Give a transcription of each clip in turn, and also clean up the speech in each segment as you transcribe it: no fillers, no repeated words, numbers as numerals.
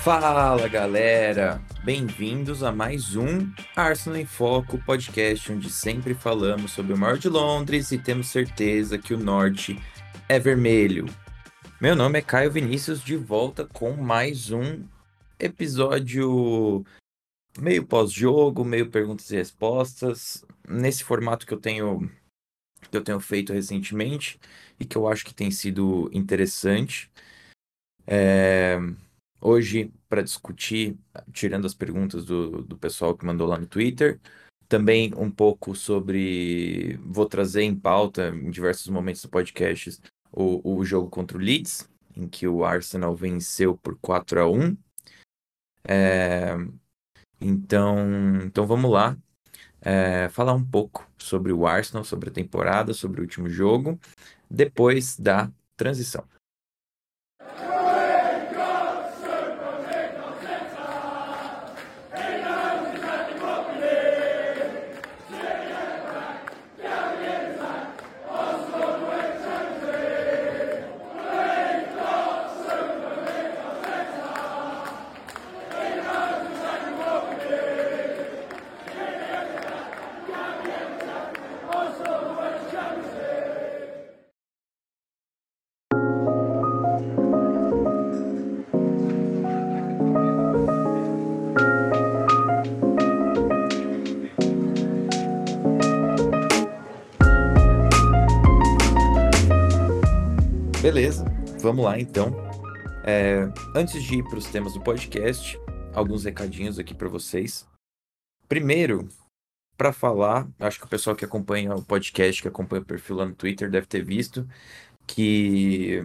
Fala galera, bem-vindos a mais um Arsenal em Foco podcast, onde sempre falamos sobre o maior de Londres e temos certeza que o norte é vermelho. Meu nome é Caio Vinícius, de volta com mais um episódio meio pós-jogo, meio perguntas e respostas, nesse formato que eu tenho feito recentemente e que eu acho que tem sido interessante. É, Hoje, para discutir, tirando as perguntas do pessoal que mandou lá no Twitter, também um pouco sobre. Vou trazer em pauta, em diversos momentos do podcast, o jogo contra o Leeds, em que o Arsenal venceu por 4-1. É, então vamos lá, falar um pouco sobre o Arsenal, sobre a temporada, sobre o último jogo, depois da transição. Beleza, vamos lá então. Antes de ir para os temas do podcast, alguns recadinhos aqui para vocês. Primeiro, para falar, acho que o pessoal que acompanha o podcast, que acompanha o perfil lá no Twitter, deve ter visto que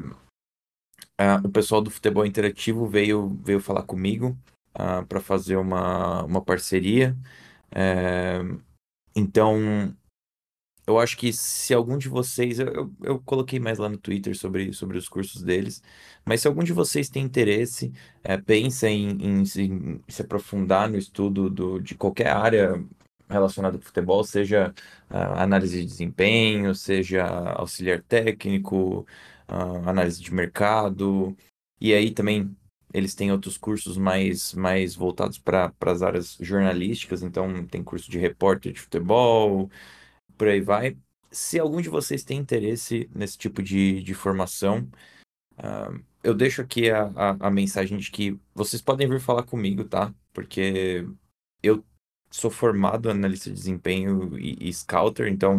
o pessoal do Futebol Interativo veio falar comigo para fazer uma parceria. É, então, eu acho que se algum de vocês, eu coloquei mais lá no Twitter sobre os cursos deles, mas se algum de vocês tem interesse, pensa em se aprofundar no estudo de qualquer área relacionada ao futebol, seja análise de desempenho, seja auxiliar técnico, análise de mercado, e aí também eles têm outros cursos mais voltados para as áreas jornalísticas, então tem curso de repórter de futebol por aí vai. Se algum de vocês tem interesse nesse tipo de formação, eu deixo aqui a mensagem de que vocês podem vir falar comigo, tá? Porque eu sou formado em analista de desempenho e scouter, então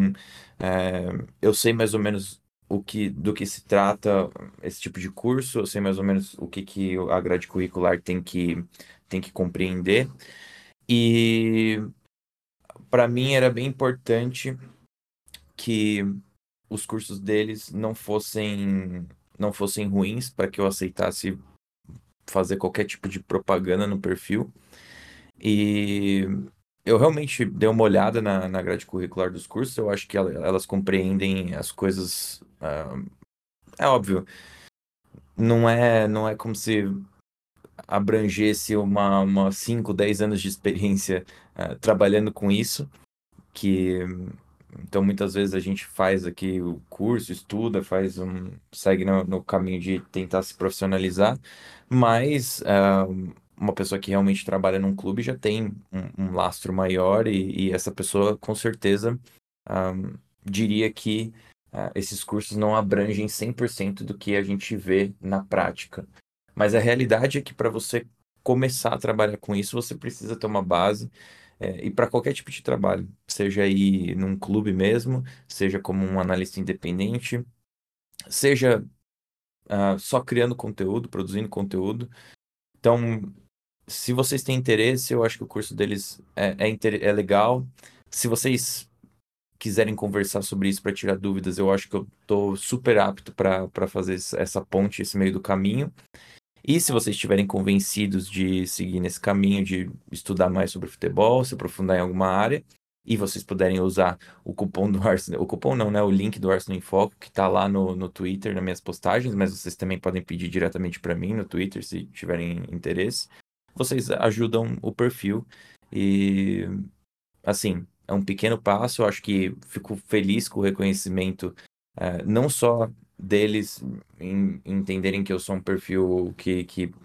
eu sei mais ou menos do que se trata esse tipo de curso, eu sei mais ou menos o que a grade curricular tem que compreender. E para mim era bem importante que os cursos deles não fossem ruins para que eu aceitasse fazer qualquer tipo de propaganda no perfil. E eu realmente dei uma olhada na grade curricular dos cursos. Eu acho que elas compreendem as coisas. É óbvio, não é como se abrangesse uma 5, 10 anos de experiência trabalhando com isso, que então muitas vezes a gente faz aqui o curso, estuda, segue no caminho de tentar se profissionalizar, mas uma pessoa que realmente trabalha num clube já tem um lastro maior e essa pessoa com certeza ah, diria que esses cursos não abrangem 100% do que a gente vê na prática. Mas a realidade é que para você começar a trabalhar com isso, você precisa ter uma base e para qualquer tipo de trabalho, seja aí num clube mesmo, seja como um analista independente, seja só criando conteúdo, produzindo conteúdo. Então, se vocês têm interesse, eu acho que o curso deles é legal. Se vocês quiserem conversar sobre isso para tirar dúvidas, eu acho que eu estou super apto para fazer essa ponte, esse meio do caminho. E se vocês estiverem convencidos de seguir nesse caminho, de estudar mais sobre futebol, se aprofundar em alguma área, e vocês puderem usar o cupom do Arsenal, o cupom não, né? O link do Arsenal em Foco, que está lá no Twitter, nas minhas postagens, mas vocês também podem pedir diretamente para mim no Twitter, se tiverem interesse. Vocês ajudam o perfil e, assim, é um pequeno passo. Eu acho que fico feliz com o reconhecimento, não só deles em entenderem que eu sou um perfil que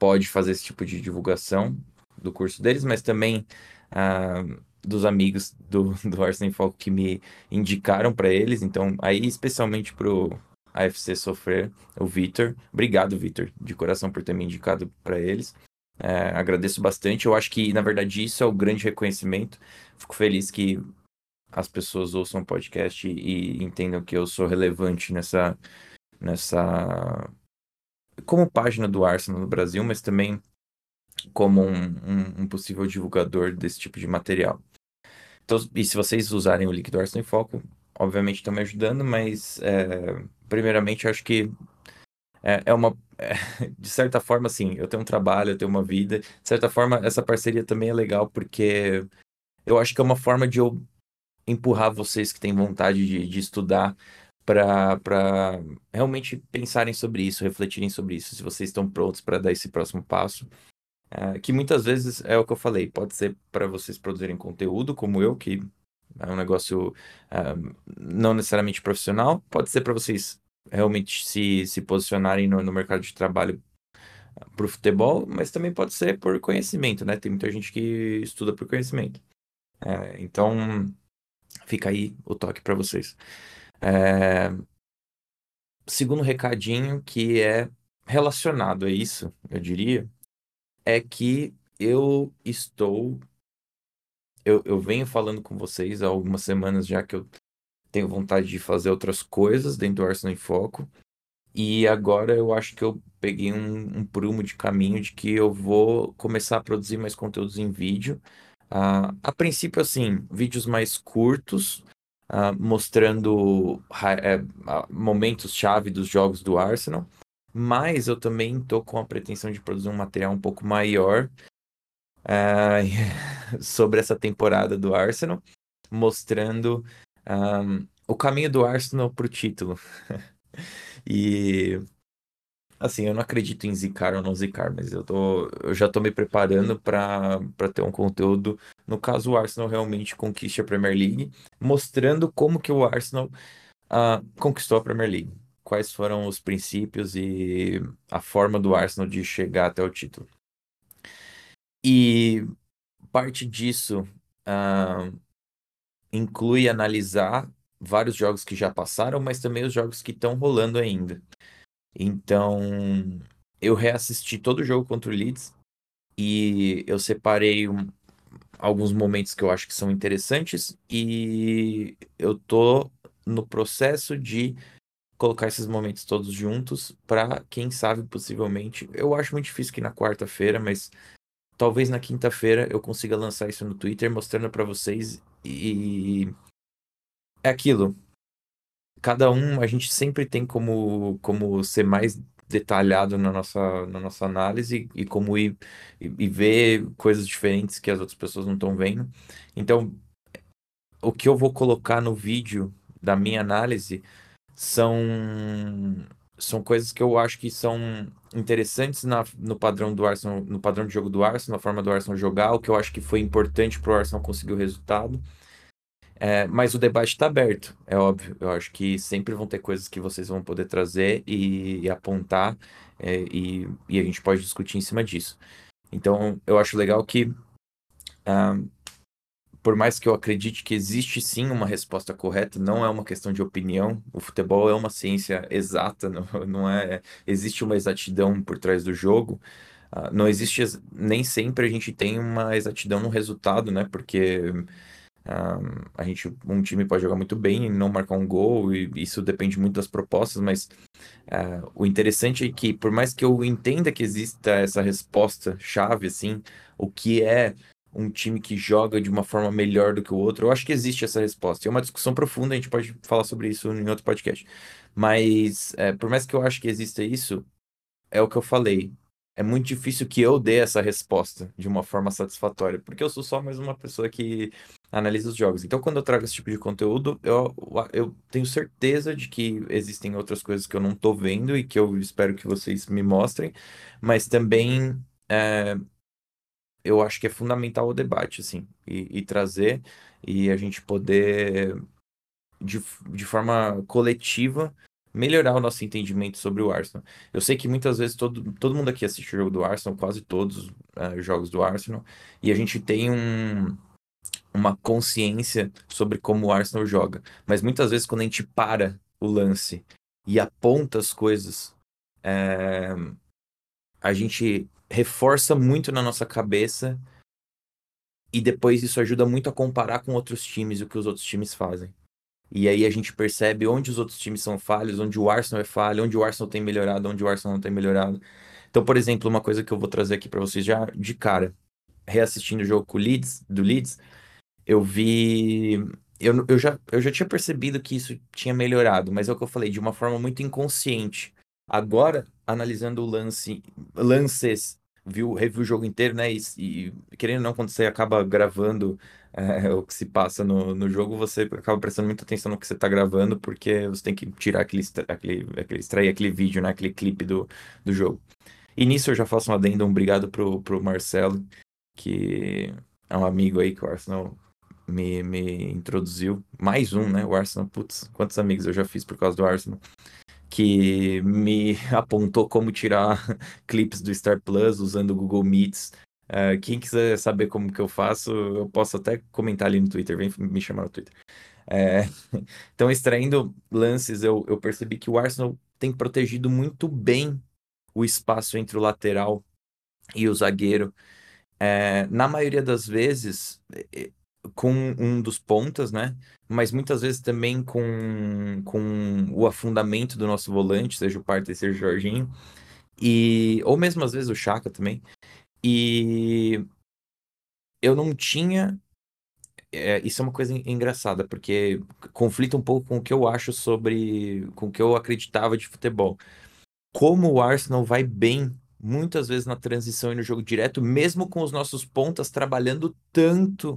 pode fazer esse tipo de divulgação do curso deles, mas também ah, dos amigos do Arsenal em Foco que me indicaram para eles. Então, aí especialmente pro AFC Sofrer, o Vitor. Obrigado, Vitor, de coração por ter me indicado para eles. Agradeço bastante. Eu acho que, na verdade, isso é o grande reconhecimento. Fico feliz que as pessoas ouçam o podcast e entendam que eu sou relevante nessa como página do Arsenal no Brasil, mas também como um possível divulgador desse tipo de material. Então, e se vocês usarem o link do Arsenal em Foco, obviamente estão me ajudando, mas primeiramente eu acho que é uma. De certa forma, assim, eu tenho um trabalho, eu tenho uma vida. De certa forma, essa parceria também é legal, porque eu acho que é uma forma de eu empurrar vocês que têm vontade de estudar para realmente pensarem sobre isso, refletirem sobre isso, se vocês estão prontos para dar esse próximo passo. Que muitas vezes é o que eu falei, pode ser para vocês produzirem conteúdo, como eu, que é um negócio ah, não necessariamente profissional, pode ser para vocês realmente se posicionarem no mercado de trabalho para o futebol, mas também pode ser por conhecimento, né? Tem muita gente que estuda por conhecimento. Então, fica aí o toque para vocês. É, Segundo recadinho, que é relacionado a isso, eu diria, é que eu venho falando com vocês há algumas semanas já que eu tenho vontade de fazer outras coisas dentro do Arsenal em Foco. E agora eu acho que eu peguei um prumo de caminho de que eu vou começar a produzir mais conteúdos em vídeo. A princípio, assim, vídeos mais curtos, mostrando momentos-chave dos jogos do Arsenal. Mas eu também estou com a pretensão de produzir um material um pouco maior, ah, sobre essa temporada do Arsenal, mostrando o caminho do Arsenal para o título. E assim, eu não acredito em zicar ou não zicar, mas eu já tô me preparando para ter um conteúdo, no caso o Arsenal realmente conquiste a Premier League, mostrando como que o Arsenal conquistou a Premier League. Quais foram os princípios e a forma do Arsenal de chegar até o título. E parte disso ah, inclui analisar vários jogos que já passaram, mas também os jogos que estão rolando ainda. Então, eu reassisti todo o jogo contra o Leeds e eu separei alguns momentos que eu acho que são interessantes e eu tô no processo de colocar esses momentos todos juntos para, quem sabe, possivelmente. Eu acho muito difícil que na quarta-feira, mas talvez na quinta-feira eu consiga lançar isso no Twitter mostrando para vocês e é aquilo. Cada um, a gente sempre tem como ser mais detalhado na nossa análise e como ir ver coisas diferentes que as outras pessoas não estão vendo. Então, o que eu vou colocar no vídeo da minha análise são, são coisas que eu acho que são interessantes no padrão do Arsenal, no padrão de jogo do Arsenal, na forma do Arsenal jogar, o que eu acho que foi importante para o Arsenal conseguir o resultado. Mas o debate está aberto, é óbvio. Eu acho que sempre vão ter coisas que vocês vão poder trazer e apontar, e a gente pode discutir em cima disso. Então, eu acho legal que, ah, por mais que eu acredite que existe sim uma resposta correta, não é uma questão de opinião. O futebol é uma ciência exata, não é. Existe uma exatidão por trás do jogo. Não existe, nem sempre a gente tem uma exatidão no resultado, né? Porque ah, um time pode jogar muito bem e não marcar um gol, e isso depende muito das propostas, mas o interessante é que, por mais que eu entenda que exista essa resposta chave, assim, o que é um time que joga de uma forma melhor do que o outro, eu acho que existe essa resposta. E é uma discussão profunda, a gente pode falar sobre isso em outro podcast. Mas, por mais que eu acho que exista isso, é o que eu falei. É muito difícil que eu dê essa resposta de uma forma satisfatória, porque eu sou só mais uma pessoa que analisa os jogos. Então, quando eu trago esse tipo de conteúdo, eu tenho certeza de que existem outras coisas que eu não tô vendo e que eu espero que vocês me mostrem, mas também eu acho que é fundamental o debate, assim, e trazer e a gente poder, de, de forma coletiva, melhorar o nosso entendimento sobre o Arsenal. Eu sei que muitas vezes todo mundo aqui assiste o jogo do Arsenal, quase todos os jogos do Arsenal, e a gente tem uma consciência sobre como o Arsenal joga. Mas muitas vezes quando a gente para o lance e aponta as coisas, é, a gente reforça muito na nossa cabeça e depois isso ajuda muito a comparar com outros times e o que os outros times fazem. E aí a gente percebe onde os outros times são falhos, onde o Arsenal é falho, onde o Arsenal tem melhorado, onde o Arsenal não tem melhorado. Então, por exemplo, uma coisa que eu vou trazer aqui para vocês já de cara, reassistindo o jogo com o Leeds, do Leeds, eu vi. Eu já tinha percebido que isso tinha melhorado, mas é o que eu falei, de uma forma muito inconsciente. Agora, analisando lances, reviu o jogo inteiro, né? E querendo ou não, quando você acaba gravando o que se passa no jogo, você acaba prestando muita atenção no que você está gravando, porque você tem que tirar extrair aquele vídeo, né? Aquele clipe do jogo. E nisso eu já faço um adendo, um obrigado pro Marcelo, que é um amigo aí que o Arsenal me introduziu. Mais um, né? O Arsenal, putz, quantos amigos eu já fiz por causa do Arsenal. Que me apontou como tirar clipes do Star Plus usando o Google Meets. Quem quiser saber como que eu faço, eu posso até comentar ali no Twitter, vem me chamar no Twitter. É, então, extraindo lances, eu percebi que o Arsenal tem protegido muito bem o espaço entre o lateral e o zagueiro. Na maioria das vezes, com um dos pontas, né? Mas muitas vezes também com o afundamento do nosso volante, seja o Partey, seja o Jorginho, ou mesmo às vezes o Chaka também. E eu não tinha. Isso é uma coisa engraçada, porque conflita um pouco com o que eu acho com o que eu acreditava de futebol. Como o Arsenal vai bem muitas vezes na transição e no jogo direto, mesmo com os nossos pontas trabalhando tanto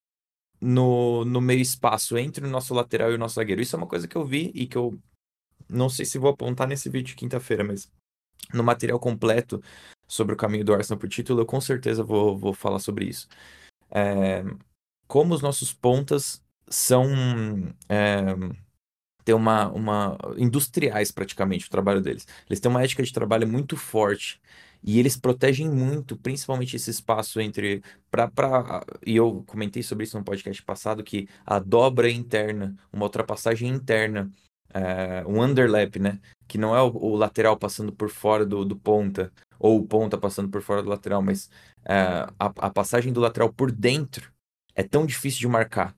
no meio espaço entre o nosso lateral e o nosso zagueiro. Isso é uma coisa que eu vi e que eu não sei se vou apontar nesse vídeo de quinta-feira, mas no material completo sobre o caminho do Arsenal pro título, eu com certeza vou falar sobre isso. É, como os nossos pontas são é, ter industriais praticamente o trabalho deles. Eles têm uma ética de trabalho muito forte e eles protegem muito, principalmente esse espaço entre e eu comentei sobre isso no podcast passado que a dobra interna, uma ultrapassagem interna, um underlap, né, que não é o lateral passando por fora do ponta ou o ponta passando por fora do lateral, mas a passagem do lateral por dentro é tão difícil de marcar.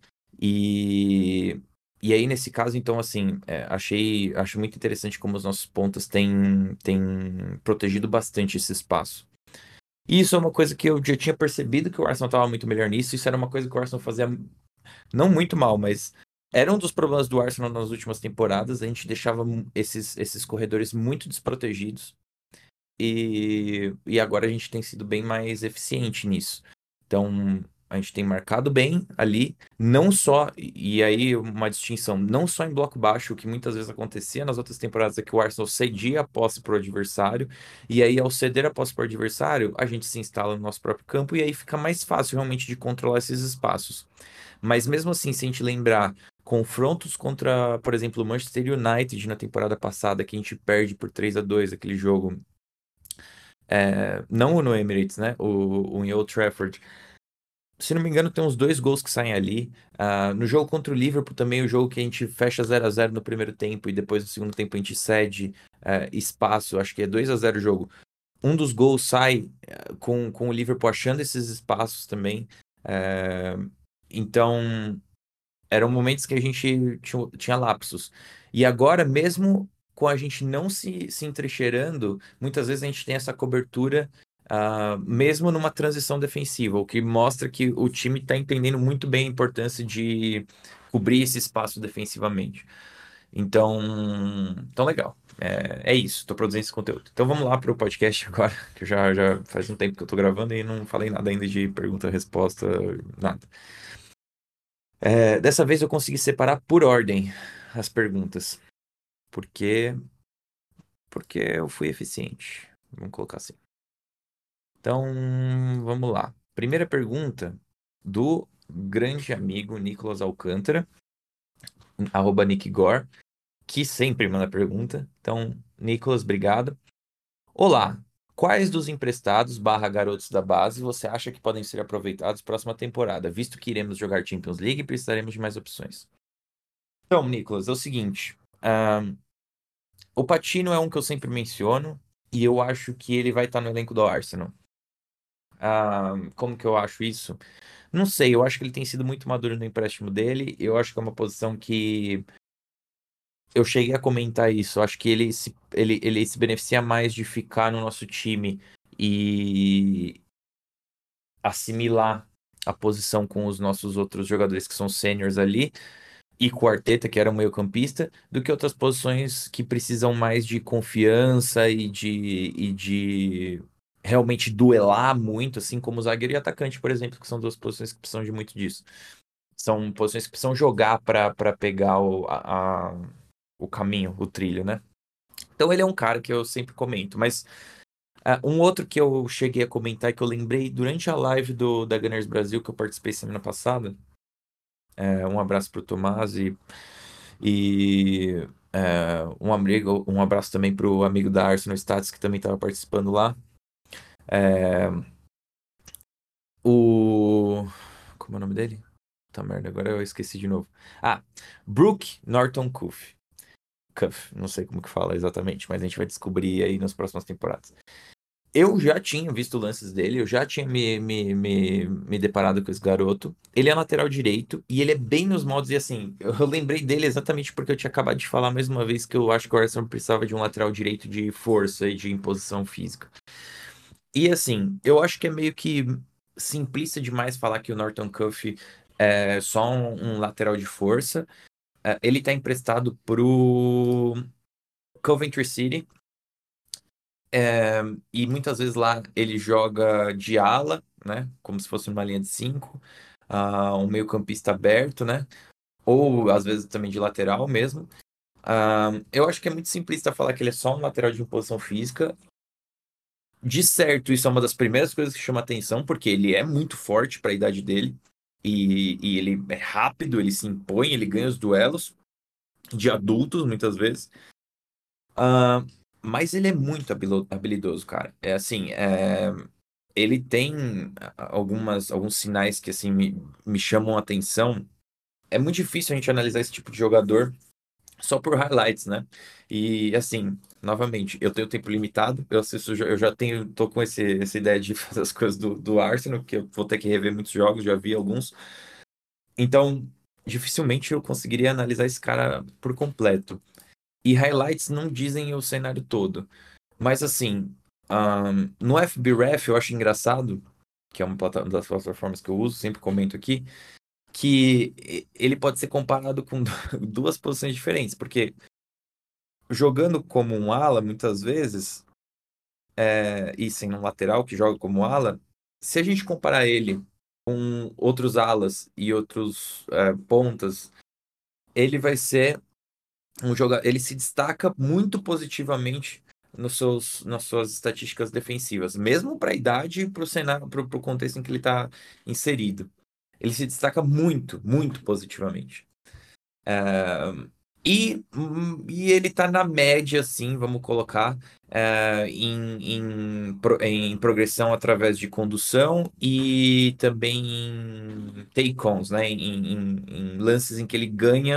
E e aí, nesse caso, então, assim, acho muito interessante como os nossos pontas têm protegido bastante esse espaço. E isso é uma coisa que eu já tinha percebido que o Arsenal estava muito melhor nisso. Isso era uma coisa que o Arsenal fazia não muito mal, mas era um dos problemas do Arsenal nas últimas temporadas. A gente deixava esses corredores muito desprotegidos. E agora a gente tem sido bem mais eficiente nisso. Então, a gente tem marcado bem ali, não só, e aí uma distinção, não só em bloco baixo, o que muitas vezes acontecia nas outras temporadas é que o Arsenal cedia a posse para o adversário, e aí ao ceder a posse para o adversário, a gente se instala no nosso próprio campo, e aí fica mais fácil realmente de controlar esses espaços. Mas mesmo assim, se a gente lembrar confrontos contra, por exemplo, o Manchester United na temporada passada, que a gente perde por 3-2 aquele jogo, não no Emirates, né? O em Old Trafford. Se não me engano, tem uns dois gols que saem ali. No jogo contra o Liverpool também, o jogo que a gente fecha 0-0 no primeiro tempo e depois no segundo tempo a gente cede espaço, acho que é 2-0 o jogo. Um dos gols sai com o Liverpool achando esses espaços também. Eh, então, eram momentos que a gente tinha lapsos. E agora, mesmo com a gente não se entrecheirando, muitas vezes a gente tem essa cobertura, mesmo numa transição defensiva, o que mostra que o time está entendendo muito bem a importância de cobrir esse espaço defensivamente. Então legal. É isso, estou produzindo esse conteúdo. Então vamos lá para o podcast agora, que eu já faz um tempo que eu estou gravando e não falei nada ainda de pergunta-resposta, nada. Dessa vez eu consegui separar por ordem as perguntas, porque porque eu fui eficiente. Vamos colocar assim. Então, vamos lá. Primeira pergunta do grande amigo Nicolas Alcântara, @NickGore, que sempre manda pergunta. Então, Nicolas, obrigado. Olá, quais dos emprestados barra garotos da base você acha que podem ser aproveitados próxima temporada, visto que iremos jogar Champions League e precisaremos de mais opções? Então, Nicolas, é o seguinte, o Patino é um que eu sempre menciono e eu acho que ele vai estar no elenco do Arsenal. Como que eu acho isso? Não sei, eu acho que ele tem sido muito maduro no empréstimo dele. Eu acho que é uma posição que eu cheguei a comentar isso. Eu acho que ele se beneficia mais de ficar no nosso time e assimilar a posição com os nossos outros jogadores que são sêniors ali e com o Arteta, que era um meio-campista, do que outras posições que precisam mais de confiança e de realmente duelar muito, assim como o zagueiro e atacante, por exemplo, que são duas posições que precisam de muito disso. São posições que precisam jogar para pegar o caminho, o trilho, né? Então ele é um cara que eu sempre comento, mas um outro que eu cheguei a comentar e que eu lembrei durante a live da Gunners Brasil que eu participei semana passada, um abraço pro Tomás um abraço também pro amigo da Arsenal Stats que também estava participando lá. O. Como é o nome dele? Tá merda, agora eu esqueci de novo. Brook Norton Cuff. Cuff, não sei como que fala exatamente, mas a gente vai descobrir aí nas próximas temporadas. Eu já tinha visto lances dele, eu já tinha me deparado com esse garoto. Ele é lateral direito e ele é bem nos moldes. E assim, eu lembrei dele exatamente porque eu tinha acabado de falar mais uma vez que eu acho que o Arsenal precisava de um lateral direito de força e de imposição física. E assim, eu acho que é meio que simplista demais falar que o Norton Cuff é só um lateral de força. Ele tá emprestado pro Coventry City. E muitas vezes lá ele joga de ala, né? Como se fosse uma linha de cinco, um meio-campista aberto, né? Ou às vezes também de lateral mesmo. Eu acho que é muito simplista falar que ele é só um lateral de imposição física. De certo, isso é uma das primeiras coisas que chama atenção, porque ele é muito forte para a idade dele. E ele é rápido, ele se impõe, ele ganha os duelos de adultos muitas vezes. Ah, mas ele é muito habilidoso, cara. É assim, ele tem alguns sinais que assim me chamam a atenção. É muito difícil a gente analisar esse tipo de jogador só por highlights, né? E assim, novamente, eu tenho tempo limitado, eu assisto, eu já tenho, tô com essa ideia de fazer as coisas do Arsenal, que eu vou ter que rever muitos jogos, já vi alguns. Então, dificilmente eu conseguiria analisar esse cara por completo. E highlights não dizem o cenário todo. Mas assim, no FBref eu acho engraçado, que é uma das plataformas que eu uso, sempre comento aqui, que ele pode ser comparado com duas posições diferentes, porque jogando como um ala, muitas vezes, e sem um lateral que joga como ala, se a gente comparar ele com outros alas e outros pontas, ele vai ser um jogador, ele se destaca muito positivamente nas suas estatísticas defensivas, mesmo para a idade e para o cenário, para o contexto em que ele está inserido. Ele se destaca muito, muito positivamente. E ele tá na média, assim, vamos colocar, em progressão através de condução e também em take-ons, né? Em lances em que ele ganha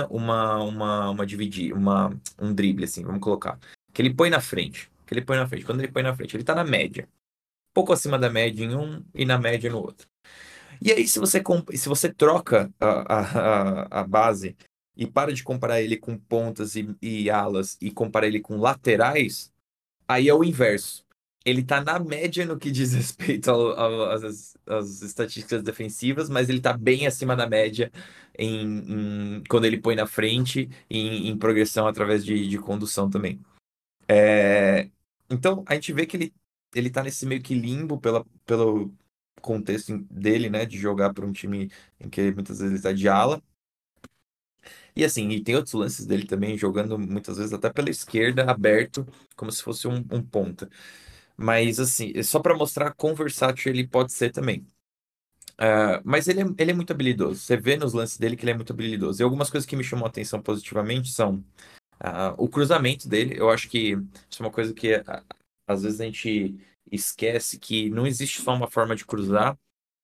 um drible, assim, vamos colocar. Que ele põe na frente. Que ele põe na frente. Quando ele põe na frente, ele tá na média. Pouco acima da média em um e na média no outro. E aí, se você troca a base e para de comparar ele com pontas e alas e compara ele com laterais, aí é o inverso. Ele tá na média no que diz respeito às estatísticas defensivas, mas ele tá bem acima da média quando ele põe na frente e em progressão através de condução também. É, então, a gente vê que ele tá nesse meio que limbo pelo contexto dele, né, de jogar por um time em que muitas vezes ele tá de ala. E assim, e tem outros lances dele também, jogando muitas vezes até pela esquerda, aberto, como se fosse um ponta. Mas assim, é só para mostrar quão versátil ele pode ser também. Mas ele é muito habilidoso. Você vê nos lances dele que ele é muito habilidoso. E algumas coisas que me chamam a atenção positivamente são O cruzamento dele, eu acho que isso é uma coisa que às vezes a gente esquece que não existe só uma forma de cruzar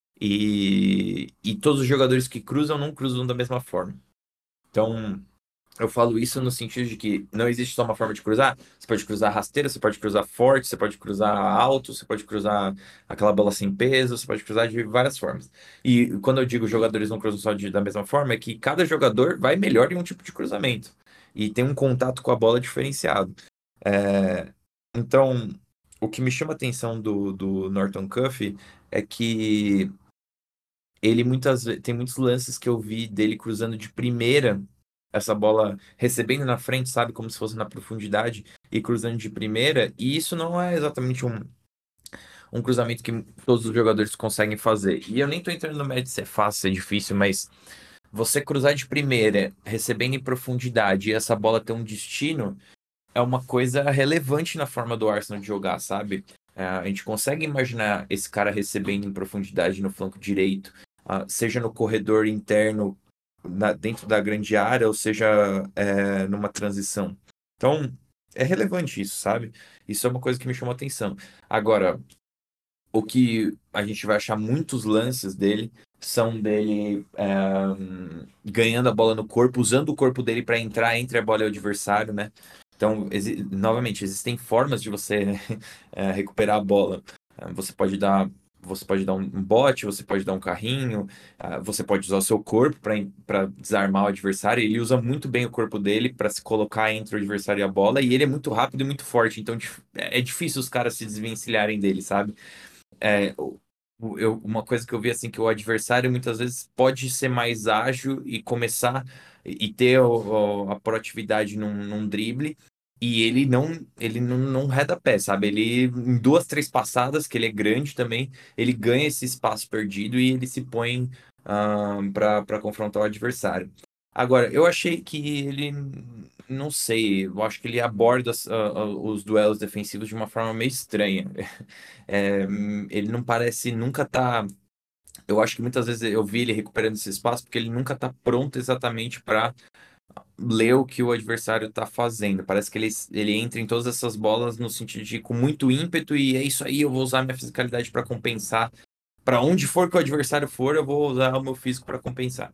e todos os jogadores que cruzam não cruzam da mesma forma. Então, eu falo isso no sentido de que não existe só uma forma de cruzar. Você pode cruzar rasteira, você pode cruzar forte, você pode cruzar alto, você pode cruzar aquela bola sem peso, você pode cruzar de várias formas. E quando eu digo jogadores não cruzam só da mesma forma, é que cada jogador vai melhor em um tipo de cruzamento e tem um contato com a bola diferenciado. É, então, o que me chama a atenção do Norton Cuff é que ele muitas vezes tem muitos lances que eu vi dele cruzando de primeira, essa bola recebendo na frente, sabe, como se fosse na profundidade e cruzando de primeira, e isso não é exatamente um cruzamento que todos os jogadores conseguem fazer. E eu nem tô entrando no mérito se é fácil, se é difícil, mas você cruzar de primeira, recebendo em profundidade e essa bola ter um destino, é uma coisa relevante na forma do Arsenal de jogar, sabe? A gente consegue imaginar esse cara recebendo em profundidade no flanco direito, seja no corredor interno, dentro da grande área, ou seja, numa transição. Então, é relevante isso, sabe? Isso é uma coisa que me chamou a atenção. Agora, o que a gente vai achar muitos lances dele são dele ganhando a bola no corpo, usando o corpo dele para entrar entre a bola e o adversário, né? Então, novamente, existem formas de você recuperar a bola. Você pode dar um bote, você pode dar um carrinho, você pode usar o seu corpo para desarmar o adversário. Ele usa muito bem o corpo dele para se colocar entre o adversário e a bola, e ele é muito rápido e muito forte, então é difícil os caras se desvencilharem dele, sabe? É, uma coisa que eu vi assim que o adversário muitas vezes pode ser mais ágil e começar e ter a proatividade num drible e ele não reda pé, sabe? Ele em duas, três passadas, que ele é grande também, ele ganha esse espaço perdido e ele se põe para confrontar o adversário. Agora, eu achei que ele, não sei, eu acho que ele aborda os duelos defensivos de uma forma meio estranha. Ele não parece nunca tá. Eu acho que muitas vezes eu vi ele recuperando esse espaço porque ele nunca tá pronto exatamente para ler o que o adversário tá fazendo. Parece que ele entra em todas essas bolas no sentido de com muito ímpeto e é isso aí, eu vou usar minha fisicalidade para compensar. Para onde for que o adversário for, eu vou usar o meu físico para compensar.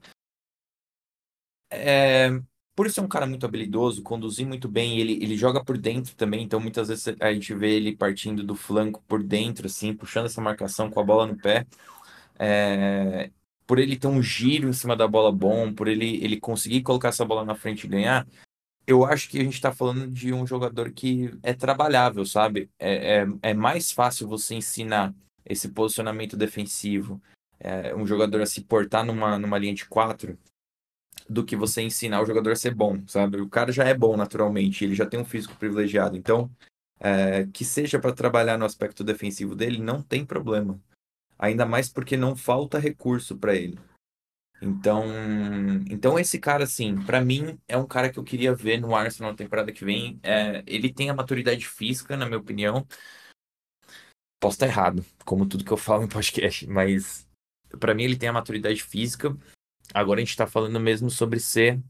É, por isso é um cara muito habilidoso, conduzir muito bem, ele joga por dentro também, então muitas vezes a gente vê ele partindo do flanco por dentro, assim, puxando essa marcação com a bola no pé. É, por ele ter um giro em cima da bola bom, por ele conseguir colocar essa bola na frente e ganhar, eu acho que a gente está falando de um jogador que é trabalhável, sabe? É mais fácil você ensinar esse posicionamento defensivo, um jogador a se portar numa linha de quatro, do que você ensinar o jogador a ser bom, sabe? O cara já é bom naturalmente, ele já tem um físico privilegiado, então que seja para trabalhar no aspecto defensivo dele, não tem problema. Ainda mais porque não falta recurso para ele. Então, então esse cara, assim, para mim é um cara que eu queria ver no Arsenal na temporada que vem. Ele tem a maturidade física, na minha opinião. Posso estar errado, como tudo que eu falo em podcast, mas para mim ele tem a maturidade física. Agora a gente tá falando mesmo sobre ser,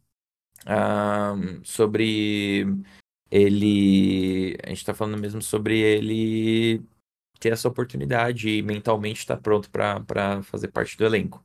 sobre ele, a gente tá falando mesmo sobre ele ter essa oportunidade e mentalmente estar pronto para fazer parte do elenco.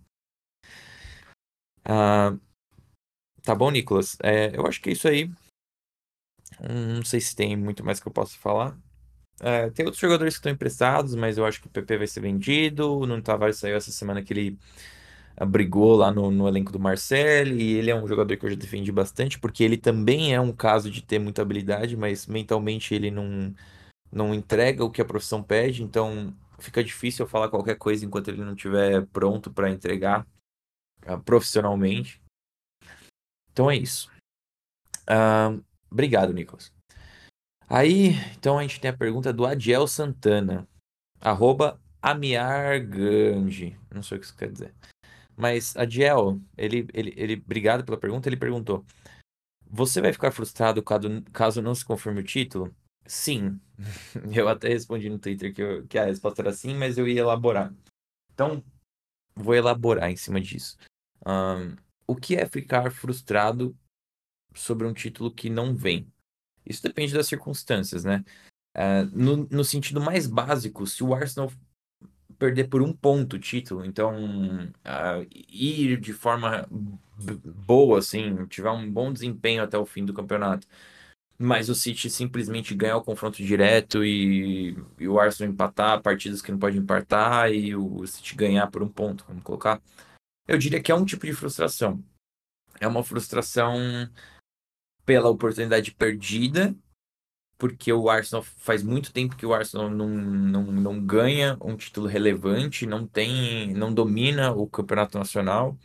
Ah, tá bom, Nicolas? Eu acho que é isso aí. Não sei se tem muito mais que eu possa falar. Tem outros jogadores que estão emprestados, mas eu acho que o PP vai ser vendido. O Nuno Tavares saiu essa semana que ele brigou lá no elenco do Marcelo. E ele é um jogador que eu já defendi bastante, porque ele também é um caso de ter muita habilidade, mas mentalmente ele não entrega o que a profissão pede. Então fica difícil eu falar qualquer coisa enquanto ele não estiver pronto para entregar profissionalmente. Então é isso. Ah, obrigado, Nicolas. Aí, então a gente tem a pergunta do Adiel Santana, arroba Amiargange. Não sei o que isso quer dizer. Mas, Adiel, obrigado pela pergunta. Ele perguntou: Você vai ficar frustrado caso não se confirme o título? Sim. Eu até respondi no Twitter que a resposta era sim, mas eu ia elaborar. Então, vou elaborar em cima disso. Ahn, o que é ficar frustrado sobre um título que não vem. Isso depende das circunstâncias, né? No sentido mais básico, se o Arsenal perder por um ponto o título, então ir de forma boa, assim, tiver um bom desempenho até o fim do campeonato, mas o City simplesmente ganhar o confronto direto e o Arsenal empatar partidas que não pode empatar e o City ganhar por um ponto, vamos colocar. Eu diria que é um tipo de frustração. É uma frustração pela oportunidade perdida, porque o Arsenal faz muito tempo que o Arsenal não ganha um título relevante, não domina o campeonato nacional,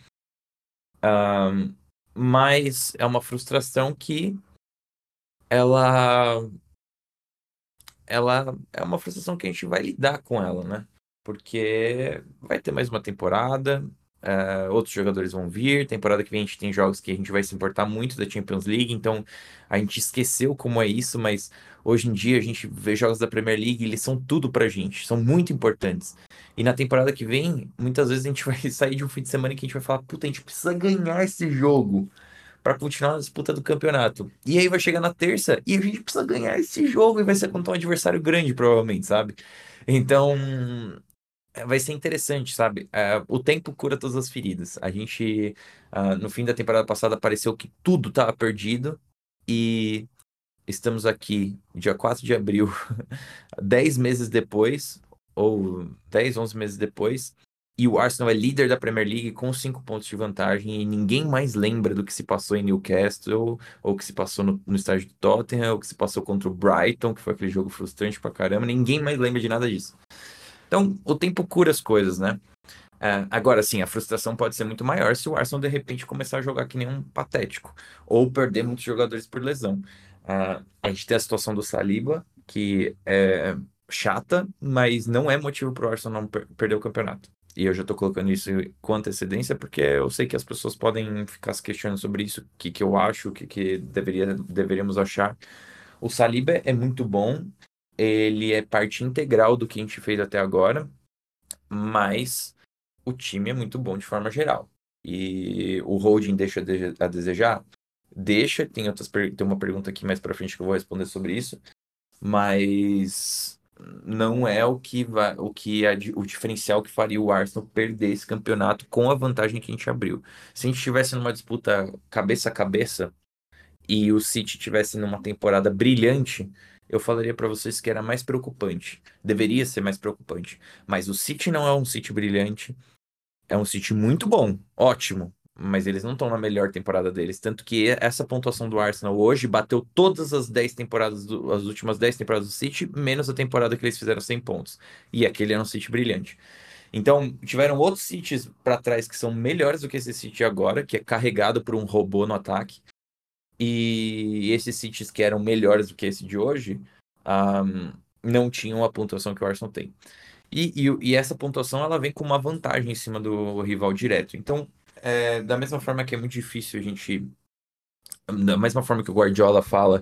mas é uma frustração que ela ela é uma frustração que a gente vai lidar com ela, né? Porque vai ter mais uma temporada, outros jogadores vão vir, temporada que vem a gente tem jogos que a gente vai se importar muito da Champions League, então a gente esqueceu como é isso, mas hoje em dia a gente vê jogos da Premier League e eles são tudo pra gente, são muito importantes. E na temporada que vem, muitas vezes a gente vai sair de um fim de semana que a gente vai falar, puta, a gente precisa ganhar esse jogo para continuar na disputa do campeonato. E aí vai chegar na terça e a gente precisa ganhar esse jogo e vai ser contra um adversário grande, provavelmente, sabe? Então, vai ser interessante, sabe? O tempo cura todas as feridas. A gente, no fim da temporada passada, pareceu que tudo estava perdido e estamos aqui, dia 4 de abril, 10 meses depois, ou 10, 11 meses depois, e o Arsenal é líder da Premier League com 5 pontos de vantagem, e ninguém mais lembra do que se passou em Newcastle, ou o que se passou no estádio do Tottenham, ou o que se passou contra o Brighton, que foi aquele jogo frustrante pra caramba, ninguém mais lembra de nada disso. Então, o tempo cura as coisas, né? Agora, sim, a frustração pode ser muito maior se o Arsenal de repente começar a jogar que nem um patético, ou perder muitos jogadores por lesão. A gente tem a situação do Saliba, que é chata, mas não é motivo para o Arsenal não perder o campeonato. E eu já estou colocando isso com antecedência, porque eu sei que as pessoas podem ficar se questionando sobre isso, o que, que eu acho, o que, que deveríamos achar. O Saliba é muito bom, ele é parte integral do que a gente fez até agora, mas o time é muito bom de forma geral. E o holding deixa a desejar? Deixa, tem uma pergunta aqui mais pra frente que eu vou responder sobre isso, mas não é o que vai, o diferencial que faria o Arsenal perder esse campeonato com a vantagem que a gente abriu. Se a gente estivesse numa disputa cabeça a cabeça e o City tivesse numa temporada brilhante, eu falaria pra vocês que era mais preocupante. Deveria ser mais preocupante. Mas o City não é um City brilhante, é um City muito bom, ótimo, mas eles não estão na melhor temporada deles. Tanto que essa pontuação do Arsenal hoje bateu todas as 10 temporadas, as últimas 10 temporadas do City, menos a temporada que eles fizeram 100 pontos. E aquele era um City brilhante. Então, tiveram outros Cities para trás que são melhores do que esse City agora, que é carregado por um robô no ataque. E esses Cities que eram melhores do que esse de hoje, não tinham a pontuação que o Arsenal tem. E essa pontuação ela vem com uma vantagem em cima do rival direto. Então, da mesma forma que é muito difícil a gente. Da mesma forma que o Guardiola fala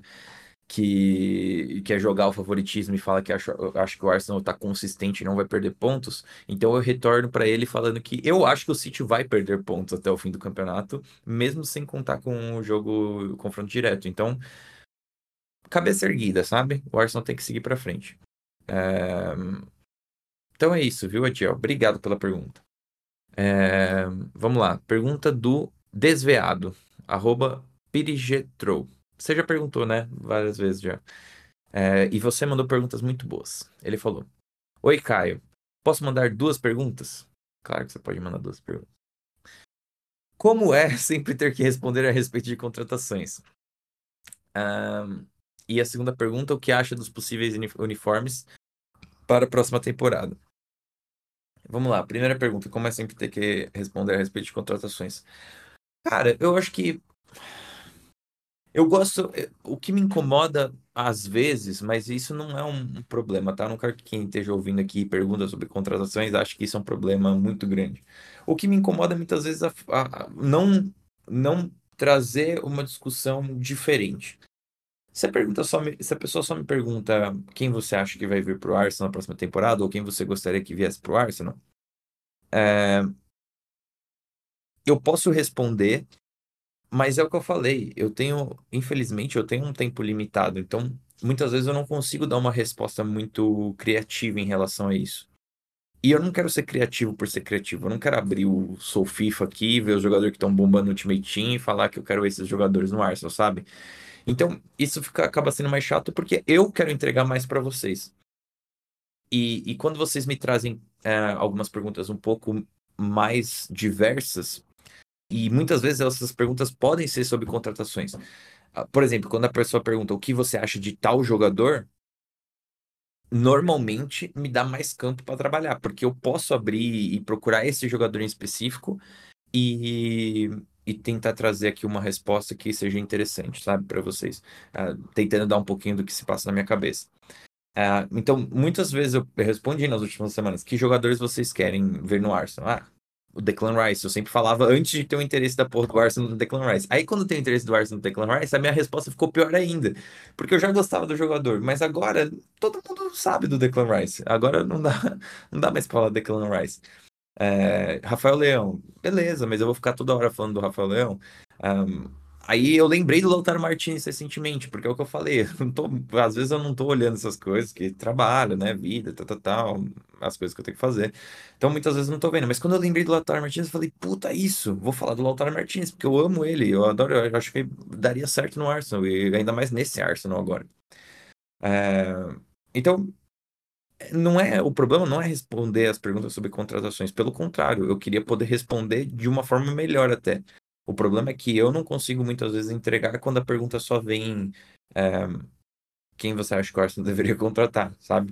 que quer jogar o favoritismo e fala que acho que o Arsenal está consistente e não vai perder pontos, então eu retorno para ele falando que eu acho que o City vai perder pontos até o fim do campeonato, mesmo sem contar com o confronto direto. Então, cabeça erguida, sabe? O Arsenal tem que seguir para frente. É, Então é isso, viu, Adiel? Obrigado pela pergunta. É, Vamos lá. Pergunta do Desveado, arroba Pirigetro. Você já perguntou, né? Várias vezes já. E você mandou perguntas muito boas. Ele falou: Oi, Caio. Posso mandar duas perguntas? Claro que você pode mandar duas perguntas. Como é sempre ter que responder a respeito de contratações? Ahn, e a segunda pergunta: o que acha dos possíveis uniformes para a próxima temporada? Vamos lá. Primeira pergunta: como é sempre ter que responder a respeito de contratações? Cara, eu acho que eu gosto. O que me incomoda às vezes, mas isso não é um problema, tá? Não quero que quem esteja ouvindo aqui e pergunta sobre contratações ache que isso é um problema muito grande. O que me incomoda muitas vezes é não trazer uma discussão diferente. Se a pessoa só me pergunta quem você acha que vai vir pro Arsenal na próxima temporada ou quem você gostaria que viesse pro Arsenal, eu posso responder Mas é o que eu falei, infelizmente, eu tenho um tempo limitado, então muitas vezes eu não consigo dar uma resposta muito criativa em relação a isso. E eu não quero ser criativo por ser criativo, eu não quero abrir o Sou FIFA aqui, ver os jogadores que estão bombando no Ultimate Team e falar que eu quero esses jogadores no Arsenal, sabe? Então, acaba sendo mais chato porque eu quero entregar mais pra vocês. E quando vocês me trazem algumas perguntas um pouco mais diversas, e muitas vezes essas perguntas podem ser sobre contratações. Por exemplo, quando a pessoa pergunta o que você acha de tal jogador, normalmente me dá mais campo para trabalhar, porque eu posso abrir e procurar esse jogador em específico e, e tentar trazer aqui uma resposta que seja interessante, sabe, para vocês. Tentando dar um pouquinho do que se passa na minha cabeça. Então, muitas vezes eu respondi nas últimas semanas: que jogadores vocês querem ver no Arsenal? O Declan Rice. Eu sempre falava antes de ter o interesse da porra do Arsenal no Declan Rice. Aí, quando tem o interesse do Arsenal no Declan Rice, a minha resposta ficou pior ainda. Porque eu já gostava do jogador, mas agora todo mundo sabe do Declan Rice. Agora não dá, não dá mais pra falar Declan Rice. Rafael Leão, beleza, mas eu vou ficar toda hora falando do Rafael Leão. Ahm, Aí eu lembrei do Lautaro Martinez recentemente, porque é o que eu falei, eu não tô, às vezes eu não tô olhando essas coisas, que trabalho, né, vida, tal, tal, tal, as coisas que eu tenho que fazer. Então muitas vezes eu não tô vendo, mas quando eu lembrei do Lautaro Martinez, eu falei, puta, isso, vou falar do Lautaro Martinez, porque eu amo ele, eu adoro, eu acho que daria certo no Arsenal, e ainda mais nesse Arsenal agora. É, Então, o problema não é responder as perguntas sobre contratações, pelo contrário, eu queria poder responder de uma forma melhor até. O problema é que eu não consigo muitas vezes entregar quando a pergunta só vem é, quem você acha que o Arsenal deveria contratar, sabe?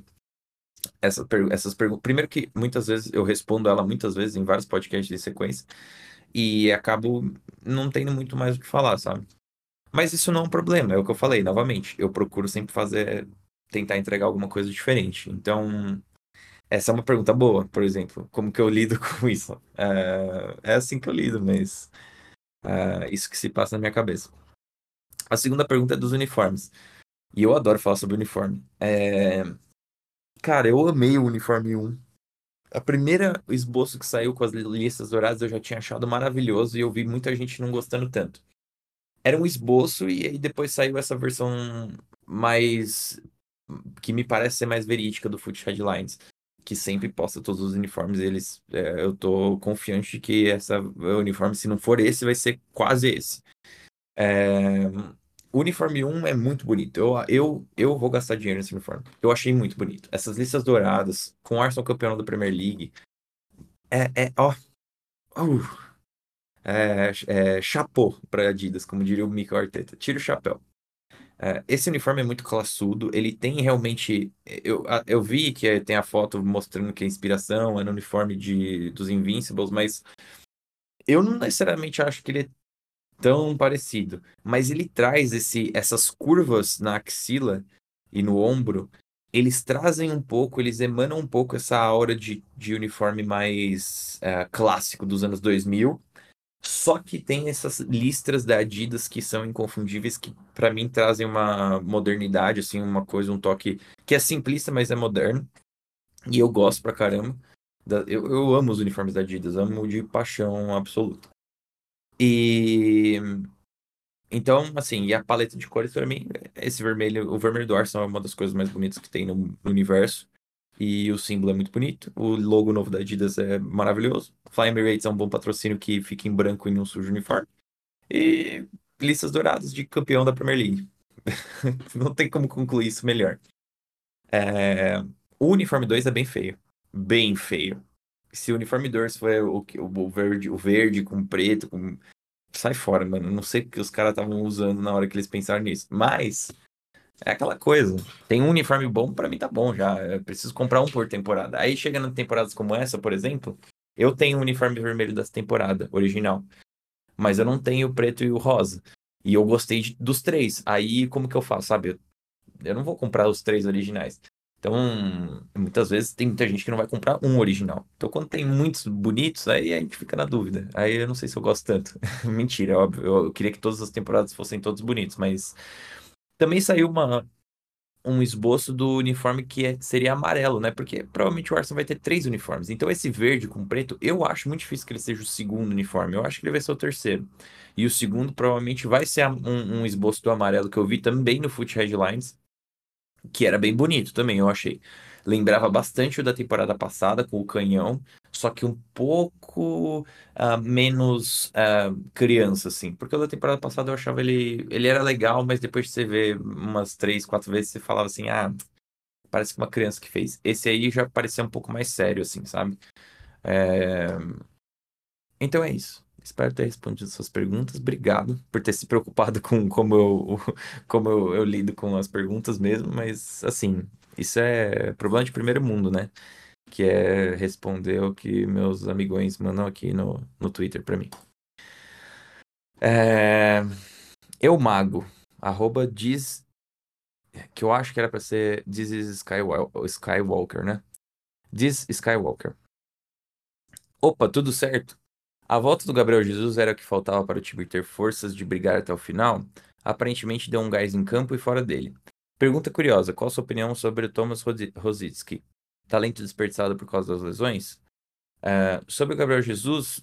Essas perguntas. Primeiro que muitas vezes eu respondo ela muitas vezes em vários podcasts de sequência e acabo não tendo muito mais o que falar, sabe? Mas isso não é um problema, é o que eu falei, novamente. Eu procuro sempre tentar entregar alguma coisa diferente. Então. Essa é uma pergunta boa, por exemplo. Como que eu lido com isso? É assim que eu lido, mas isso que se passa na minha cabeça. A segunda pergunta é dos uniformes. E eu adoro falar sobre uniforme. Cara, eu amei o uniforme 1. A primeira esboço que saiu com as listas douradas eu já tinha achado maravilhoso e eu vi muita gente não gostando tanto. Era um esboço e aí depois saiu essa versão mais que me parece ser mais verídica do Foot Headlines, que sempre posta todos os uniformes. Eu tô confiante de que essa o uniforme, se não for esse, vai ser quase esse. É, o uniforme 1 é muito bonito. Eu vou gastar dinheiro nesse uniforme. Eu achei muito bonito. Essas listas douradas, com o Arsenal campeão da Premier League, ó, uh, chapô para Adidas, como diria o Mikel Arteta. Tira o chapéu. Esse uniforme é muito classudo. Ele tem realmente. Eu vi que tem a foto mostrando que a inspiração é no uniforme dos Invincibles, mas eu não necessariamente acho que ele é tão parecido. Mas ele traz essas curvas na axila e no ombro. Eles trazem um pouco, eles emanam um pouco essa aura de uniforme mais clássico dos anos 2000. Só que tem essas listras da Adidas que são inconfundíveis, que pra mim trazem uma modernidade, assim, uma coisa, um toque que é simplista, mas é moderno. E eu gosto pra caramba. Eu amo os uniformes da Adidas, amo de paixão absoluta. E então, assim, e a paleta de cores pra mim, esse vermelho, o vermelho do Arsenal é uma das coisas mais bonitas que tem no universo. E o símbolo é muito bonito. O logo novo da Adidas é maravilhoso. Fly Emirates é um bom patrocínio que fica em branco e não suja o uniforme. E listas douradas de campeão da Premier League. Não tem como concluir isso melhor. É, O uniforme 2 é bem feio. Bem feio. Se o uniforme 2 foi o verde com preto, sai fora, mano. Não sei o que os caras estavam usando na hora que eles pensaram nisso. Mas é aquela coisa. Tem um uniforme bom, pra mim tá bom já. Eu preciso comprar um por temporada. Aí chegando em temporadas como essa, por exemplo, eu tenho o uniforme vermelho dessa temporada, original. Mas eu não tenho o preto e o rosa. E eu gostei dos três. Aí, como que eu faço, sabe? Eu não vou comprar os três originais. Então, muitas vezes tem muita gente que não vai comprar um original. Então, quando tem muitos bonitos, aí a gente fica na dúvida. Aí eu não sei se eu gosto tanto. Mentira, é óbvio. Eu queria que todas as temporadas fossem todos bonitos, mas também saiu uma. um esboço do uniforme que seria amarelo, né? Porque provavelmente o Arsenal vai ter três uniformes. Então esse verde com preto, eu acho muito difícil que ele seja o segundo uniforme. Eu acho que ele vai ser o terceiro. E o segundo provavelmente vai ser um esboço do amarelo que eu vi também no Foot Headlines, que era bem bonito também, eu achei. Lembrava bastante o da temporada passada com o canhão, só que um pouco menos criança, assim. Porque o da temporada passada eu achava ele era legal, mas depois de você ver umas três, quatro vezes, você falava assim, parece que uma criança que fez. Esse aí já parecia um pouco mais sério, assim, sabe? É, Então é isso. Espero ter respondido suas perguntas. Obrigado por ter se preocupado com como eu lido com as perguntas mesmo, mas assim, isso é problema de primeiro mundo, né? Que é responder o que meus amigões mandam aqui no Twitter pra mim. É... Eu Mago, diz que eu acho que era pra ser This is Skywalker, né? Diz Skywalker. Opa, tudo certo? A volta do Gabriel Jesus era o que faltava para o time ter forças de brigar até o final. Aparentemente deu um gás em campo e fora dele. Pergunta curiosa: qual a sua opinião sobre o Thomas Rositzky? Talento desperdiçado por causa das lesões? Sobre o Gabriel Jesus,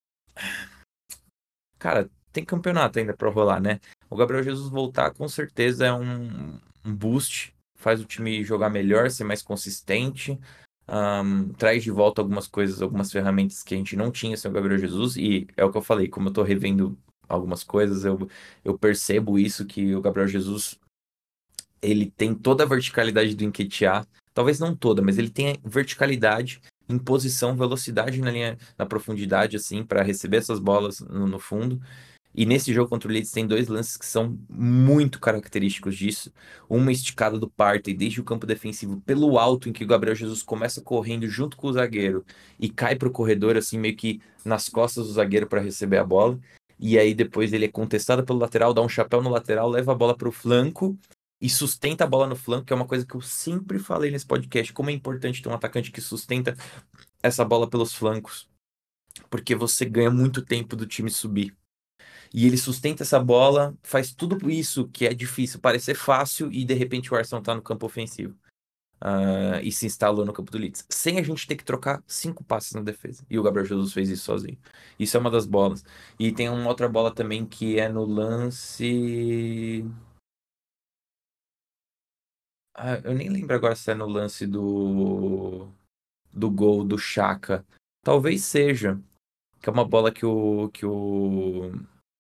cara, tem campeonato ainda para rolar, né? O Gabriel Jesus voltar com certeza é um boost, faz o time jogar melhor, ser mais consistente, traz de volta algumas coisas, algumas ferramentas que a gente não tinha sem o Gabriel Jesus, e é o que eu falei, como eu tô revendo algumas coisas, eu percebo isso, que o Gabriel Jesus ele tem toda a verticalidade do Nketiah, talvez não toda, mas ele tem a verticalidade em posição, velocidade na linha, na profundidade, assim, para receber essas bolas no fundo. E nesse jogo contra o Leeds tem dois lances que são muito característicos disso. Uma esticada do Partey desde o campo defensivo pelo alto, em que o Gabriel Jesus começa correndo junto com o zagueiro e cai para o corredor, assim, meio que nas costas do zagueiro para receber a bola. E aí depois ele é contestado pelo lateral, dá um chapéu no lateral, leva a bola para o flanco e sustenta a bola no flanco, que é uma coisa que eu sempre falei nesse podcast, como é importante ter um atacante que sustenta essa bola pelos flancos, porque você ganha muito tempo do time subir. E ele sustenta essa bola, faz tudo isso que é difícil parecer fácil e de repente o Arsenal tá no campo ofensivo. E se instalou no campo do Leeds. Sem a gente ter que trocar cinco passes na defesa. E o Gabriel Jesus fez isso sozinho. Isso é uma das bolas. E tem uma outra bola também que é no lance. Eu nem lembro agora se é no lance do gol do Chaka. Talvez seja. Que é uma bola que o.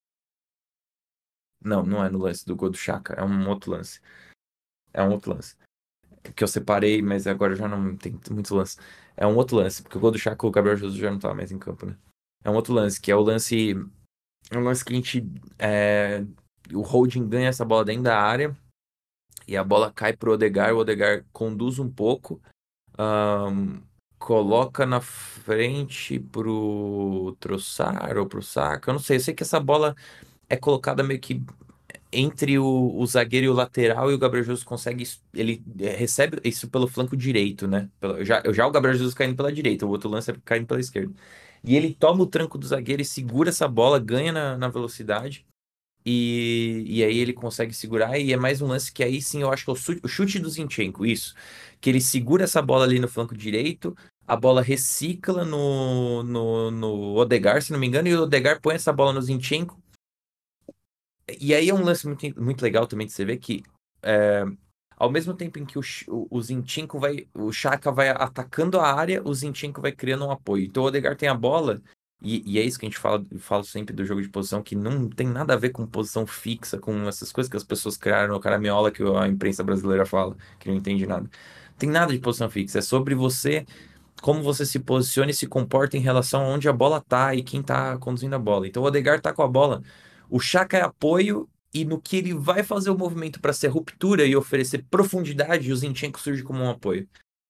Não, não é no lance do gol do Chaka. É um outro lance. É um outro lance. Que eu separei, mas agora já não tem muitos lances. É um outro lance, porque o gol do Chaco, o Gabriel Jesus já não tá mais em campo, né? É um outro lance, que é o lance. É um lance que a gente. O Holding ganha essa bola dentro da área e a bola cai pro Odegaard. O Odegaard conduz um pouco, ahn, coloca na frente pro Trossard ou pro Saka. Eu não sei, eu sei que essa bola é colocada meio que entre o zagueiro e o lateral, e o Gabriel Jesus consegue. Ele recebe isso pelo flanco direito, né? Já o Gabriel Jesus caindo pela direita, o outro lance é caindo pela esquerda. E ele toma o tranco do zagueiro e segura essa bola, ganha na velocidade. E aí ele consegue segurar. E é mais um lance que aí sim eu acho que é o chute do Zinchenko, isso. Que ele segura essa bola ali no flanco direito. A bola recicla no Odegaard, se não me engano, e o Odegaard põe essa bola no Zinchenko. E aí é um lance muito legal também de você ver que é, ao mesmo tempo em que o Zinchenko vai, o Xhaka vai atacando a área, o Zinchenko vai criando um apoio. Então o Odegaard tem a bola, e é isso que a gente fala sempre do jogo de posição, que não tem nada a ver com posição fixa, com essas coisas que as pessoas criaram no caraminhola que a imprensa brasileira fala, que não entende nada. Tem nada de posição fixa, é sobre você, como você se posiciona e se comporta em relação a onde a bola tá e quem tá conduzindo a bola. Então o Odegaard tá com a bola, o Xhaka é apoio e no que ele vai fazer o movimento para ser ruptura e oferecer profundidade, o Zinchenko surge como um apoio.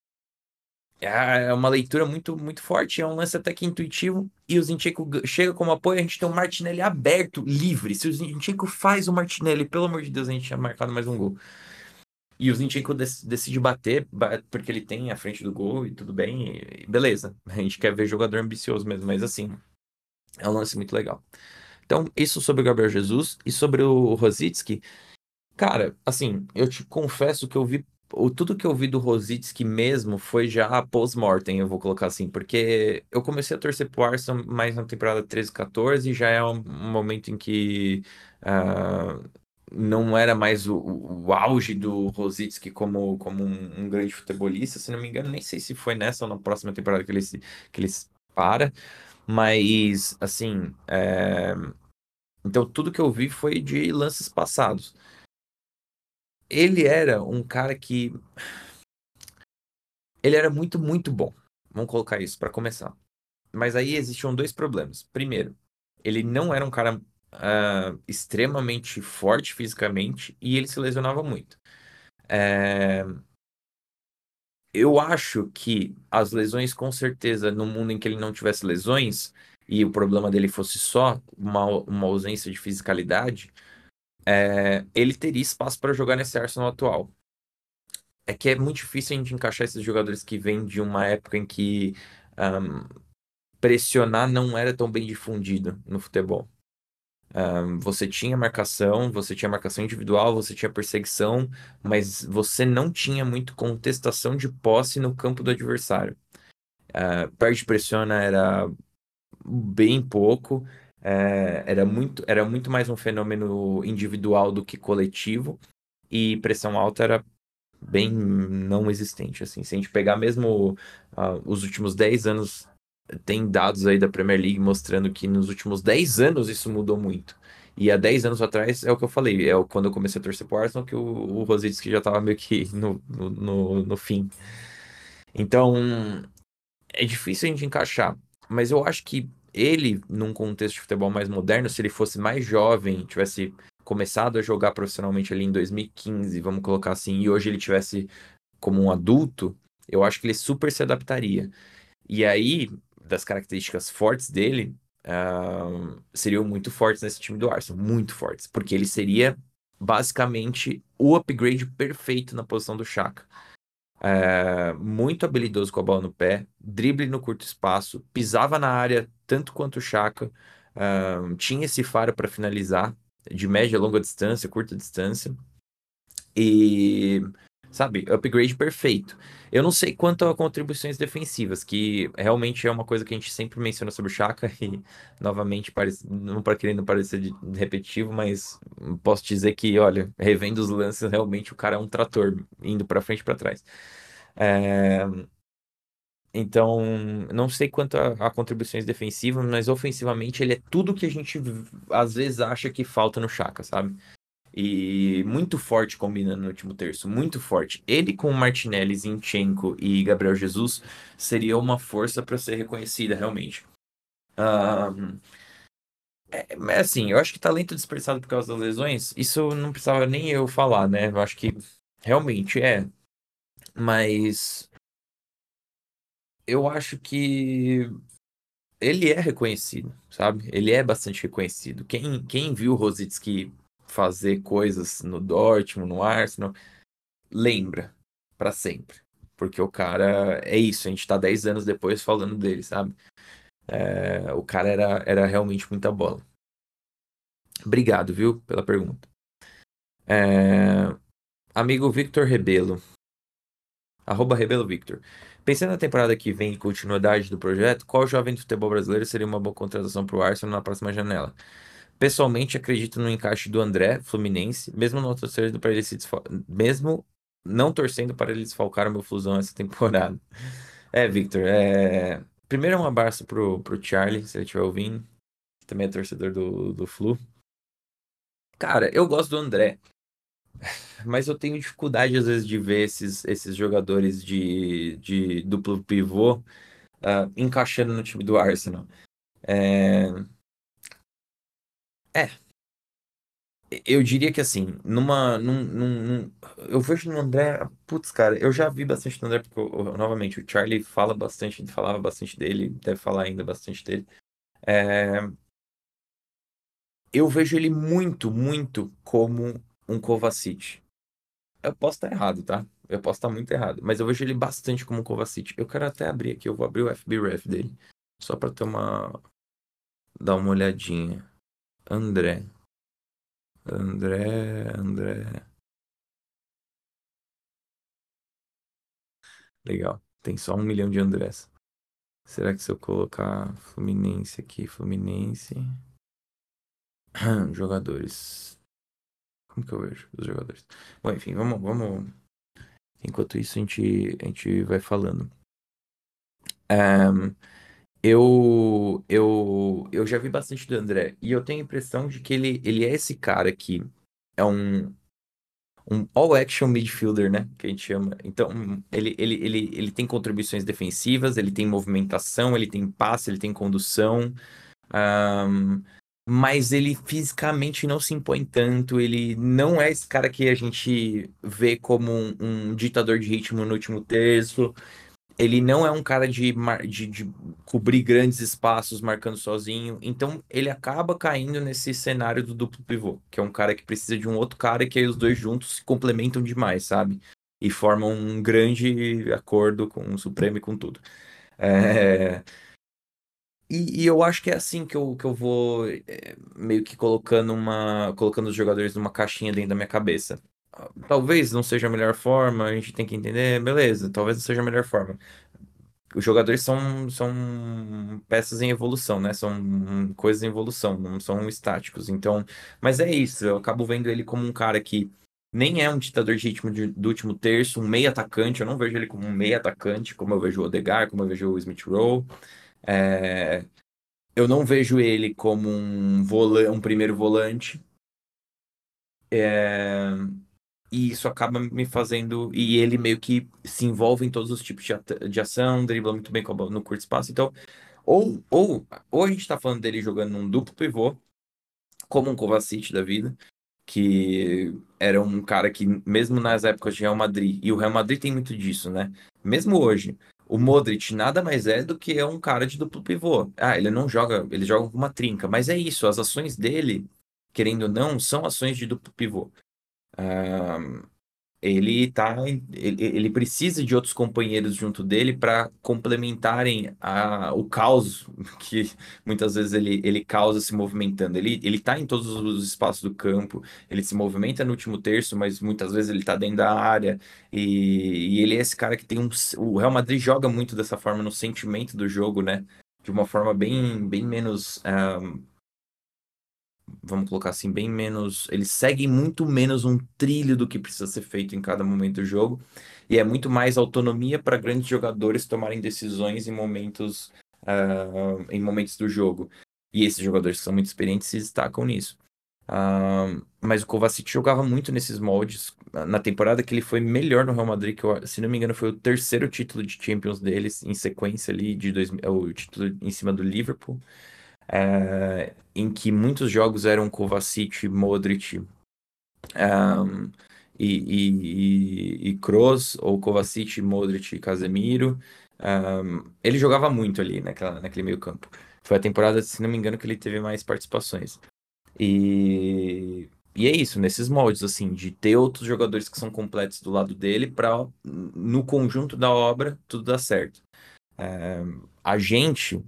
É uma leitura muito muito forte, é um lance até que intuitivo e o Zinchenko chega como apoio, a gente tem o Martinelli aberto, livre. Se o Zinchenko faz o Martinelli, pelo amor de Deus, a gente tinha marcado mais um gol. E o Zinchenko decide bater, porque ele tem a frente do gol e tudo bem, e beleza. A gente quer ver jogador ambicioso mesmo, mas assim, é um lance muito legal. Então, isso sobre o Gabriel Jesus e sobre o Rositzky. Cara, assim, eu te confesso que eu vi. Tudo que eu vi do Rosicki mesmo foi já post-mortem, eu vou colocar assim, porque eu comecei a torcer pro Arsenal mais na temporada 13, 14, e já é um momento em que ah, não era mais o auge do Rosicki como um grande futebolista, se não me engano, nem sei se foi nessa ou na próxima temporada que eles para, mas assim, então tudo que eu vi foi de lances passados. Ele era um cara que. Ele era muito, muito bom. Vamos colocar isso para começar. Mas aí existiam dois problemas. Primeiro, ele não era um cara extremamente forte fisicamente e ele se lesionava muito. É, eu acho que as lesões, com certeza, no mundo em que ele não tivesse lesões e o problema dele fosse só uma ausência de fisicalidade, ele teria espaço para jogar nesse Arsenal atual. É que é muito difícil a gente encaixar esses jogadores que vêm de uma época em que ahm, pressionar não era tão bem difundido no futebol. Você tinha marcação individual, você tinha perseguição, mas você não tinha muito contestação de posse no campo do adversário. Perde pressiona era bem pouco, era muito mais um fenômeno individual do que coletivo, e pressão alta era bem não existente, assim. Se a gente pegar mesmo os últimos 10 anos, tem dados aí da Premier League mostrando que nos últimos 10 anos isso mudou muito. E há 10 anos atrás, é o que eu falei, quando eu comecei a torcer pro Arsenal, que o Rosicki já estava meio que no fim. Então, é difícil a gente encaixar, mas eu acho que ele, num contexto de futebol mais moderno, se ele fosse mais jovem, tivesse começado a jogar profissionalmente ali em 2015, vamos colocar assim, e hoje ele tivesse como um adulto, eu acho que ele super se adaptaria. E aí, das características fortes dele, seriam muito fortes nesse time do Arsenal, muito fortes, porque ele seria basicamente o upgrade perfeito na posição do Xhaka. Muito habilidoso com a bola no pé, drible no curto espaço, pisava na área tanto quanto o Xhaka, tinha esse faro para finalizar de média, longa distância, curta distância. E, sabe, upgrade perfeito. Eu não sei quanto a contribuições defensivas, que realmente é uma coisa que a gente sempre menciona sobre o Chaka, e novamente, não para querendo parecer repetitivo, mas posso dizer que, olha, revendo os lances, realmente o cara é um trator, indo para frente e para trás. É, então, não sei quanto a contribuições defensivas, mas ofensivamente ele é tudo que a gente às vezes acha que falta no Chaka, sabe? E muito forte combinando no último terço, muito forte. Ele com Martinelli, Zinchenko e Gabriel Jesus seria uma força para ser reconhecida, realmente. Ah, mas assim, eu acho que talento desperdiçado por causa das lesões, isso não precisava nem eu falar, né? Eu acho que realmente é. Mas eu acho que ele é reconhecido, sabe? Ele é bastante reconhecido. Quem viu o Rosicki fazer coisas no Dortmund, no Arsenal, lembra pra sempre. Porque o cara é isso, a gente tá 10 anos depois falando dele, sabe? O cara era realmente muita bola. Obrigado, viu, pela pergunta. É, amigo Victor Rebelo, arroba Rebelo Victor. Pensando na temporada que vem e continuidade do projeto, qual jovem do futebol brasileiro seria uma boa contratação para o Arsenal na próxima janela? Pessoalmente, acredito no encaixe do André, Fluminense, mesmo não torcendo para ele desfalcar o meu Flusão essa temporada. Victor, primeiro um abraço pro Charlie, se ele estiver ouvindo, que também é torcedor do Flu. Cara, eu gosto do André, mas eu tenho dificuldade às vezes de ver esses jogadores de duplo pivô encaixando no time do Arsenal. É, é, eu diria que assim, eu vejo no André, putz, cara, eu já vi bastante no André, porque, novamente, o Charlie falava bastante dele, deve falar ainda bastante dele. É, eu vejo ele muito, muito como um Kovacic. Eu posso estar errado, tá? Eu posso estar muito errado, mas eu vejo ele bastante como um Kovacic. Eu quero até abrir aqui, eu vou abrir o FBref dele, só dar uma olhadinha. André. André. Legal. Tem só 1 milhão de Andrés. Será que se eu colocar Fluminense aqui, Fluminense. Jogadores. Como que eu vejo os jogadores? Bom, enfim, vamos. Enquanto isso, a gente vai falando. Ahn, eu já vi bastante do André. E eu tenho a impressão de que ele é esse cara que é um all-action midfielder, né? Que a gente chama. Então, ele tem contribuições defensivas, ele tem movimentação, ele tem passe, ele tem condução. Ahn, mas ele fisicamente não se impõe tanto. Ele não é esse cara que a gente vê como um ditador de ritmo no último terço. Ele não é um cara de cobrir grandes espaços marcando sozinho. Então ele acaba caindo nesse cenário do duplo pivô, que é um cara que precisa de um outro cara que aí os dois juntos se complementam demais, sabe? E formam um grande acordo com o Supremo e com tudo. É, e eu acho que é assim que eu vou meio que colocando os jogadores numa caixinha dentro da minha cabeça. Talvez não seja a melhor forma, a gente tem que entender, beleza, talvez não seja a melhor forma. Os jogadores são peças em evolução, né? São coisas em evolução, não são estáticos. Então, mas é isso, eu acabo vendo ele como um cara que nem é um ditador de ritmo do último terço, um meio atacante, eu não vejo ele como um meio atacante, como eu vejo o Odegaard, como eu vejo o Smith Rowe. É, eu não vejo ele como um primeiro volante. É, e isso acaba me fazendo. E ele meio que se envolve em todos os tipos de ação, dribla muito bem com a bola no curto espaço. Então, ou a gente tá falando dele jogando num duplo pivô, como um Kovacic da vida, que era um cara que, mesmo nas épocas de Real Madrid, e o Real Madrid tem muito disso, né? Mesmo hoje, o Modric nada mais é do que um cara de duplo pivô. Ah, ele não joga, ele joga com uma trinca, mas é isso, as ações dele, querendo ou não, são ações de duplo pivô. Ah, ele precisa de outros companheiros junto dele para complementarem o caos que muitas vezes ele causa se movimentando. Ele tá em todos os espaços do campo, ele se movimenta no último terço, mas muitas vezes ele tá dentro da área e ele é esse cara que o Real Madrid joga muito dessa forma no sentimento do jogo, né? De uma forma bem menos vamos colocar assim, bem menos. Eles seguem muito menos um trilho do que precisa ser feito em cada momento do jogo. E é muito mais autonomia para grandes jogadores tomarem decisões em momentos do jogo. E esses jogadores que são muito experientes se destacam nisso. Mas o Kovacic jogava muito nesses moldes. Na temporada que ele foi melhor no Real Madrid, se não me engano, foi o terceiro título de Champions deles em sequência ali, o título em cima do Liverpool em que muitos jogos eram Kovacic, Modric, um, e Kroos, ou Kovacic, Modric e Casemiro. Ele jogava muito ali naquele meio campo. Foi a temporada, se não me engano, que ele teve mais participações. E é isso, nesses moldes, assim, de ter outros jogadores que são completos do lado dele para no conjunto da obra tudo dar certo. A gente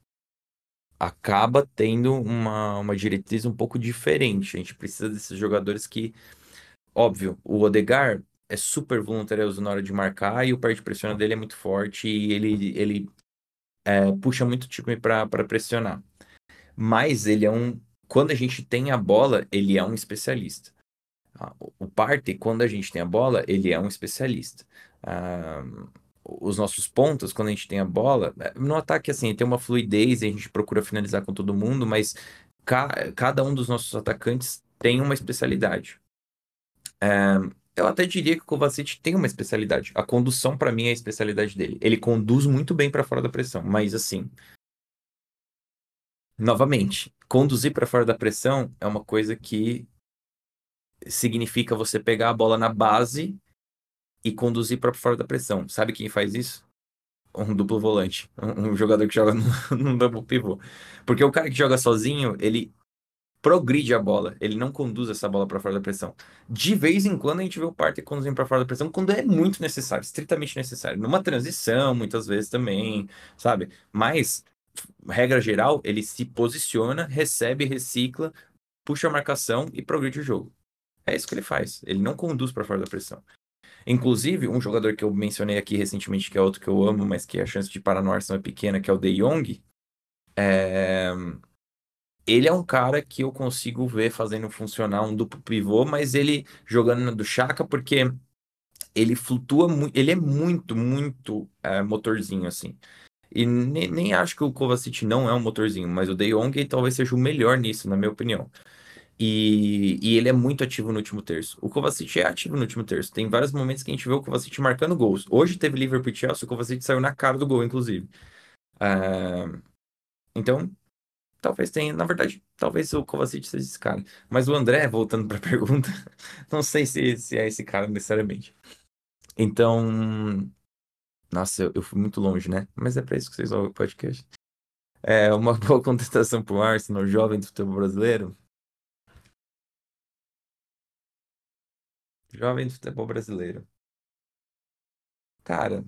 acaba tendo uma diretriz um pouco diferente. A gente precisa desses jogadores que, óbvio, o Odegaard é super voluntarioso na hora de marcar e o par de pressiona dele é muito forte e ele puxa muito o time para pressionar. Mas ele é quando a gente tem a bola, ele é um especialista. O Partey, quando a gente tem a bola, ele é um especialista. Ah, os nossos pontos, quando a gente tem a bola, no ataque, assim, tem uma fluidez e a gente procura finalizar com todo mundo, mas cada um dos nossos atacantes tem uma especialidade. Eu até diria que o Kovacic tem uma especialidade. A condução, para mim, é a especialidade dele. Ele conduz muito bem para fora da pressão, mas assim, novamente, conduzir para fora da pressão é uma coisa que significa você pegar a bola na base e conduzir para fora da pressão. Sabe quem faz isso? Um duplo volante. Um jogador que joga num double pivô. Porque o cara que joga sozinho, ele progride a bola. Ele não conduz essa bola para fora da pressão. De vez em quando a gente vê o Partey conduzindo para fora da pressão quando é muito necessário, estritamente necessário. Numa transição, muitas vezes também, sabe? Mas, regra geral, ele se posiciona, recebe, recicla puxa a marcação e progride o jogo. É isso que ele faz. Ele não conduz para fora da pressão. Inclusive, um jogador que eu mencionei aqui recentemente, que é outro que eu amo, mas que a chance de parar no Arsenal é pequena, que é o De Jong. é, Ele é um cara que eu consigo ver fazendo funcionar um duplo pivô, mas ele jogando do Chaka, porque ele flutua muito, ele é muito motorzinho, assim. E nem acho que o Kovacic não é um motorzinho, mas o De Jong talvez seja o melhor nisso, na minha opinião. E ele é muito ativo no último terço. O Kovacic é ativo no último terço. Tem vários momentos que a gente vê o Kovacic marcando gols. Hoje teve Liverpool e Chelsea, o Kovacic saiu na cara do gol, inclusive. Ah, então, talvez tenha. Na verdade, talvez o Kovacic seja esse cara. Mas o André, voltando para a pergunta, não sei se é esse cara necessariamente. Então, nossa, eu fui muito longe, né? Mas é para isso que vocês ouvem o podcast. É uma boa contestação pro Arsenal, jovem do futebol brasileiro. Jovem do futebol brasileiro. Cara,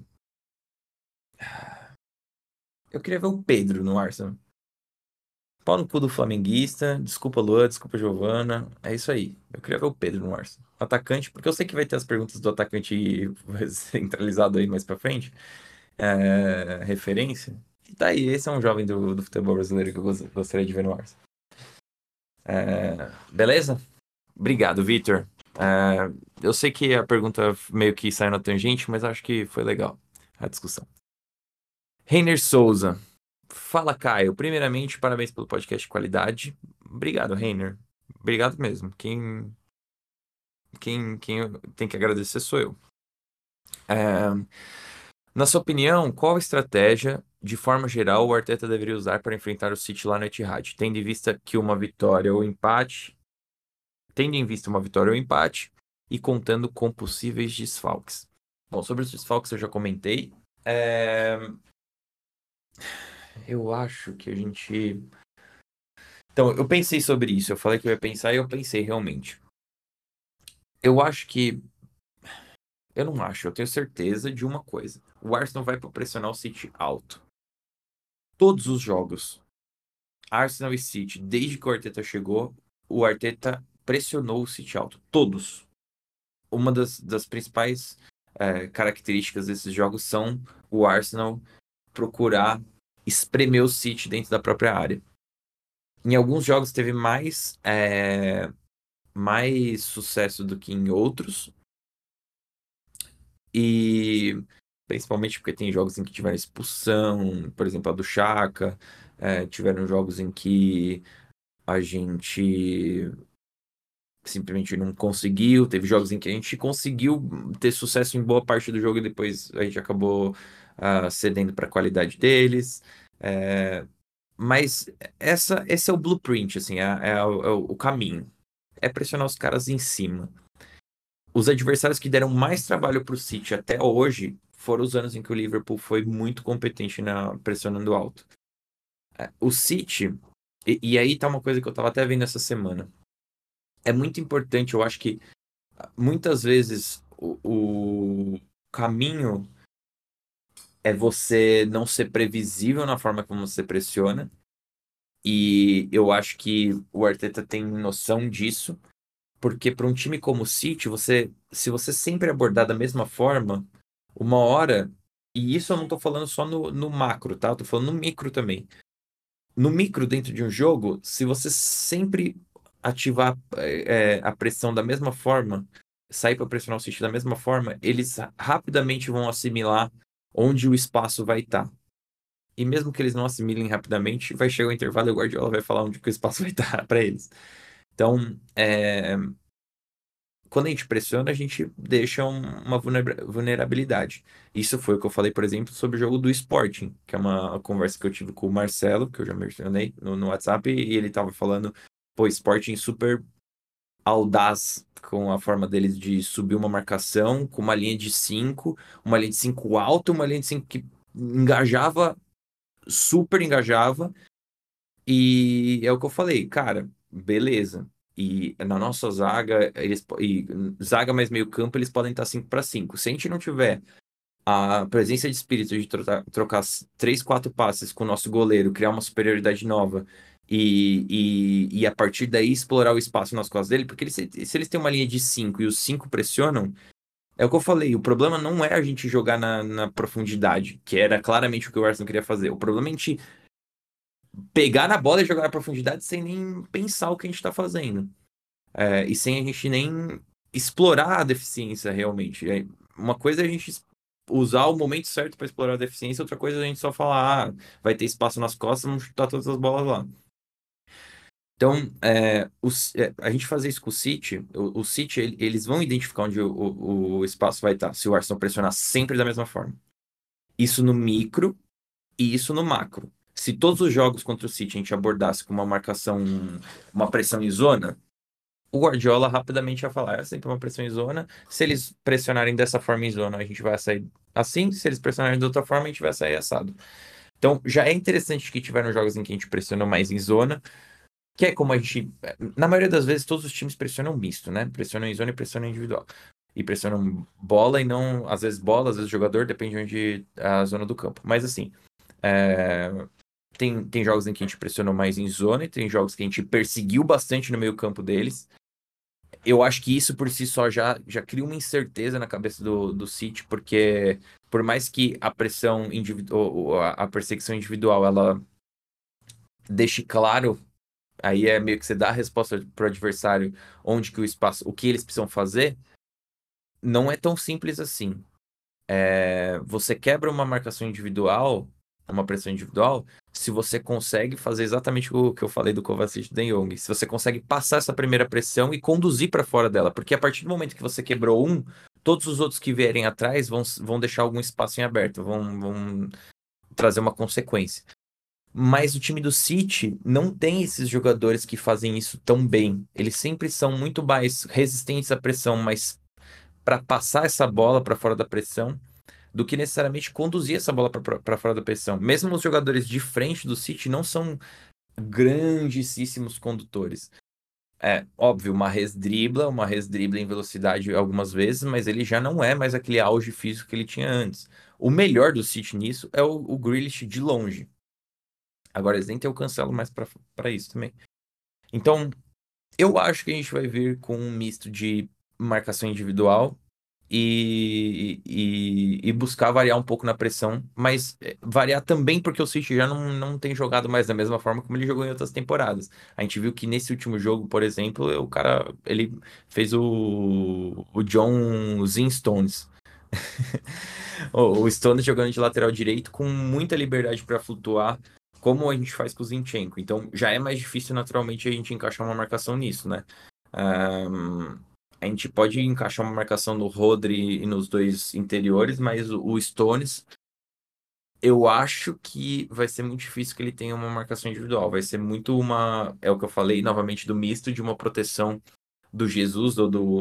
eu queria ver o Pedro no Arsenal. Pau no cu do flamenguista. Desculpa, Luan, desculpa, Giovana. É isso aí. Eu queria ver o Pedro no Arsenal. Atacante, porque eu sei que vai ter as perguntas do atacante centralizado aí mais pra frente. Referência. E tá aí, esse é um jovem do futebol brasileiro que eu gostaria de ver no Arsenal. Beleza? Obrigado, Vitor. Eu sei que a pergunta meio que saiu na tangente, mas acho que foi legal a discussão. Reiner Souza. Fala, Caio. Primeiramente, parabéns pelo podcast de qualidade. Obrigado, Reiner. Obrigado mesmo. Quem eu tenho que agradecer sou eu. É, Na sua opinião, qual estratégia, de forma geral, o Arteta deveria usar para enfrentar o City lá no Etihad, tendo em vista que uma vitória ou empate, tendo em vista uma vitória ou empate e contando com possíveis desfalques? Bom, sobre os desfalques eu já comentei. É, Eu acho que a gente. Então, eu pensei sobre isso. Eu falei que eu ia pensar e eu pensei realmente. Eu acho que. Eu não acho, eu tenho certeza de uma coisa. O Arsenal vai para pressionar o City alto. Todos os jogos. Arsenal e City, desde que o Arteta chegou, o Arteta pressionou o City alto. Todos. Uma das principais características desses jogos são o Arsenal procurar espremer o City dentro da própria área. Em alguns jogos teve mais sucesso do que em outros, e principalmente porque tem jogos em que tiveram expulsão, por exemplo, a do Chaka, tiveram jogos em que a gente simplesmente não conseguiu, teve jogos em que a gente conseguiu ter sucesso em boa parte do jogo e depois a gente acabou cedendo para a qualidade deles. É, mas esse é o blueprint, assim, é o caminho. É pressionar os caras em cima. Os adversários que deram mais trabalho para o City até hoje foram os anos em que o Liverpool foi muito competente na pressionando alto. O City, e aí tá uma coisa que eu tava até vendo essa semana. É muito importante, eu acho que muitas vezes o caminho é você não ser previsível na forma como você pressiona. E eu acho que o Arteta tem noção disso. Porque para um time como o City, se você sempre abordar da mesma forma, uma hora, e isso eu não tô falando só no macro, tá? Eu tô falando no micro também. No micro, dentro de um jogo, se você sempre ativar a pressão da mesma forma, sair para pressionar o City da mesma forma, eles rapidamente vão assimilar onde o espaço vai estar. E mesmo que eles não assimilem rapidamente, vai chegar o intervalo e o Guardiola vai falar onde que o espaço vai estar para eles. Então, quando a gente pressiona, a gente deixa uma vulnerabilidade. Isso foi o que eu falei, por exemplo, sobre o jogo do Sporting, que é uma conversa que eu tive com o Marcelo, que eu já mencionei no WhatsApp, e ele tava falando, pô, Sporting super audaz com a forma deles de subir uma marcação, com uma linha de 5 alta, uma linha de 5 que engajava, super engajava, e é o que eu falei, cara, beleza. E na nossa zaga, zaga mais meio campo, eles podem estar 5-5. Se a gente não tiver a presença de espírito de trocar 3, 4 passes com o nosso goleiro, criar uma superioridade nova e a partir daí explorar o espaço nas costas dele, porque se eles têm uma linha de 5 e os 5 pressionam, é o que eu falei, o problema não é a gente jogar na profundidade, que era claramente o que o Arsenal queria fazer. O problema é a gente pegar na bola e jogar na profundidade sem nem pensar o que a gente tá fazendo. E sem a gente nem explorar a deficiência realmente. Uma coisa é a gente usar o momento certo para explorar a deficiência, outra coisa é a gente só falar, vai ter espaço nas costas, vamos chutar todas as bolas lá. Então, a gente fazer isso com o City, o City, eles vão identificar onde o espaço vai estar, se o Arsenal pressionar sempre da mesma forma. Isso no micro e isso no macro. Se todos os jogos contra o City a gente abordasse com uma marcação, uma pressão em zona, o Guardiola rapidamente ia falar, é sempre uma pressão em zona. Se eles pressionarem dessa forma em zona, a gente vai sair assim. Se eles pressionarem de outra forma, a gente vai sair assado. Então, já é interessante que tiveram jogos em que a gente pressionou mais em zona, que é como a gente. Na maioria das vezes, todos os times pressionam misto, né? Pressionam em zona e pressionam individual. E pressionam bola e não. Às vezes bola, às vezes jogador, depende de onde a zona do campo. Mas assim. é, tem jogos em que a gente pressionou mais em zona e tem jogos que a gente perseguiu bastante no meio campo deles. Eu acho que isso por si só já cria uma incerteza na cabeça do City, porque por mais que a pressão individual, a perseguição individual, ela deixe claro, aí é meio que você dá a resposta pro adversário onde que o espaço, o que eles precisam fazer, não é tão simples assim. Você quebra uma marcação individual, uma pressão individual, se você consegue fazer exatamente o que eu falei do Kovacic e do De Jong, se você consegue passar essa primeira pressão e conduzir para fora dela, porque a partir do momento que você quebrou um, todos os outros que vierem atrás vão deixar algum espaço em aberto, vão trazer uma consequência. Mas o time do City não tem esses jogadores que fazem isso tão bem. Eles sempre são muito mais resistentes à pressão, mas para passar essa bola para fora da pressão do que necessariamente conduzir essa bola para fora da pressão. Mesmo os jogadores de frente do City não são grandíssimos condutores. É óbvio, o Mahrez dribla em velocidade algumas vezes, mas ele já não é mais aquele auge físico que ele tinha antes. O melhor do City nisso é o Grealish de longe. Agora eles nem tem o Cancelo mais para isso também. Então, eu acho que a gente vai vir com um misto de marcação individual e buscar variar um pouco na pressão, mas variar também porque o City já não tem jogado mais da mesma forma como ele jogou em outras temporadas. A gente viu que nesse último jogo, por exemplo, o cara, ele fez o John Stones. O Stones jogando de lateral direito com muita liberdade para flutuar, como a gente faz com o Zinchenko. Então já é mais difícil naturalmente a gente encaixar uma marcação nisso, né? A gente pode encaixar uma marcação no Rodri e nos dois interiores, mas o Stones, eu acho que vai ser muito difícil que ele tenha uma marcação individual. Vai ser muito é o que eu falei novamente, do misto de uma proteção do Jesus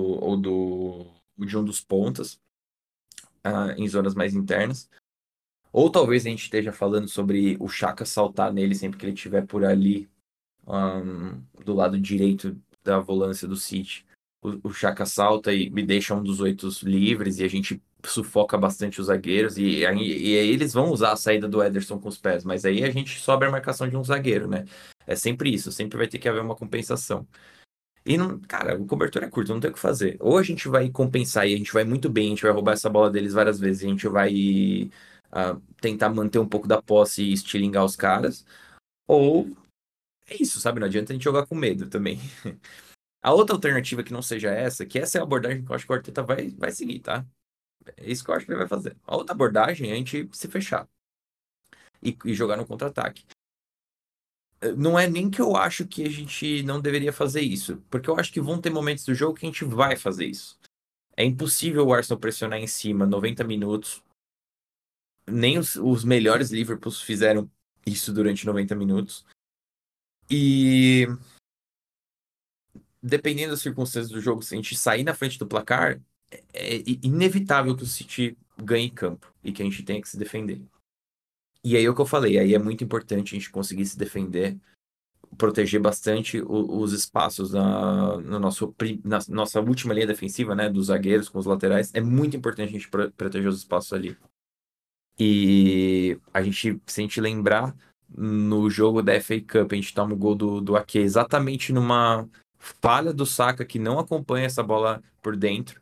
de um dos pontas, em zonas mais internas. Ou talvez a gente esteja falando sobre o Xhaka saltar nele sempre que ele estiver por ali, do lado direito da volância do City. O Xhaka salta e me deixa um dos oito livres e a gente sufoca bastante os zagueiros e aí eles vão usar a saída do Ederson com os pés, mas aí a gente sobe a marcação de um zagueiro, né? É sempre isso, sempre vai ter que haver uma compensação. E não, cara, o cobertor é curto, não tem o que fazer. Ou a gente vai compensar e a gente vai muito bem, a gente vai roubar essa bola deles várias vezes, a gente vai tentar manter um pouco da posse e estilingar os caras, ou é isso, sabe? Não adianta a gente jogar com medo também. A outra alternativa que não seja essa, que essa é a abordagem que eu acho que o Arteta vai seguir, tá? É isso que eu acho que ele vai fazer. A outra abordagem é a gente se fechar e jogar no contra-ataque. Não é nem que eu acho que a gente não deveria fazer isso, porque eu acho que vão ter momentos do jogo que a gente vai fazer isso. É impossível o Arsenal pressionar em cima 90 minutos. Nem os melhores Liverpools fizeram isso durante 90 minutos. E dependendo das circunstâncias do jogo, se a gente sair na frente do placar, é inevitável que o City ganhe campo e que a gente tenha que se defender. E aí é o que eu falei, aí é muito importante a gente conseguir se defender, proteger bastante os espaços na nossa última linha defensiva, né, dos zagueiros com os laterais. É muito importante a gente proteger os espaços ali. E a gente, se a gente lembrar, no jogo da FA Cup, a gente toma o gol do Ake exatamente numa falha do Saka que não acompanha essa bola por dentro.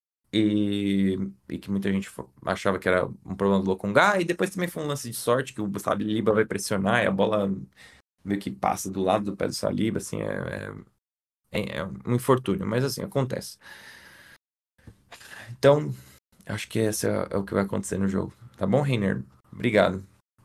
E que muita gente achava que era um problema do Lokonga. E depois também foi um lance de sorte que o Saliba vai pressionar e a bola meio que passa do lado do pé do Saliba. Assim, é um infortúnio, mas assim, acontece. Então, acho que esse é o que vai acontecer no jogo. Tá bom, Reiner? Obrigado.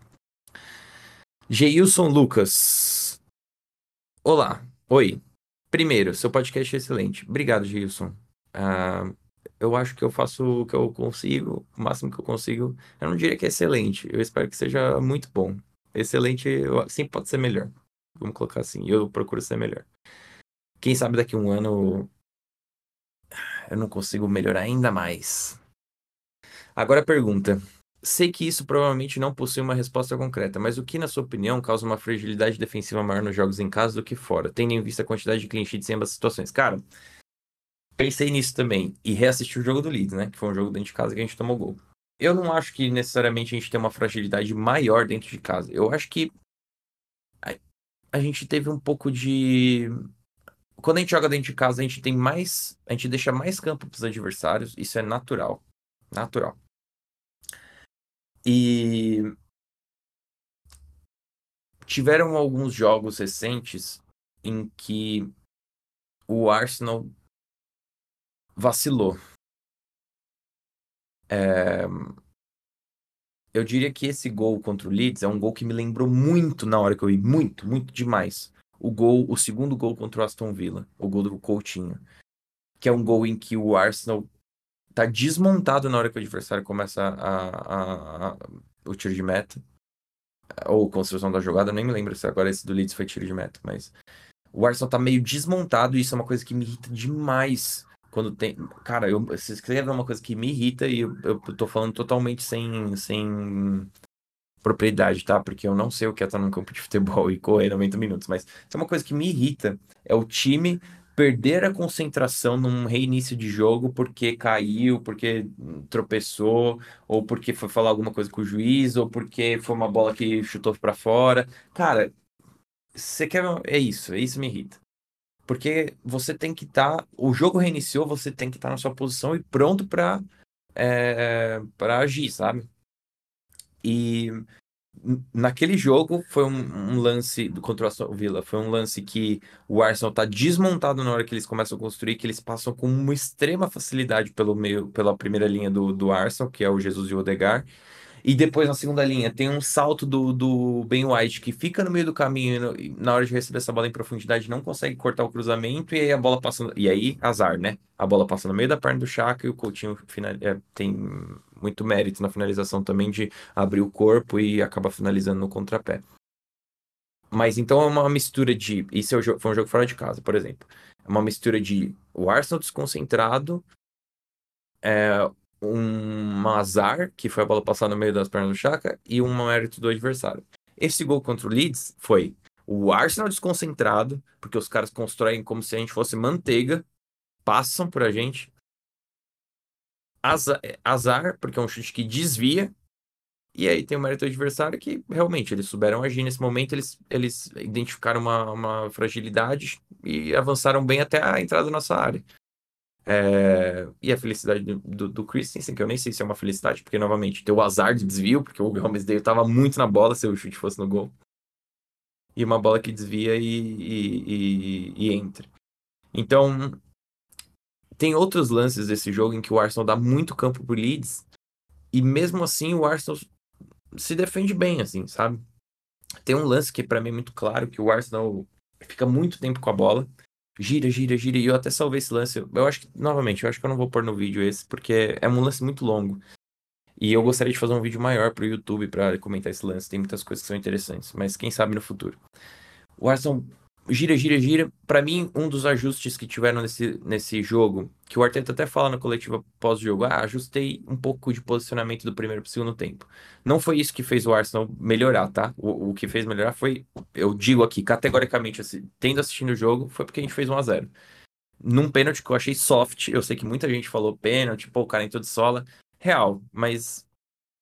Geilson Lucas. Olá. Oi. Primeiro, seu podcast é excelente. Obrigado, Geilson. Ah, eu acho que eu faço o que eu consigo, o máximo que eu consigo. Eu não diria que é excelente. Eu espero que seja muito bom. Excelente, sempre pode ser melhor. Vamos colocar assim. Eu procuro ser melhor. Quem sabe daqui a um ano eu não consigo melhorar ainda mais. Agora a pergunta. Sei que isso provavelmente não possui uma resposta concreta, mas o que, na sua opinião, causa uma fragilidade defensiva maior nos jogos em casa do que fora, tendo em vista a quantidade de clean sheets em ambas as situações? Cara, pensei nisso também e reassisti o jogo do Leeds, né? Que foi um jogo dentro de casa que a gente tomou gol. Eu não acho que necessariamente a gente tem uma fragilidade maior dentro de casa. Eu acho que a, a gente teve um pouco de. Quando a gente joga dentro de casa, a gente tem mais. A gente deixa mais campo para os adversários. Isso é natural. Natural. E tiveram alguns jogos recentes em que o Arsenal vacilou. É, eu diria que esse gol contra o Leeds é um gol que me lembrou muito na hora que eu vi, muito, muito demais. O segundo gol contra o Aston Villa, o gol do Coutinho, que é um gol em que o Arsenal tá desmontado na hora que o adversário começa o tiro de meta, ou construção da jogada, eu nem me lembro se agora esse do Leeds foi tiro de meta, mas o Arsenal tá meio desmontado e isso é uma coisa que me irrita demais. Quando tem. Cara, se escreve uma coisa que me irrita e eu tô falando totalmente sem propriedade, tá? Porque eu não sei o que é estar num campo de futebol e correr 90 minutos, mas isso é uma coisa que me irrita. É o time perder a concentração num reinício de jogo porque caiu, porque tropeçou, ou porque foi falar alguma coisa com o juiz, ou porque foi uma bola que chutou pra fora. Cara, você quer. É isso me irrita. Porque você tem que estar. O jogo reiniciou, você tem que estar na sua posição e pronto para agir, sabe? E naquele jogo foi um lance contra o Aston Villa, foi um lance que o Arsenal tá desmontado na hora que eles começam a construir, que eles passam com uma extrema facilidade pelo meio, pela primeira linha do Arsenal, que é o Jesus e o Odegaard. E depois na segunda linha tem um salto do Ben White que fica no meio do caminho e na hora de receber essa bola em profundidade não consegue cortar o cruzamento e aí a bola passa. E aí, azar, né? A bola passa no meio da perna do Xhaka e o Coutinho tem muito mérito na finalização também de abrir o corpo e acaba finalizando no contrapé. Mas então é uma mistura de. Isso foi um jogo fora de casa, por exemplo. É uma mistura de o Arsenal desconcentrado, é, um azar, que foi a bola passar no meio das pernas do Xhaka, e um mérito do adversário. Esse gol contra o Leeds foi o Arsenal desconcentrado, porque os caras constroem como se a gente fosse manteiga, passam por a gente. Azar, porque é um chute que desvia. E aí tem o mérito do adversário que realmente eles souberam agir nesse momento, eles identificaram uma fragilidade e avançaram bem até a entrada da nossa área. E a felicidade do Christensen, que eu nem sei se é uma felicidade, porque novamente tem o azar de desvio, porque o Ramsdale estava muito na bola se o chute fosse no gol. E uma bola que desvia e entra. Então, tem outros lances desse jogo em que o Arsenal dá muito campo pro Leeds, e mesmo assim o Arsenal se defende bem, assim, sabe? Tem um lance que pra mim é muito claro, que o Arsenal fica muito tempo com a bola, gira, gira, gira, e eu até salvei esse lance. Eu acho que, novamente, eu acho que eu não vou pôr no vídeo esse, porque é um lance muito longo. E eu gostaria de fazer um vídeo maior pro YouTube pra comentar esse lance. Tem muitas coisas que são interessantes, mas quem sabe no futuro. O Arsenal gira, gira, gira. Pra mim, um dos ajustes que tiveram nesse jogo, que o Arteta até fala na coletiva pós-jogo, ajustei um pouco de posicionamento do primeiro pro segundo tempo. Não foi isso que fez o Arsenal melhorar, tá? O que fez melhorar foi, eu digo aqui, categoricamente, assim, tendo assistindo o jogo, foi porque a gente fez 1-0. Num pênalti que eu achei soft, eu sei que muita gente falou pênalti, pô, o cara entrou de sola. Real, mas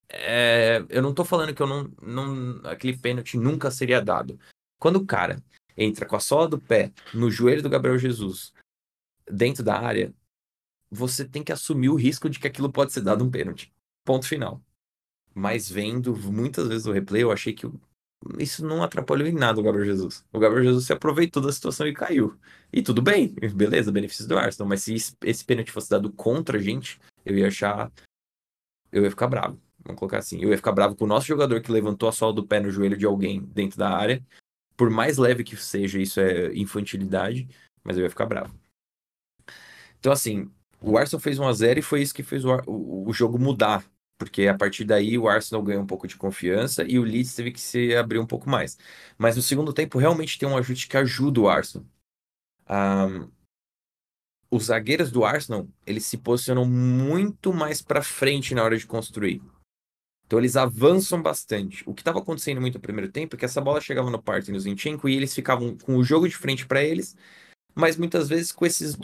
Eu não tô falando que eu aquele pênalti nunca seria dado. Quando o cara entra com a sola do pé no joelho do Gabriel Jesus dentro da área, você tem que assumir o risco de que aquilo pode ser dado um pênalti. Ponto final. Mas vendo muitas vezes o replay, eu achei que isso não atrapalhou em nada o Gabriel Jesus. O Gabriel Jesus se aproveitou da situação e caiu. E tudo bem, beleza, benefício do Arsenal. Mas se esse pênalti fosse dado contra a gente, eu ia achar. Eu ia ficar bravo. Vamos colocar assim. Eu ia ficar bravo com o nosso jogador que levantou a sola do pé no joelho de alguém dentro da área. Por mais leve que seja, isso é infantilidade, mas eu ia ficar bravo. Então, assim, o Arsenal fez 1-0 e foi isso que fez o jogo mudar. Porque a partir daí o Arsenal ganhou um pouco de confiança e o Leeds teve que se abrir um pouco mais. Mas no segundo tempo realmente tem um ajuste que ajuda o Arsenal. Ah, os zagueiros do Arsenal, eles se posicionam muito mais para frente na hora de construir. Então eles avançam bastante. O que estava acontecendo muito no primeiro tempo é que essa bola chegava no Partey e no Zinchenko e eles ficavam com o jogo de frente para eles, mas muitas vezes com esses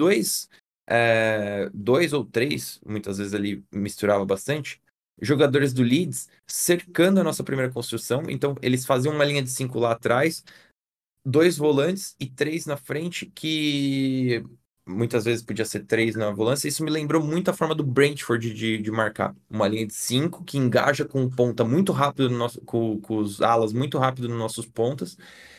dois ou três, muitas vezes ali misturava bastante, jogadores do Leeds cercando a nossa primeira construção. Então eles faziam uma linha de cinco lá atrás, dois volantes e três na frente, que muitas vezes podia ser três na volância. Isso me lembrou muito a forma do Brentford de marcar. Uma linha de cinco que engaja com o ponta muito rápido no nosso, com os alas muito rápido nos nossos pontas.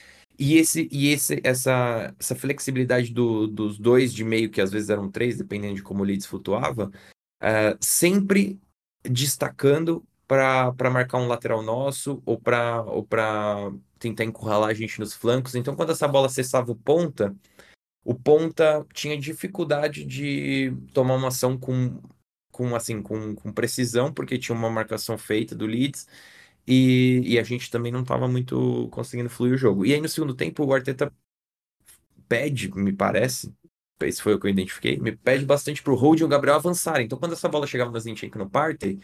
Essa flexibilidade dos dois de meio, que às vezes eram três, dependendo de como o Leeds flutuava, sempre destacando para marcar um lateral nosso ou para tentar encurralar a gente nos flancos. Então, quando essa bola acessava o ponta tinha dificuldade de tomar uma ação com precisão, porque tinha uma marcação feita do Leeds. E a gente também não estava muito conseguindo fluir o jogo. E aí, no segundo tempo, o Arteta pede, me parece, esse foi o que eu identifiquei, me pede bastante pro Holding e o Gabriel avançarem. Então, quando essa bola chegava no Zinchenko no Partey,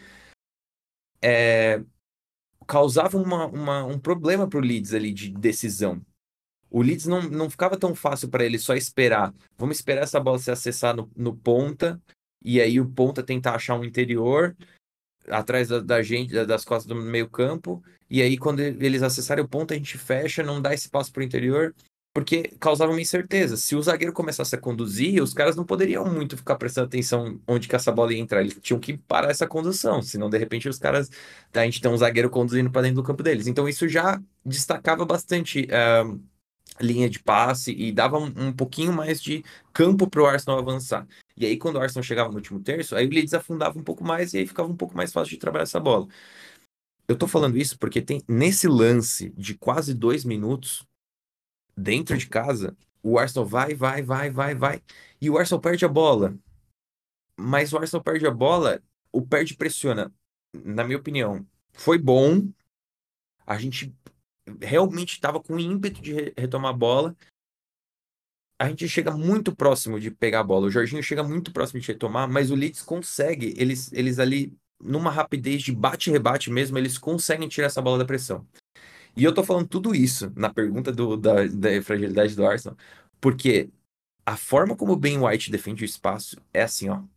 causava um problema pro Leeds ali de decisão. O Leeds não ficava tão fácil para ele só esperar. Vamos esperar essa bola se acessar no ponta, e aí o ponta tentar achar um interior atrás da gente, das costas do meio campo, e aí quando eles acessarem o ponto, a gente fecha, não dá esse passo pro interior, porque causava uma incerteza. Se o zagueiro começasse a conduzir, os caras não poderiam muito ficar prestando atenção onde que essa bola ia entrar, eles tinham que parar essa condução, senão de repente os caras, a gente tem um zagueiro conduzindo para dentro do campo deles. Então isso já destacava bastante linha de passe e dava um pouquinho mais de campo para o Arsenal avançar. E aí, quando o Arsenal chegava no último terço, aí o Leeds afundava um pouco mais e aí ficava um pouco mais fácil de trabalhar essa bola. Eu tô falando isso porque tem nesse lance de quase 2 minutos, dentro de casa, o Arsenal vai, e o Arsenal perde a bola. Mas o Arsenal perde a bola, o perde pressiona. Na minha opinião, foi bom. A gente realmente estava com ímpeto de retomar a bola. A gente chega muito próximo de pegar a bola. O Jorginho chega muito próximo de retomar, mas o Leeds consegue. Eles ali, numa rapidez de bate e rebate mesmo, eles conseguem tirar essa bola da pressão. E eu tô falando tudo isso na pergunta da fragilidade do Arsenal, porque a forma como o Ben White defende o espaço é assim, ó.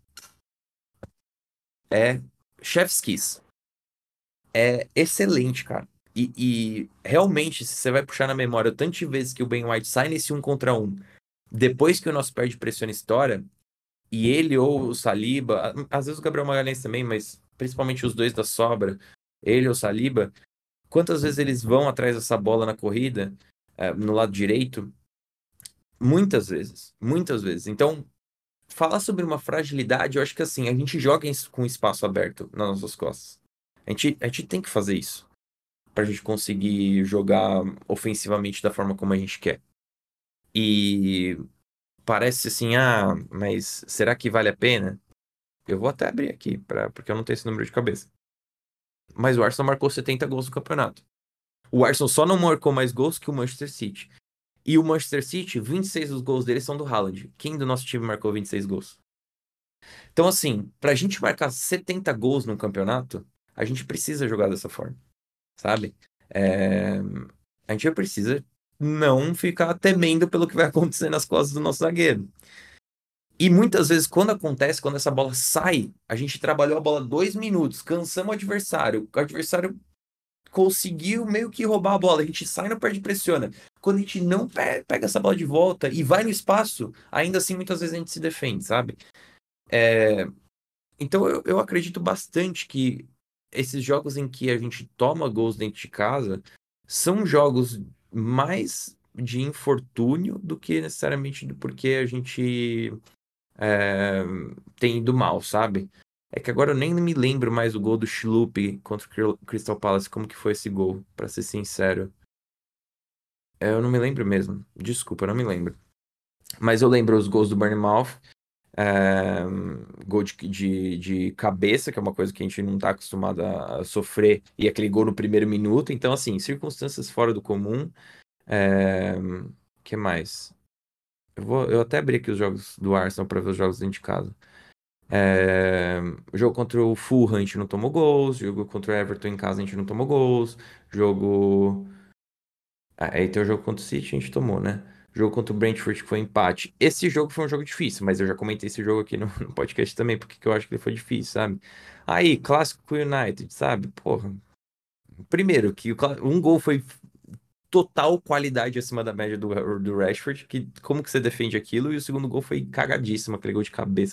É chef's kiss. É excelente, cara. E realmente, se você vai puxar na memória o tanto de vezes que o Ben White sai nesse um contra um, depois que o nosso perde pressiona história, e ele ou o Saliba, às vezes o Gabriel Magalhães também, mas principalmente os dois da sobra, ele ou o Saliba, quantas vezes eles vão atrás dessa bola na corrida, no lado direito? Muitas vezes, muitas vezes. Então, falar sobre uma fragilidade, eu acho que assim, a gente joga com espaço aberto nas nossas costas. A gente tem que fazer isso pra gente conseguir jogar ofensivamente da forma como a gente quer. E parece assim, mas será que vale a pena? Eu vou até abrir aqui, porque eu não tenho esse número de cabeça. Mas o Arsenal marcou 70 gols no campeonato. O Arsenal só não marcou mais gols que o Manchester City. E o Manchester City, 26 dos gols dele são do Haaland. Quem do nosso time marcou 26 gols? Então, assim, pra gente marcar 70 gols no campeonato, a gente precisa jogar dessa forma, sabe? É, A gente precisa não ficar temendo pelo que vai acontecer nas costas do nosso zagueiro. E muitas vezes, quando acontece, quando essa bola sai, a gente trabalhou a bola 2 minutos, cansamos o adversário conseguiu meio que roubar a bola, a gente sai, não perde, pressiona. Quando a gente não pega essa bola de volta e vai no espaço, ainda assim, muitas vezes a gente se defende, sabe? É, então eu acredito bastante que esses jogos em que a gente toma gols dentro de casa são jogos mais de infortúnio do que necessariamente do porque a gente é, tem ido mal, sabe? É que agora eu nem me lembro mais o gol do Schlupp contra o Crystal Palace, como que foi esse gol, pra ser sincero. Eu não me lembro mesmo. Desculpa, eu não me lembro. Mas eu lembro os gols do Bournemouth. É, gol de cabeça, que é uma coisa que a gente não tá acostumado a sofrer, e aquele gol no primeiro minuto. Então, assim, circunstâncias fora do comum. É, que mais? Eu até abri aqui os jogos do Arsenal para ver os jogos dentro de casa. É, jogo contra o Fulham a gente não tomou gols. Jogo contra o Everton em casa a gente não tomou gols. Jogo. Aí tem o jogo contra o City, a gente tomou, né? Jogo contra o Brentford que foi empate. Esse jogo foi um jogo difícil, mas eu já comentei esse jogo aqui no, no podcast também, porque que eu acho que ele foi difícil, sabe? Aí, clássico com o United, sabe? Porra. Primeiro, que um gol foi total qualidade acima da média do Rashford, que como que você defende aquilo? E o segundo gol foi cagadíssimo, aquele gol de cabeça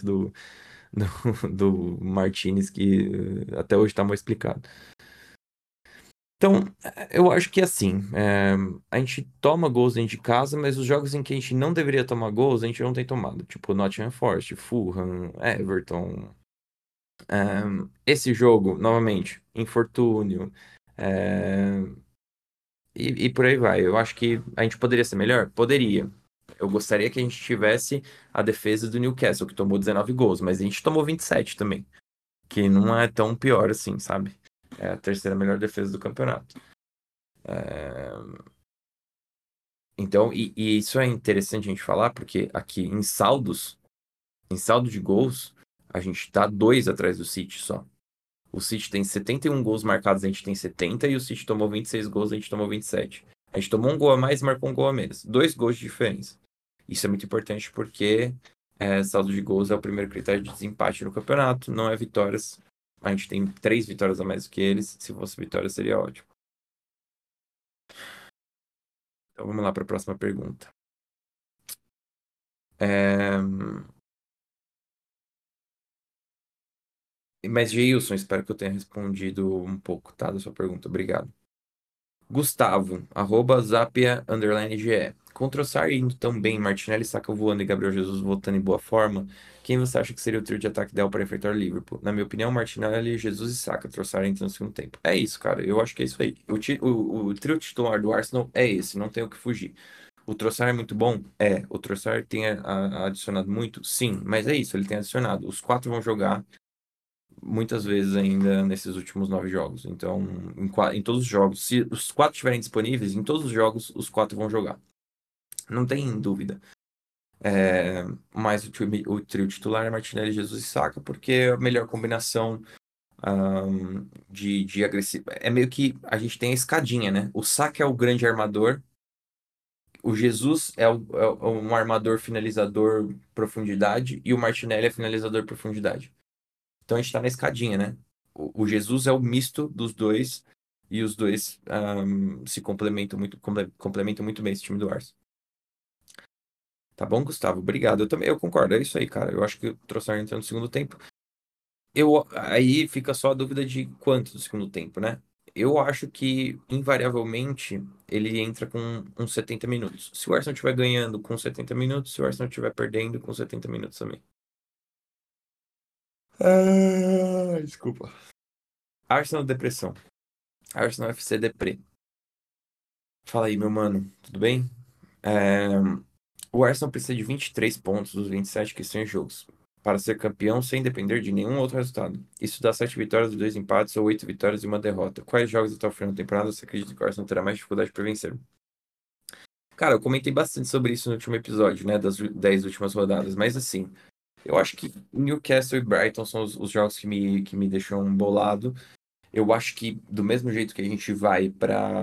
do Martinez, que até hoje tá mal explicado. Então, eu acho que assim, a gente toma gols dentro de casa, mas os jogos em que a gente não deveria tomar gols, a gente não tem tomado. Tipo, Nottingham Forest, Fulham, Everton. Esse jogo, novamente, infortúnio. é, e por aí vai. Eu acho que a gente poderia ser melhor? Poderia. Eu gostaria que a gente tivesse a defesa do Newcastle, que tomou 19 gols, mas a gente tomou 27 também, que não é tão pior assim, sabe? É a terceira melhor defesa do campeonato. É, Então, e isso é interessante a gente falar, porque aqui em saldos, em saldo de gols, a gente tá 2 atrás do City só. O City tem 71 gols marcados, a gente tem 70, e o City tomou 26 gols, a gente tomou 27. A gente tomou um gol a mais e marcou um gol a menos. 2 gols de diferença. Isso é muito importante porque saldo de gols é o primeiro critério de desempate no campeonato, não é vitórias. A gente tem 3 vitórias a mais do que eles. Se fosse vitória, seria ótimo. Então vamos lá para a próxima pergunta. É... Mas, Geilson, espero que eu tenha respondido um pouco, tá, da sua pergunta. Obrigado. Gustavo, @zapia, _GE. Com Trossard indo tão bem, Martinelli, Saka voando e Gabriel Jesus voltando em boa forma, quem você acha que seria o trio de ataque ideal para enfrentar o Liverpool? Na minha opinião, Martinelli, Jesus e Saka. Trossard entra no segundo tempo. É isso, cara. Eu acho que é isso aí. O trio titular do Arsenal é esse, não tem o que fugir. O Trossard é muito bom? É. O Trossard tem adicionado muito? Sim. Mas é isso, ele tem adicionado. Os quatro vão jogar muitas vezes ainda nesses últimos 9 jogos. Então, em todos os jogos, se os quatro estiverem disponíveis, em todos os jogos, os quatro vão jogar. Não tem dúvida. É, mas o trio titular é Martinelli, Jesus e Saka, porque é a melhor combinação de agressivo. É meio que a gente tem a escadinha, né? O Saka é o grande armador, o Jesus é um armador finalizador profundidade e o Martinelli é finalizador profundidade. Então a gente tá na escadinha, né? O Jesus é o misto dos dois e os dois se complementam muito bem esse time do Arsenal. Tá bom, Gustavo? Obrigado. Eu também eu concordo. É isso aí, cara. Eu acho que o Trossard entra no segundo tempo. Aí fica só a dúvida de quanto do segundo tempo, né? Eu acho que, invariavelmente, ele entra com uns 70 minutos. Se o Arsenal estiver ganhando com 70 minutos, se o Arsenal estiver perdendo com 70 minutos também. Desculpa. Arsenal depressão. Arsenal FC Deprê. Fala aí, meu mano, tudo bem? É, O Arsenal precisa de 23 pontos dos 27 que estão em jogos para ser campeão sem depender de nenhum outro resultado. Isso dá 7 vitórias e 2 empates ou 8 vitórias e uma derrota. Quais jogos até o final da temporada você acredita que o Arsenal terá mais dificuldade para vencer? Cara, eu comentei bastante sobre isso no último episódio, né, das 10 últimas rodadas, mas assim, eu acho que Newcastle e Brighton são os jogos que me deixam bolado. Eu acho que do mesmo jeito que a gente vai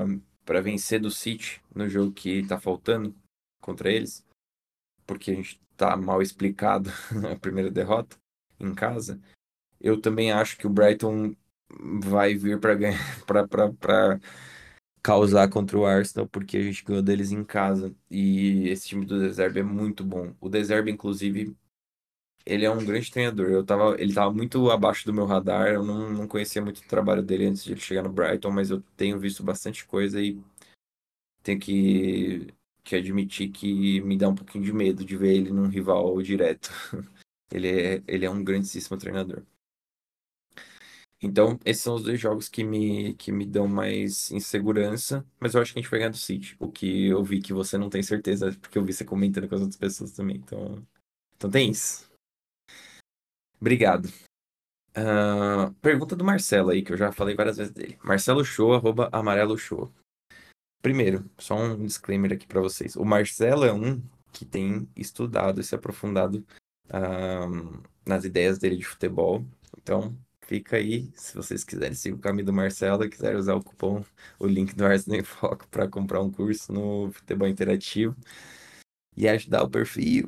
para vencer do City no jogo que tá faltando contra eles, porque a gente tá mal explicado a primeira derrota em casa, eu também acho que o Brighton vai vir para ganhar, para causar contra o Arsenal, porque a gente ganhou deles em casa. E esse time do De Zerbi é muito bom. O De Zerbi, inclusive, ele é um grande treinador. Ele tava muito abaixo do meu radar. Eu não conhecia muito o trabalho dele antes de ele chegar no Brighton, mas eu tenho visto bastante coisa e tenho que admitir que me dá um pouquinho de medo de ver ele num rival direto. Ele é um grandíssimo treinador. Então, esses são os dois jogos que me dão mais insegurança, mas eu acho que a gente vai ganhar do City. O que eu vi que você não tem certeza, porque eu vi você comentando com as outras pessoas também. Então tem isso. Obrigado. Pergunta do Marcelo aí, que eu já falei várias vezes dele. Marcelo Show, @amarelo show. Primeiro, só um disclaimer aqui pra vocês. O Marcelo é um que tem estudado e se aprofundado ah, nas ideias dele de futebol. Então, fica aí, se vocês quiserem seguir o caminho do Marcelo e quiserem usar o cupom, o link do Arsenal em Foco para comprar um curso no futebol interativo e ajudar o perfil.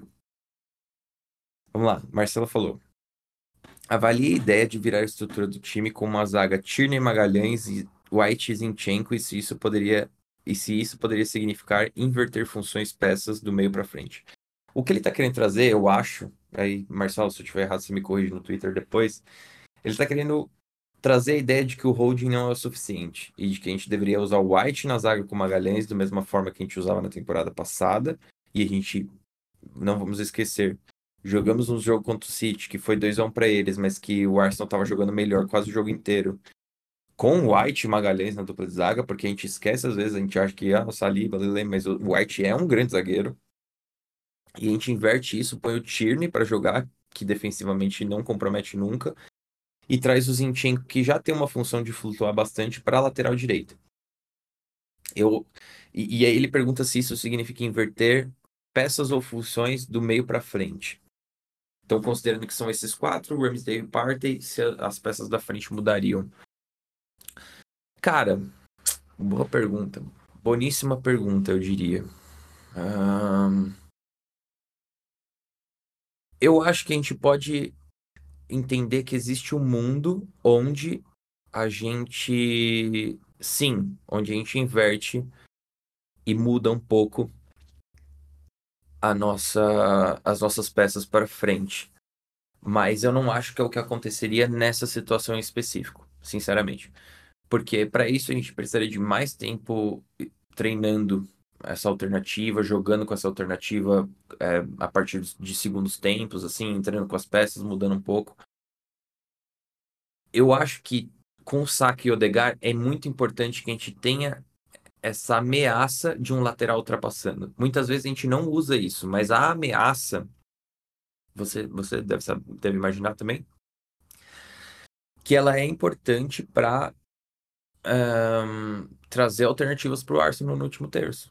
Vamos lá, Marcelo falou. Avalie a ideia de virar a estrutura do time com uma zaga Tierney Magalhães e White e Zinchenko e se isso poderia significar inverter funções peças do meio para frente. O que ele tá querendo trazer, eu acho, aí, Marcelo, se eu estiver errado, você me corrige no Twitter depois. Ele tá querendo trazer a ideia de que o holding não é o suficiente e de que a gente deveria usar o White na zaga com o Magalhães da mesma forma que a gente usava na temporada passada. E a gente, não vamos esquecer, jogamos um jogo contra o City que foi 2-1 para eles, mas que o Arsenal tava jogando melhor quase o jogo inteiro. Com o White e Magalhães na dupla de zaga, porque a gente esquece às vezes, a gente acha que o Saliba, Lele, mas o White é um grande zagueiro. E a gente inverte isso, põe o Tierney para jogar, que defensivamente não compromete nunca, e traz o Zinchenko, que já tem uma função de flutuar bastante, para a lateral direita. Eu, e aí ele pergunta se isso significa inverter peças ou funções do meio para frente. Então, considerando que são esses quatro, Ramsdale e Partey, se as peças da frente mudariam. Cara, boa pergunta. Boníssima pergunta, eu diria. Ahn, eu acho que a gente pode entender que existe um mundo onde a gente, sim, onde a gente inverte e muda um pouco as nossas peças para frente. Mas eu não acho que é o que aconteceria nessa situação em específico, sinceramente. Porque para isso a gente precisaria de mais tempo treinando essa alternativa, jogando com essa alternativa a partir de segundos tempos, assim, entrando com as peças, mudando um pouco. Eu acho que com o Saka e o Odegaard é muito importante que a gente tenha essa ameaça de um lateral ultrapassando. Muitas vezes a gente não usa isso, mas a ameaça, você deve imaginar também, que ela é importante para trazer alternativas para o Arsenal no último terço.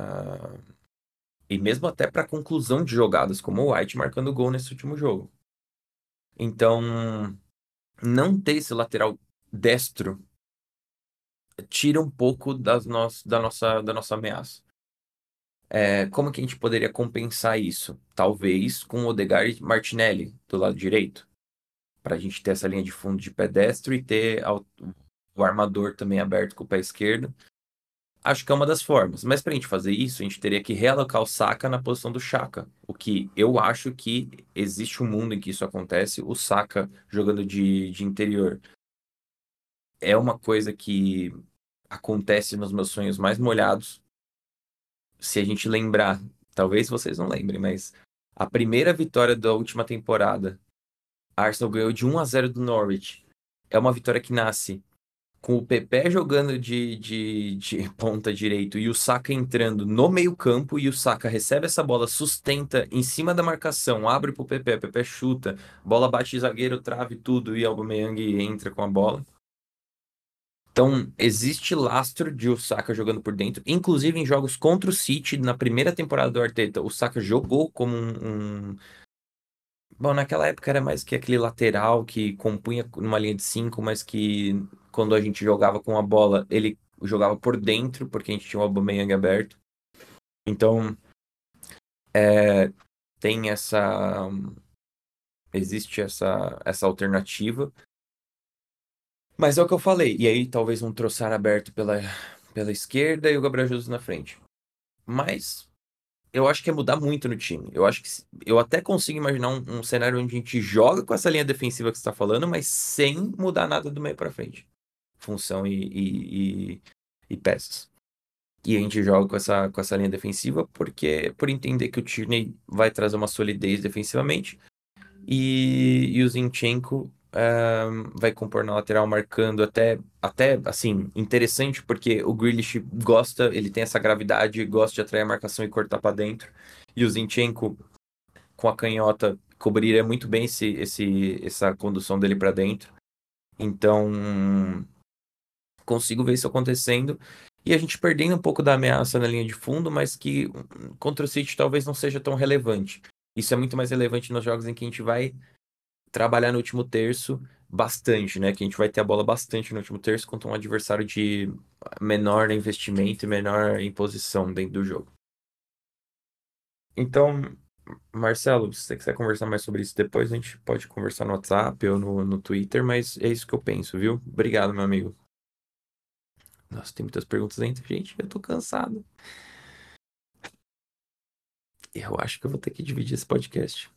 E mesmo até para conclusão de jogadas, como o White marcando gol nesse último jogo. Então, não ter esse lateral destro tira um pouco da nossa ameaça. Como que a gente poderia compensar isso? Talvez com o Odegaard e Martinelli do lado direito, para a gente ter essa linha de fundo de pedestre e ter o armador também aberto com o pé esquerdo. Acho que é uma das formas. Mas para a gente fazer isso, a gente teria que realocar o Saka na posição do Xhaka. O que eu acho que existe um mundo em que isso acontece. O Saka jogando de interior é uma coisa que acontece nos meus sonhos mais molhados. Se a gente lembrar, talvez vocês não lembrem, mas a primeira vitória da última temporada, a Arsenal ganhou de 1-0 do Norwich. É uma vitória que nasce com o Pepe jogando de ponta direito e o Saka entrando no meio-campo e o Saka recebe essa bola, sustenta em cima da marcação, abre pro Pepe, o Pepe chuta, bola bate zagueiro, trave tudo e o Aubameyang entra com a bola. Então, existe lastro de o Saka jogando por dentro, inclusive em jogos contra o City, na primeira temporada do Arteta, o Saka jogou como Bom, naquela época era mais que aquele lateral que compunha numa linha de cinco, mas que quando a gente jogava com a bola, ele jogava por dentro, porque a gente tinha o Aubameyang aberto. Então, tem essa. Existe essa alternativa. Mas é o que eu falei. E aí, talvez um Trossard aberto pela esquerda e o Gabriel Jesus na frente. Mas eu acho que é mudar muito no time. Eu acho que eu até consigo imaginar um cenário onde a gente joga com essa linha defensiva que você está falando, mas sem mudar nada do meio para frente. Função e peças. E a gente joga com essa linha defensiva porque por entender que o Tierney vai trazer uma solidez defensivamente e o Zinchenko vai compor na lateral marcando até assim, interessante porque o Grealish gosta, ele tem essa gravidade, gosta de atrair a marcação e cortar para dentro. E o Zinchenko com a canhota cobriria muito bem essa condução dele para dentro. Então, consigo ver isso acontecendo. E a gente perdendo um pouco da ameaça na linha de fundo, mas que contra o City talvez não seja tão relevante. Isso é muito mais relevante nos jogos em que a gente vai trabalhar no último terço bastante, né? Que a gente vai ter a bola bastante no último terço contra um adversário de menor investimento e menor imposição dentro do jogo. Então, Marcelo, se você quiser conversar mais sobre isso depois, a gente pode conversar no WhatsApp ou no Twitter, mas é isso que eu penso, viu? Obrigado, meu amigo. Nossa, tem muitas perguntas ainda, gente. Eu tô cansado. Eu acho que eu vou ter que dividir esse podcast.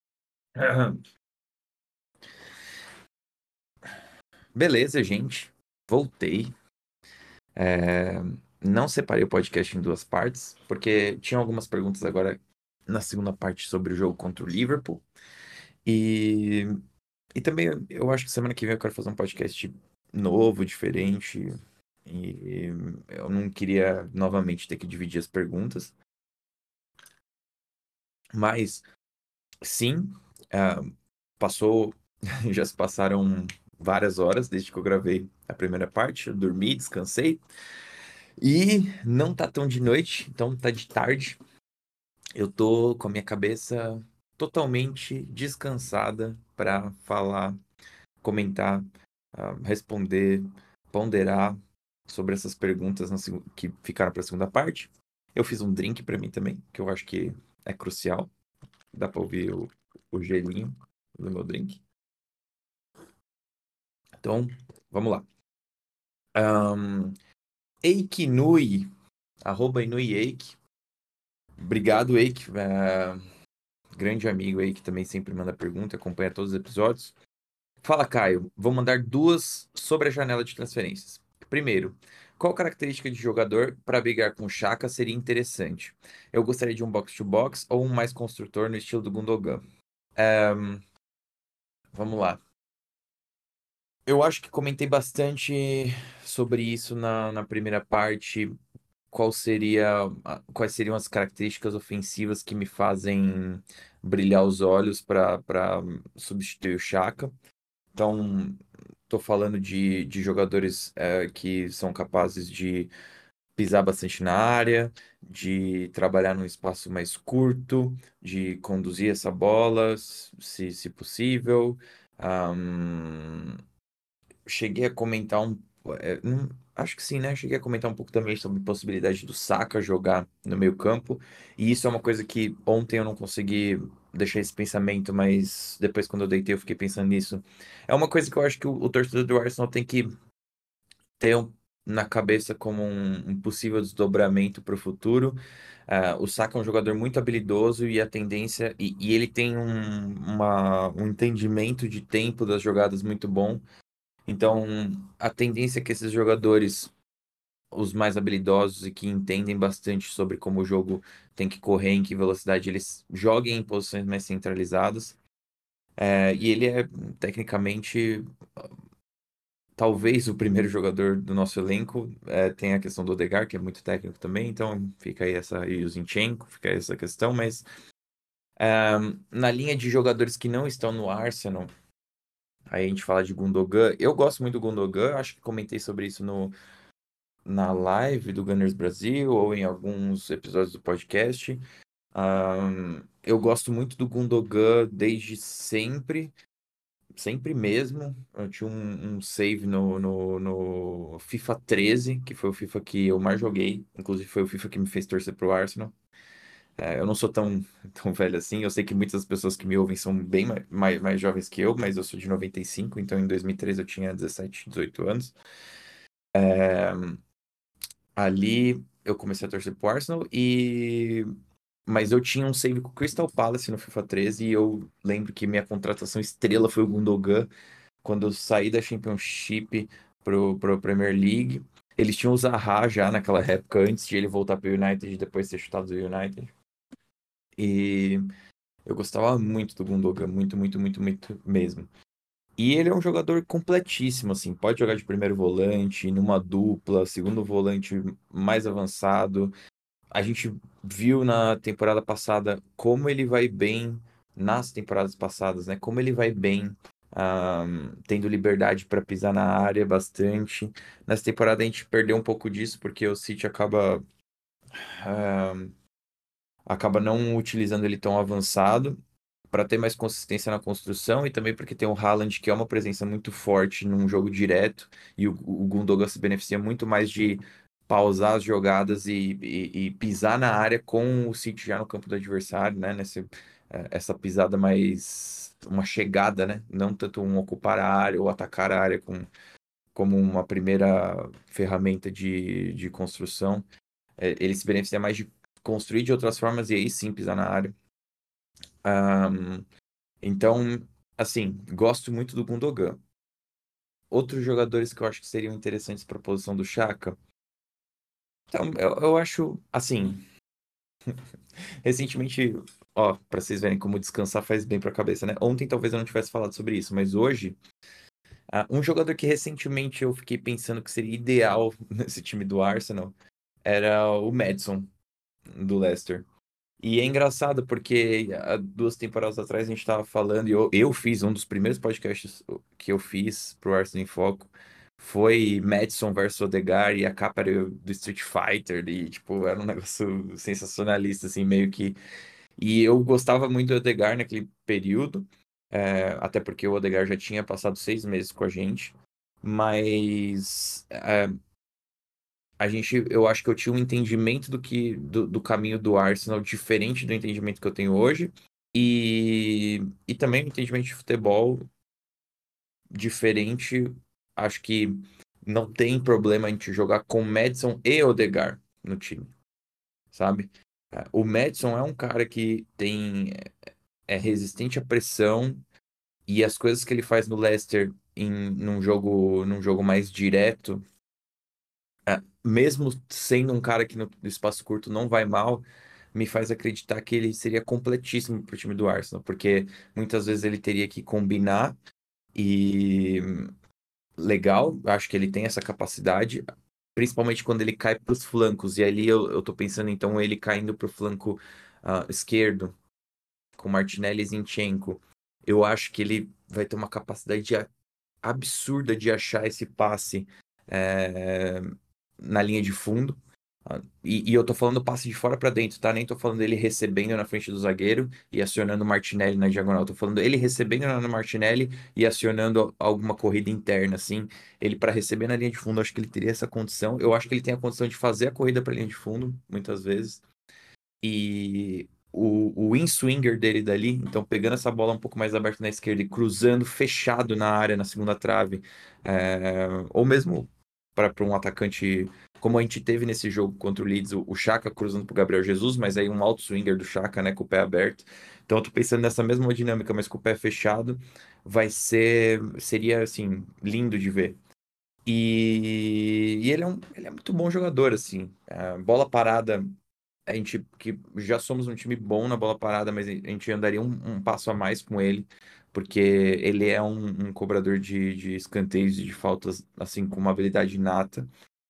Beleza, gente. Voltei. É, Não separei o podcast em duas partes, porque tinha algumas perguntas agora na segunda parte sobre o jogo contra o Liverpool. E, e também eu acho que semana que vem eu quero fazer um podcast novo, diferente. E eu não queria novamente ter que dividir as perguntas. Mas sim, ah, passou, já se passaram várias horas desde que eu gravei a primeira parte. Eu dormi, descansei. E não tá tão de noite, então tá de tarde. Eu tô com a minha cabeça totalmente descansada para falar, comentar, responder, ponderar sobre essas perguntas que ficaram para a segunda parte. Eu fiz um drink para mim também, que eu acho que é crucial. Dá para ouvir o gelinho do meu drink. Então, vamos lá. Um, Eikinui, @Inui Eik. Obrigado, Eik. Grande amigo aí que também sempre manda pergunta, acompanha todos os episódios. Fala, Caio. Vou mandar duas sobre a janela de transferências. Primeiro, qual característica de jogador para brigar com o Chaka seria interessante? Eu gostaria de um box-to-box ou um mais construtor no estilo do Gundogan. Vamos lá. Eu acho que comentei bastante sobre isso na primeira parte. Quais seriam as características ofensivas que me fazem brilhar os olhos para substituir o Chaka? Então, estou falando de jogadores que são capazes de pisar bastante na área, de trabalhar num espaço mais curto, de conduzir essa bola, se possível. Ahm, Cheguei a comentar acho que sim, né? Cheguei a comentar um pouco também sobre a possibilidade do Saka jogar no meio-campo. E isso é uma coisa que ontem eu não consegui deixar esse pensamento, mas depois, quando eu deitei, eu fiquei pensando nisso. É uma coisa que eu acho que o torcedor do Arsenal tem que ter na cabeça como um possível desdobramento para o futuro. O Saka é um jogador muito habilidoso e a tendência. E ele tem um entendimento de tempo das jogadas muito bom. Então, a tendência é que esses jogadores, os mais habilidosos e que entendem bastante sobre como o jogo tem que correr, em que velocidade eles joguem em posições mais centralizadas. E ele é, tecnicamente, talvez o primeiro jogador do nosso elenco. Tem a questão do Odegaard, que é muito técnico também, então fica aí e o Zinchenko, fica aí essa questão, mas na linha de jogadores que não estão no Arsenal, aí a gente fala de Gundogan. Eu gosto muito do Gundogan, acho que comentei sobre isso na live do Gunners Brasil ou em alguns episódios do podcast. Eu gosto muito do Gundogan desde sempre, sempre mesmo. Eu tinha um save no FIFA 13, que foi o FIFA que eu mais joguei. Inclusive foi o FIFA que me fez torcer pro Arsenal. Eu não sou tão velho assim. Eu sei que muitas pessoas que me ouvem são bem mais jovens que eu, mas eu sou de 95, então em 2013 eu tinha 17, 18 anos. Ali eu comecei a torcer pro Arsenal mas eu tinha um save com o Crystal Palace no FIFA 13 e eu lembro que minha contratação estrela foi o Gundogan quando eu saí da Championship pro Premier League. Eles tinham o Zaha já naquela época, antes de ele voltar pro United e depois ter chutado do United. E eu gostava muito do Gundogan, muito, muito, muito, muito mesmo. E ele é um jogador completíssimo, assim, pode jogar de primeiro volante, numa dupla, segundo volante mais avançado. A gente viu na temporada passada como ele vai bem nas temporadas passadas, né? Como ele vai bem, tendo liberdade para pisar na área bastante. Nessa temporada a gente perdeu um pouco disso porque o City ah, acaba não utilizando ele tão avançado para ter mais consistência na construção e também porque tem o Haaland, que é uma presença muito forte num jogo direto, e o Gundogan se beneficia muito mais de pausar as jogadas e pisar na área com o City já no campo do adversário, né? Essa pisada mais uma chegada, né? Não tanto um ocupar a área ou atacar a área como uma primeira ferramenta de construção. Ele se beneficia mais de construir de outras formas e aí sim pisar na área. Então, assim, gosto muito do Gundogan. Outros jogadores que eu acho que seriam interessantes para a posição do Chaka. Então, eu acho, assim, recentemente, ó, para vocês verem como descansar faz bem para a cabeça, né? Ontem talvez eu não tivesse falado sobre isso, mas hoje, um jogador que recentemente eu fiquei pensando que seria ideal nesse time do Arsenal era o Maddison, do Leicester. E é engraçado porque há 2 temporadas atrás a gente estava falando, e eu fiz um dos primeiros podcasts que eu fiz pro Arsenal em Foco, foi Madison versus Odegaard, e a capa era do Street Fighter, e tipo, era um negócio sensacionalista, assim, meio que. E eu gostava muito do Odegaard naquele período, até porque o Odegaard já tinha passado 6 meses com a gente, mas eu acho que eu tinha um entendimento do caminho do Arsenal diferente do entendimento que eu tenho hoje. E também um entendimento de futebol diferente. Acho que não tem problema a gente jogar com Maddison e Odegaard no time, sabe? O Maddison é um cara que é resistente à pressão e as coisas que ele faz no Leicester num jogo mais direto, mesmo sendo um cara que no espaço curto não vai mal, me faz acreditar que ele seria completíssimo para o time do Arsenal, porque muitas vezes ele teria que combinar e legal, acho que ele tem essa capacidade, principalmente quando ele cai para os flancos, e ali eu tô pensando então ele caindo para o flanco esquerdo, com Martinelli e Zinchenko. Eu acho que ele vai ter uma capacidade absurda de achar esse passe é, na linha de fundo. E eu tô falando passe de fora pra dentro, tá? Nem tô falando ele recebendo na frente do zagueiro e acionando o Martinelli na diagonal. Tô falando ele recebendo no Martinelli e acionando alguma corrida interna, assim. Ele, para receber na linha de fundo, eu acho que ele teria essa condição. Eu acho que ele tem a condição de fazer a corrida pra linha de fundo, muitas vezes. E o in-swinger dele dali, então pegando essa bola um pouco mais aberta na esquerda e cruzando fechado na área, na segunda trave, ou mesmo para um atacante, como a gente teve nesse jogo contra o Leeds, o Chaka cruzando para o Gabriel Jesus, mas aí um out-swinger do Chaka, né, com o pé aberto. Então eu tô pensando nessa mesma dinâmica, mas com o pé fechado, seria assim, lindo de ver. E ele é muito bom jogador, assim. Bola parada a gente que já somos um time bom na bola parada, mas a gente andaria um passo a mais com ele, porque ele é um cobrador de escanteios e de faltas, assim, com uma habilidade inata.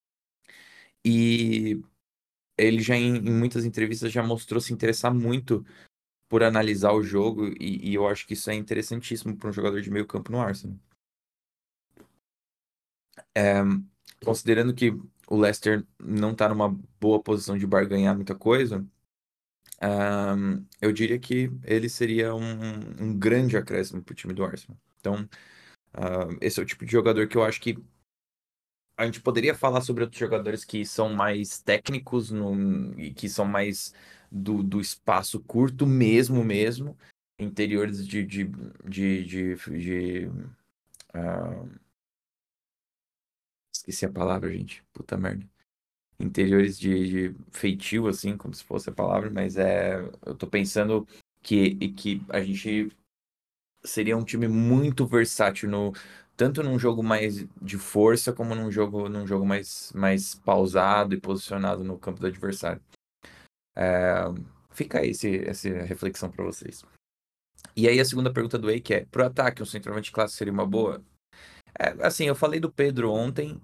E ele já em muitas entrevistas já mostrou se interessar muito por analisar o jogo, e eu acho que isso é interessantíssimo para um jogador de meio campo no Arsenal. É, considerando que o Leicester não está numa boa posição de barganhar muita coisa, eu diria que ele seria um grande acréscimo para o time do Arsenal. Então, esse é o tipo de jogador que eu acho que a gente poderia falar sobre outros jogadores que são mais técnicos e que são mais do espaço curto mesmo, interiores de ah, esqueci a palavra, gente, puta merda. Interiores de feitio, assim, como se fosse a palavra, mas eu tô pensando que a gente seria um time muito versátil tanto num jogo mais de força como num jogo mais pausado e posicionado no campo do adversário. É, fica aí essa reflexão para vocês. E aí a segunda pergunta do Eike é, pro ataque, um centroavante clássico seria uma boa? Assim, eu falei do Pedro ontem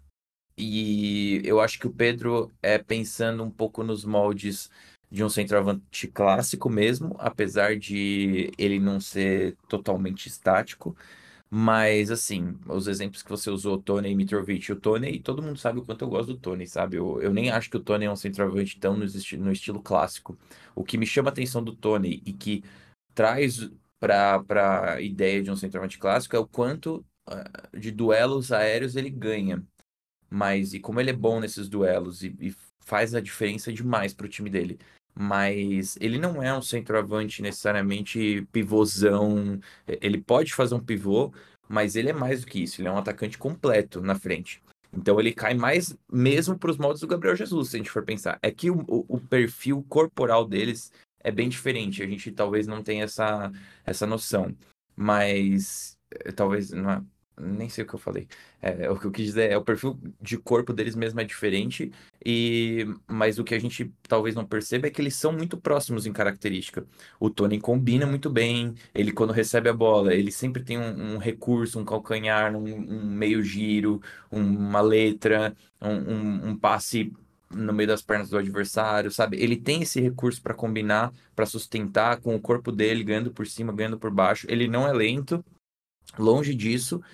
e eu acho que o Pedro é pensando um pouco nos moldes de um centroavante clássico mesmo, apesar de ele não ser totalmente estático. Mas, assim, os exemplos que você usou, Tony e Mitrovic, o Tony, todo mundo sabe o quanto eu gosto do Tony, sabe? Eu nem acho que o Tony é um centroavante tão no estilo clássico. O que me chama a atenção do Tony e que traz para a ideia de um centroavante clássico é o quanto de duelos aéreos ele ganha. Mas, e como ele é bom nesses duelos e faz a diferença demais pro time dele. Mas ele não é um centroavante necessariamente pivôzão. Ele pode fazer um pivô, mas ele é mais do que isso. Ele é um atacante completo na frente. Então ele cai mais mesmo para os moldes do Gabriel Jesus, se a gente for pensar. É que o perfil corporal deles é bem diferente. A gente talvez não tenha essa noção. Mas talvez não nem sei o que eu falei. O que eu quis dizer é o perfil de corpo deles mesmo é diferente, mas o que a gente talvez não perceba é que eles são muito próximos em característica. O Tony combina muito bem, ele quando recebe a bola, ele sempre tem um recurso, um calcanhar, um meio giro, uma letra, um passe no meio das pernas do adversário, sabe? Ele tem esse recurso para combinar, para sustentar com o corpo dele, ganhando por cima, ganhando por baixo. Ele não é lento, longe disso.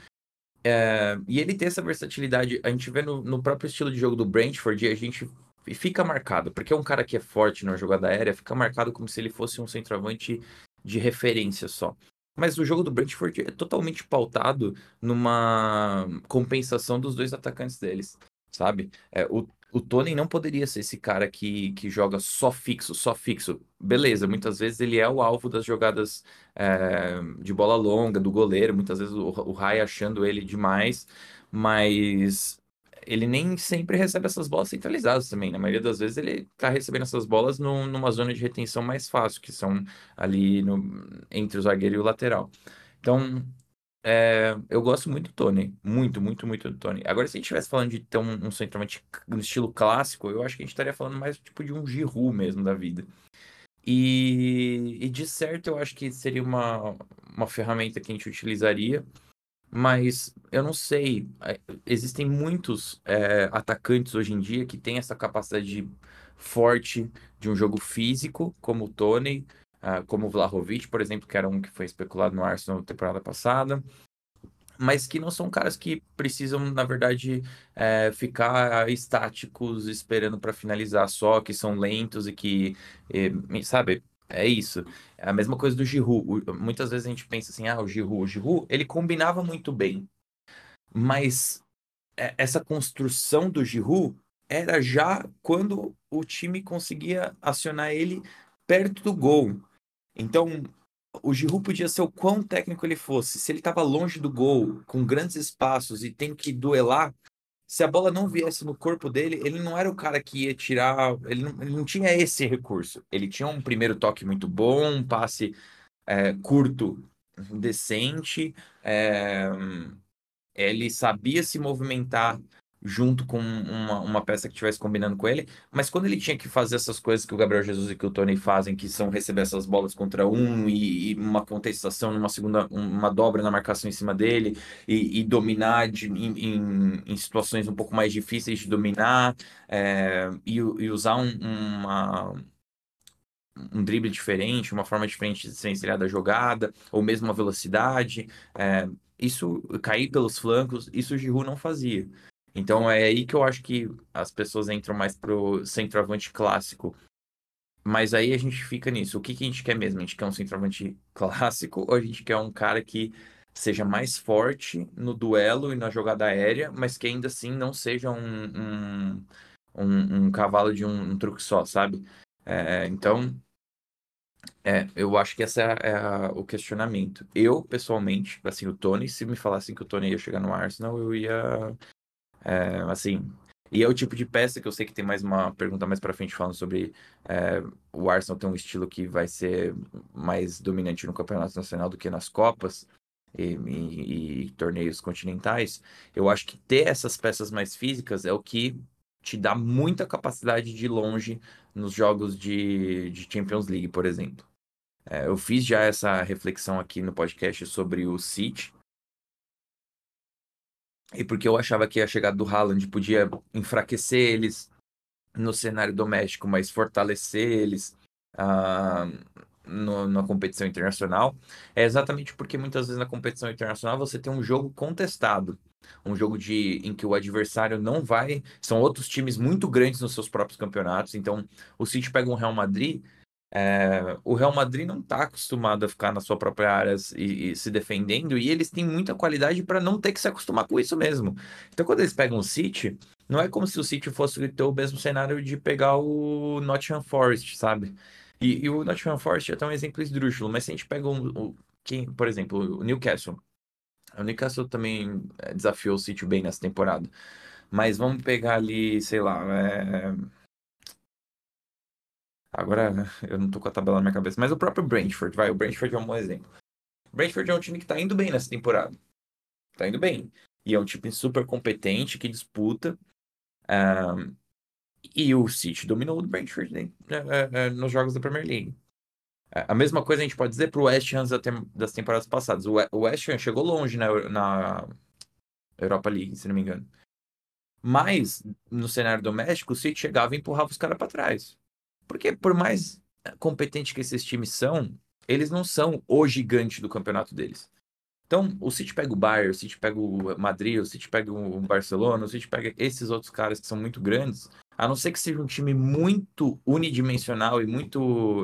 E ele tem essa versatilidade, a gente vê no próprio estilo de jogo do Brentford, e a gente fica marcado, porque um cara que é forte na jogada aérea fica marcado como se ele fosse um centroavante de referência só. Mas o jogo do Brentford é totalmente pautado numa compensação dos dois atacantes deles, sabe? O Tony não poderia ser esse cara que joga só fixo, só fixo. Beleza, muitas vezes ele é o alvo das jogadas de bola longa do goleiro, muitas vezes o Rai achando ele demais, mas ele nem sempre recebe essas bolas centralizadas também. Na maioria das vezes ele tá recebendo essas bolas numa zona de retenção mais fácil, que são ali entre o zagueiro e o lateral. Então, eu gosto muito do Tony. Muito, muito, muito do Tony. Agora, se a gente estivesse falando de ter um centroavante no estilo clássico, eu acho que a gente estaria falando mais tipo de um Giroud mesmo da vida. E de certo eu acho que seria uma ferramenta que a gente utilizaria, mas eu não sei. Existem muitos atacantes hoje em dia que têm essa capacidade forte de um jogo físico, como o Tony, como o Vlahovic, por exemplo, que era um que foi especulado no Arsenal na temporada passada, mas que não são caras que precisam, na verdade, ficar estáticos esperando para finalizar só, que são lentos e que, sabe, é isso. É a mesma coisa do Giroud. Muitas vezes a gente pensa assim, o Giroud, ele combinava muito bem, mas essa construção do Giroud era já quando o time conseguia acionar ele perto do gol. Então, o Giroud podia ser o quão técnico ele fosse. Se ele estava longe do gol, com grandes espaços e tem que duelar, se a bola não viesse no corpo dele, ele não era o cara que ia tirar. Ele não tinha esse recurso. Ele tinha um primeiro toque muito bom, um passe curto, decente. é, ele sabia se movimentar junto com uma peça que estivesse combinando com ele, mas quando ele tinha que fazer essas coisas que o Gabriel Jesus e que o Tony fazem, que são receber essas bolas contra um e uma contestação numa segunda, uma dobra na marcação em cima dele e dominar em situações um pouco mais difíceis de dominar, e usar um drible diferente, uma forma diferente de ser inseriada a jogada, ou mesmo uma velocidade. Isso, cair pelos flancos, isso o Giroud não fazia. Então é aí que eu acho que as pessoas entram mais pro centroavante clássico. Mas aí a gente fica nisso. O que que a gente quer mesmo? A gente quer um centroavante clássico ou a gente quer um cara que seja mais forte no duelo e na jogada aérea, mas que ainda assim não seja um cavalo de um truque só, sabe? Então, eu acho que esse o questionamento. Eu, pessoalmente, assim, o Tony, se me falassem que o Tony ia chegar no Arsenal, eu ia, assim... E é o tipo de peça que eu sei que tem mais uma pergunta mais pra frente falando sobre o Arsenal ter um estilo que vai ser mais dominante no Campeonato Nacional do que nas Copas e torneios continentais. Eu acho que ter essas peças mais físicas é o que te dá muita capacidade de ir longe nos jogos de Champions League, por exemplo. Eu fiz já essa reflexão aqui no podcast sobre o City, e porque eu achava que a chegada do Haaland podia enfraquecer eles no cenário doméstico, mas fortalecer eles ah, na competição internacional, é exatamente porque muitas vezes na competição internacional você tem um jogo contestado. Um jogo em que o adversário não vai. São outros times muito grandes nos seus próprios campeonatos. Então, o City pega um Real Madrid. O Real Madrid não está acostumado a ficar na sua própria área e se defendendo, e eles têm muita qualidade para não ter que se acostumar com isso mesmo. Então, quando eles pegam o City, não é como se o City fosse ter o mesmo cenário de pegar o Nottingham Forest, sabe? E o Nottingham Forest é até um exemplo esdrúxulo, mas se a gente pega quem, por exemplo, o Newcastle. O Newcastle também desafiou o City bem nessa temporada. Mas vamos pegar ali, sei lá, agora eu não tô com a tabela na minha cabeça, mas o próprio Brentford, vai, o Brentford é um bom exemplo. O Brentford é um time que tá indo bem nessa temporada, tá indo bem. E é um time super competente que disputa. ah, e o City dominou o Brentford, né, nos jogos da Premier League. A mesma coisa a gente pode dizer pro West Ham das temporadas passadas. O West Ham chegou longe na Europa League, se não me engano. Mas no cenário doméstico, o City chegava e empurrava os caras para trás. Porque por mais competente que esses times são, eles não são o gigante do campeonato deles. Então, o City pega o Bayern, o City pega o Madrid, o City pega o Barcelona, o City pega esses outros caras que são muito grandes, a não ser que seja um time muito unidimensional e muito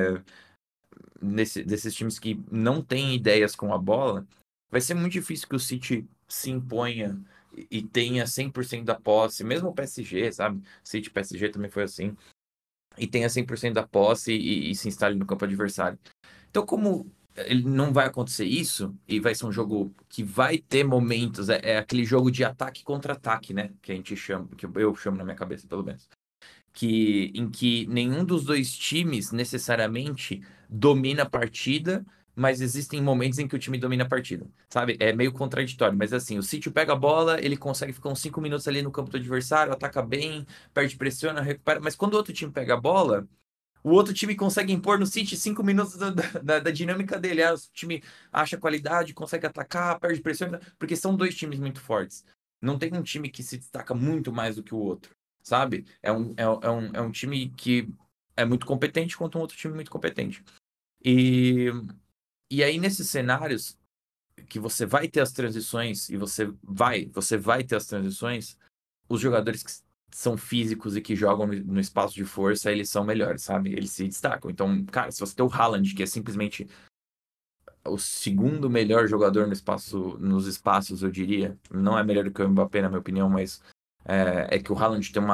desses times que não têm ideias com a bola, vai ser muito difícil que o City se imponha e tenha 100% da posse, mesmo o PSG, sabe? City PSG também foi assim, e tenha 100% da posse e se instale no campo adversário. Então, como ele não vai acontecer isso, e vai ser um jogo que vai ter momentos, é aquele jogo de ataque contra ataque, né? Que a gente chama, que eu chamo na minha cabeça, pelo menos. Em que nenhum dos dois times necessariamente domina a partida, mas existem momentos em que o time domina a partida, sabe? É meio contraditório, mas assim, o City pega a bola, ele consegue ficar uns 5 minutos ali no campo do adversário, ataca bem, perde, pressiona, recupera, mas quando o outro time pega a bola, o outro time consegue impor no City 5 minutos da dinâmica dele. Aí o time acha qualidade, consegue atacar, perde pressão, porque são dois times muito fortes. Não tem um time que se destaca muito mais do que o outro, sabe? É um time que é muito competente contra um outro time muito competente. E, e aí, nesses cenários que você vai ter as transições, e você vai ter as transições, os jogadores que são físicos e que jogam no espaço de força, eles são melhores, sabe? Eles se destacam. Então, cara, se você tem o Haaland, que é simplesmente o segundo melhor jogador no espaço, nos espaços, eu diria, não é melhor do que o Mbappé, na minha opinião, mas é que o Haaland tem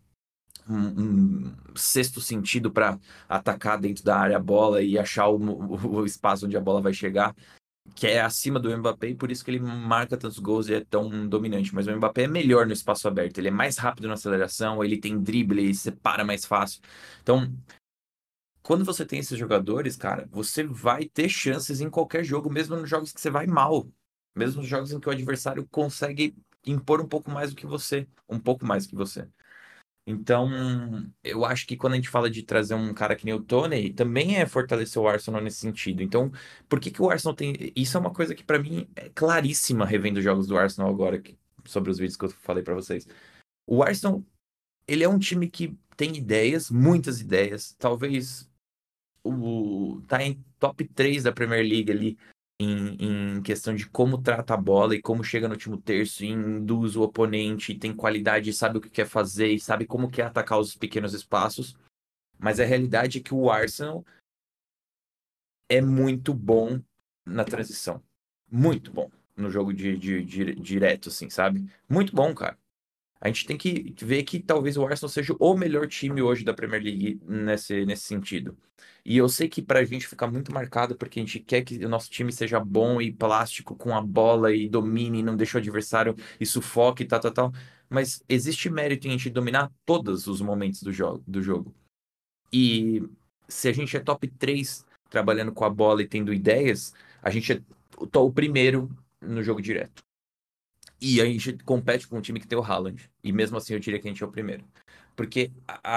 um sexto sentido para atacar dentro da área a bola e achar o espaço onde a bola vai chegar, que é acima do Mbappé, e por isso que ele marca tantos gols e é tão dominante. Mas o Mbappé é melhor no espaço aberto, ele é mais rápido na aceleração, ele tem drible, ele separa mais fácil. Então, quando você tem esses jogadores, cara, você vai ter chances em qualquer jogo, mesmo nos jogos que você vai mal. Mesmo nos jogos em que o adversário consegue impor um pouco mais do que você, um pouco mais do que você. Então, eu acho que quando a gente fala de trazer um cara que nem o Tony, também é fortalecer o Arsenal nesse sentido. Então, por que que o Arsenal tem. Isso é uma coisa que pra mim é claríssima revendo os jogos do Arsenal agora, sobre os vídeos que eu falei pra vocês. O Arsenal, ele é um time que tem ideias, muitas ideias. Talvez tá em top 3 da Premier League ali. Em questão de como trata a bola e como chega no último terço, e induz o oponente, tem qualidade, sabe o que quer fazer e sabe como quer atacar os pequenos espaços. Mas a realidade é que o Arsenal é muito bom na transição. Muito bom no jogo direto, assim, sabe? Muito bom, cara. A gente tem que ver que talvez o Arsenal seja o melhor time hoje da Premier League nesse sentido. E eu sei que pra gente fica muito marcado porque a gente quer que o nosso time seja bom e plástico com a bola e domine, e não deixe o adversário e sufoque e tal, tal, tal. Mas existe mérito em a gente dominar todos os momentos do jogo. E se a gente é top 3 trabalhando com a bola e tendo ideias, a gente é o primeiro no jogo direto. E a gente compete com um time que tem o Haaland. E mesmo assim eu diria que a gente é o primeiro. Porque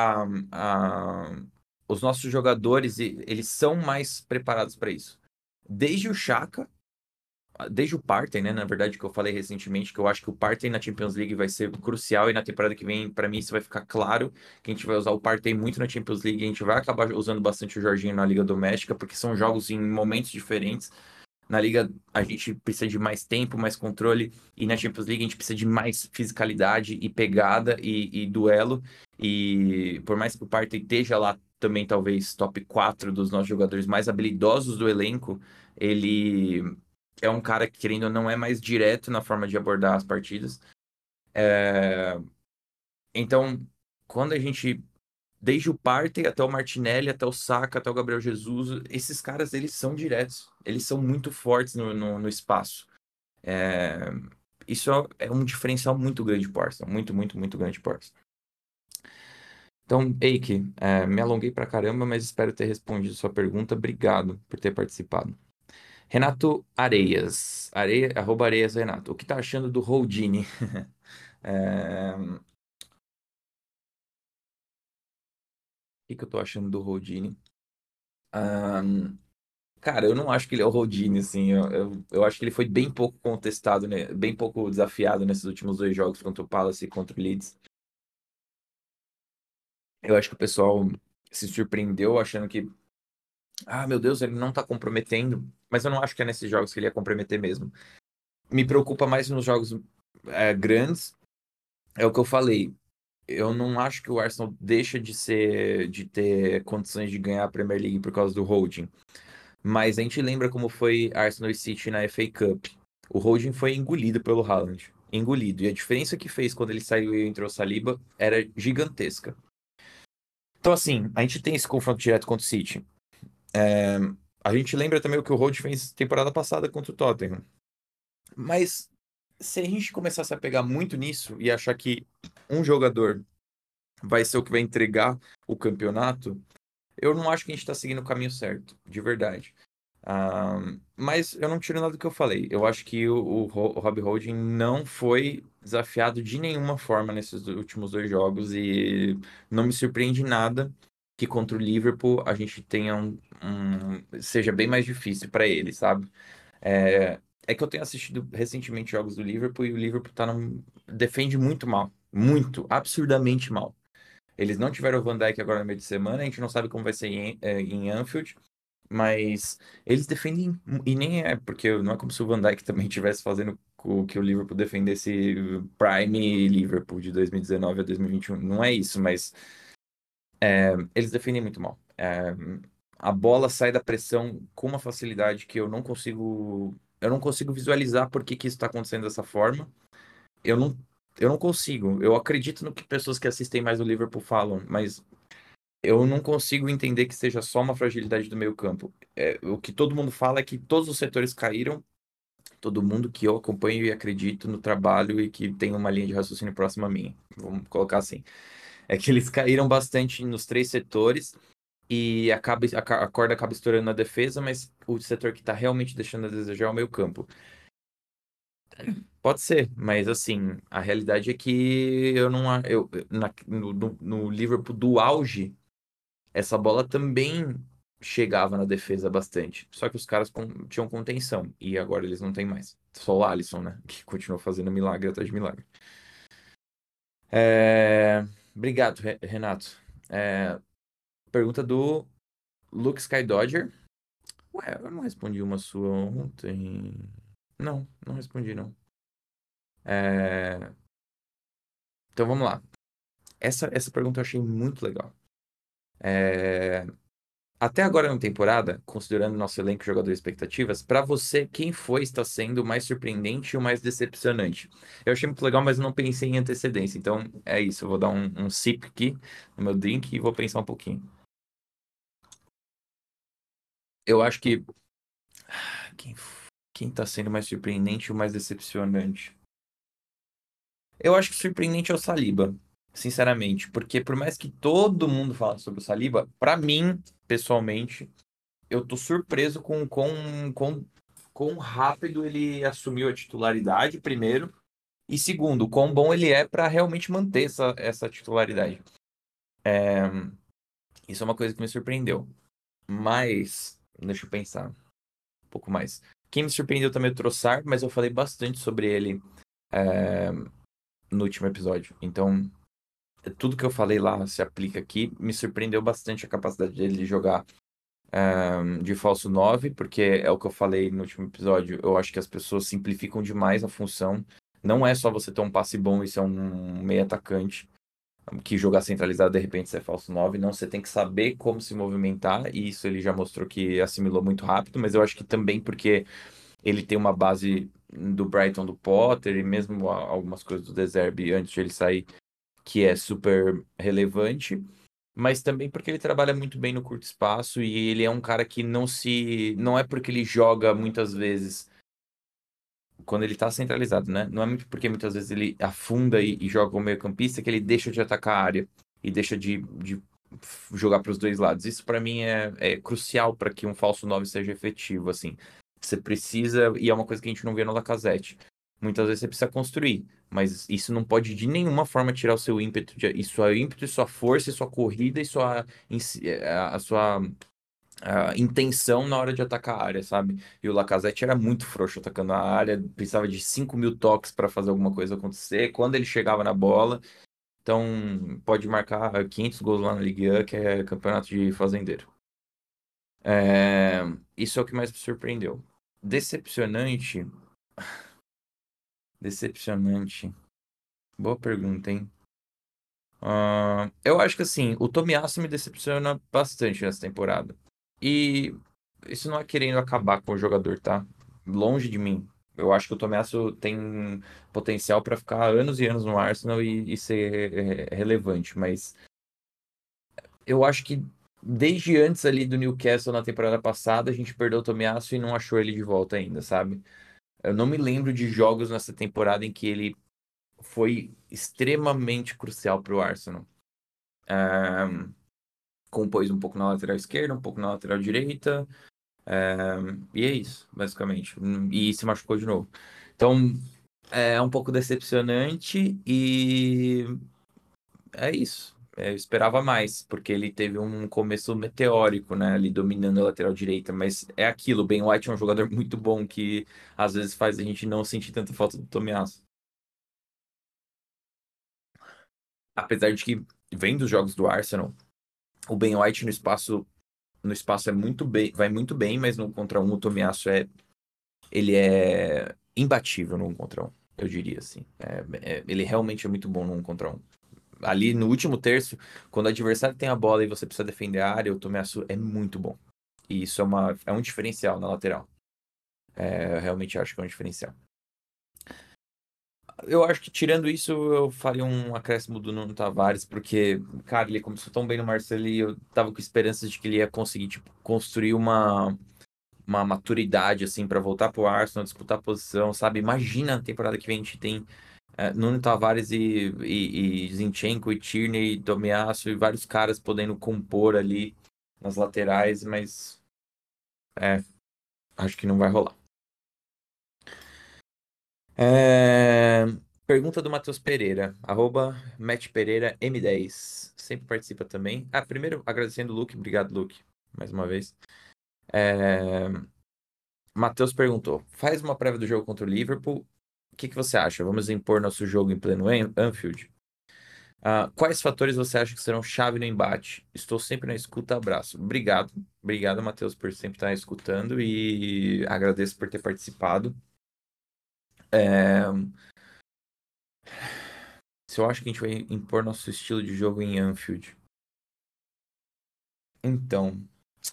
os nossos jogadores, eles são mais preparados para isso. Desde o Xhaka, desde o Partey, né? Na verdade, que eu falei recentemente, que eu acho que o Partey na Champions League vai ser crucial. E na temporada que vem, para mim, isso vai ficar claro. Que a gente vai usar o Partey muito na Champions League. A gente vai acabar usando bastante o Jorginho na Liga Doméstica, porque são jogos em momentos diferentes. Na Liga, a gente precisa de mais tempo, mais controle, e na Champions League a gente precisa de mais fisicalidade e pegada e duelo. E por mais que o Partey esteja lá também, talvez top 4 dos nossos jogadores mais habilidosos do elenco, ele é um cara que, querendo ou não, é mais direto na forma de abordar as partidas. É, Então, quando a gente desde o Partey até o Martinelli, até o Saka, até o Gabriel Jesus, esses caras, eles são diretos. Eles são muito fortes no espaço. É, Isso é um diferencial muito grande pro Arsenal. Muito, muito, muito grande pro Arsenal. Então, Eike, me alonguei pra caramba, mas espero ter respondido sua pergunta. Obrigado por ter participado. Renato Areias. @Areias Renato. O que tá achando do Houdini? O que eu tô achando do Houdini? Cara, eu não acho que ele é o Rodini, assim. Eu acho que ele foi bem pouco contestado, né? Bem pouco desafiado nesses últimos dois jogos contra o Palace e contra o Leeds. Eu acho que o pessoal se surpreendeu achando que, meu Deus, ele não tá comprometendo. Mas eu não acho que é nesses jogos que ele ia comprometer mesmo. Me preocupa mais nos jogos grandes. É o que eu falei. Eu não acho que o Arsenal deixa de ter condições de ganhar a Premier League por causa do holding. Mas a gente lembra como foi Arsenal e City na FA Cup. O holding foi engolido pelo Haaland. Engolido. E a diferença que fez quando ele saiu e entrou o Saliba era gigantesca. Então, assim, a gente tem esse confronto direto contra o City. É, A gente lembra também o que o Holding fez temporada passada contra o Tottenham. Mas se a gente começasse a pegar muito nisso e achar que um jogador vai ser o que vai entregar o campeonato, eu não acho que a gente está seguindo o caminho certo, de verdade. Mas eu não tiro nada do que eu falei. Eu acho que o Rob Holding não foi desafiado de nenhuma forma nesses últimos dois jogos e não me surpreende nada que contra o Liverpool a gente tenha seja bem mais difícil para ele, sabe? É, é que eu tenho assistido recentemente jogos do Liverpool e o Liverpool defende muito mal, muito, absurdamente mal. Eles não tiveram o Van Dijk agora no meio de semana, a gente não sabe como vai ser em Anfield. Mas eles defendem, e nem é, porque não é como se o Van Dijk também estivesse fazendo que o Liverpool defendesse Prime Liverpool de 2019 a 2021. Não é isso, mas eles defendem muito mal. A bola sai da pressão com uma facilidade que eu não consigo visualizar por que que isso está acontecendo dessa forma. Eu não, eu não consigo. Eu acredito no que pessoas que assistem mais o Liverpool falam, mas eu não consigo entender que seja só uma fragilidade do meio campo. O que todo mundo fala é que todos os setores caíram, todo mundo que eu acompanho e acredito no trabalho e que tem uma linha de raciocínio próxima a mim. Vamos colocar assim. É que eles caíram bastante nos três setores e a corda acaba estourando na defesa, mas o setor que está realmente deixando a desejar é o meio campo. Pode ser, mas assim, a realidade é que eu não. No Liverpool do auge. Essa bola também chegava na defesa bastante. Só que os caras tinham contenção. E agora eles não têm mais. Só o Alisson, né? Que continua fazendo milagre atrás de milagre. Obrigado, Renato. Pergunta do Luke Sky Dodger. Ué, eu não respondi uma sua ontem. Não, não respondi, não. É, Então vamos lá. Essa pergunta eu achei muito legal. Até agora na temporada, considerando nosso elenco e jogador expectativas, pra você, quem foi está sendo o mais surpreendente e o mais decepcionante? Eu achei muito legal, mas não pensei em antecedência. Então é isso, eu vou dar um sip aqui no meu drink e vou pensar um pouquinho. Eu acho que quem, quem tá sendo mais surpreendente e o mais decepcionante? Eu acho que surpreendente é o Saliba, sinceramente, porque por mais que todo mundo fale sobre o Saliba, pra mim, pessoalmente, eu tô surpreso com quão rápido ele assumiu a titularidade, primeiro, e segundo, quão bom ele é pra realmente manter essa titularidade. Isso é uma coisa que me surpreendeu. Mas, deixa eu pensar um pouco mais. Quem me surpreendeu também é o Trossard, mas eu falei bastante sobre ele no último episódio. Então, tudo que eu falei lá se aplica aqui. Me surpreendeu bastante a capacidade dele de jogar de falso 9, porque é o que eu falei no último episódio. Eu acho que as pessoas simplificam demais a função. Não é só você ter um passe bom e ser um meio atacante que jogar centralizado de repente ser falso 9. Não, você tem que saber como se movimentar, e isso ele já mostrou que assimilou muito rápido, mas eu acho que também porque ele tem uma base do Brighton do Potter e mesmo algumas coisas do De Zerbi antes de ele sair, que é super relevante, mas também porque ele trabalha muito bem no curto espaço e ele é um cara que não é porque ele joga muitas vezes quando ele tá centralizado, né? Não é muito porque muitas vezes ele afunda e joga como meio-campista que ele deixa de atacar a área e deixa de jogar para os dois lados. Isso para mim é crucial para que um falso 9 seja efetivo, assim. Você precisa, e é uma coisa que a gente não vê no Lacazette. Muitas vezes você precisa construir, mas isso não pode de nenhuma forma tirar o seu ímpeto, e sua ímpeto, e sua força, e sua corrida, e a sua a intenção na hora de atacar a área, sabe? E o Lacazette era muito frouxo atacando a área, precisava de 5.000 toques para fazer alguma coisa acontecer. Quando ele chegava na bola, então pode marcar 500 gols lá na Ligue 1, que é campeonato de fazendeiro. É, Isso é o que mais me surpreendeu. Decepcionante? Decepcionante. Boa pergunta, hein? Eu acho que assim, o Tomiyasu me decepciona bastante nessa temporada. E isso não é querendo acabar com o jogador, tá? Longe de mim. Eu acho que o Tomiyasu tem potencial para ficar anos e anos no Arsenal e ser relevante, mas eu acho que desde antes ali do Newcastle na temporada passada, a gente perdeu o Tomiyasu e não achou ele de volta ainda, sabe? Eu não me lembro de jogos nessa temporada em que ele foi extremamente crucial para o Arsenal. É, Compôs um pouco na lateral esquerda, um pouco na lateral direita, e é isso, basicamente. E se machucou de novo. Então, é um pouco decepcionante e é isso. Eu esperava mais, porque ele teve um começo meteórico, né, ali dominando a lateral direita, mas é aquilo, o Ben White é um jogador muito bom que às vezes faz a gente não sentir tanta falta do Tomiyasu. Apesar de que, vendo os jogos do Arsenal, o Ben White no espaço é muito bem, vai muito bem, mas no contra um o Tomiyasu ele é imbatível no um contra um, eu diria assim. Ele realmente é muito bom no um contra um. Ali no último terço, quando o adversário tem a bola e você precisa defender a área, o Tomiyasu é muito bom. E isso é um diferencial na lateral. Eu realmente acho que é um diferencial. Eu acho que tirando isso, eu faria um acréscimo do Nuno Tavares, porque, cara, ele começou tão bem no Marseille e eu tava com esperanças de que ele ia conseguir, tipo, construir uma maturidade, assim, para voltar pro Arsenal, disputar a posição, sabe? Imagina a temporada que vem a gente tem Nuno Tavares e Zinchenko e Tierney, Tomiyasu e vários caras podendo compor ali nas laterais, mas é, acho que não vai rolar. É, Pergunta do Matheus Pereira, Matt Pereira M10. Sempre participa também. Primeiro agradecendo o Luke, obrigado, Luke, mais uma vez. É, Matheus perguntou: faz uma prévia do jogo contra o Liverpool. O que que você acha? Vamos impor nosso jogo em pleno Anfield? Quais fatores você acha que serão chave no embate? Estou sempre na escuta, abraço. Obrigado. Obrigado, Matheus, por sempre estar escutando e agradeço por ter participado. É, Se eu acho que a gente vai impor nosso estilo de jogo em Anfield. Então.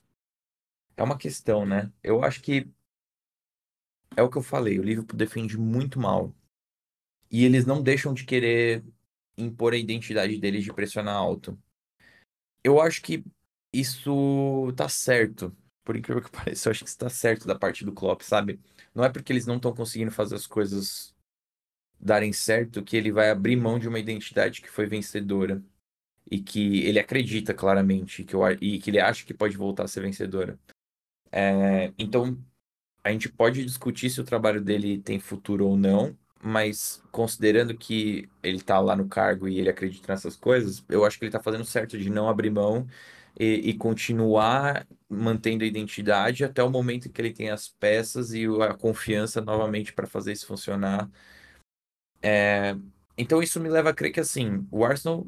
é uma questão, né? Eu acho que é o que eu falei, o Liverpool defende muito mal. E eles não deixam de querer impor a identidade deles de pressionar alto. Eu acho que isso tá certo. Por incrível que pareça, eu acho que isso tá certo da parte do Klopp, sabe? Não é porque eles não estão conseguindo fazer as coisas darem certo que ele vai abrir mão de uma identidade que foi vencedora e que ele acredita claramente e que ele acha que pode voltar a ser vencedora. Então, a gente pode discutir se o trabalho dele tem futuro ou não, mas considerando que ele tá lá no cargo e ele acredita nessas coisas, eu acho que ele tá fazendo certo de não abrir mão e continuar mantendo a identidade até o momento em que ele tem as peças e a confiança novamente para fazer isso funcionar. É, Então isso me leva a crer que assim, o Arsenal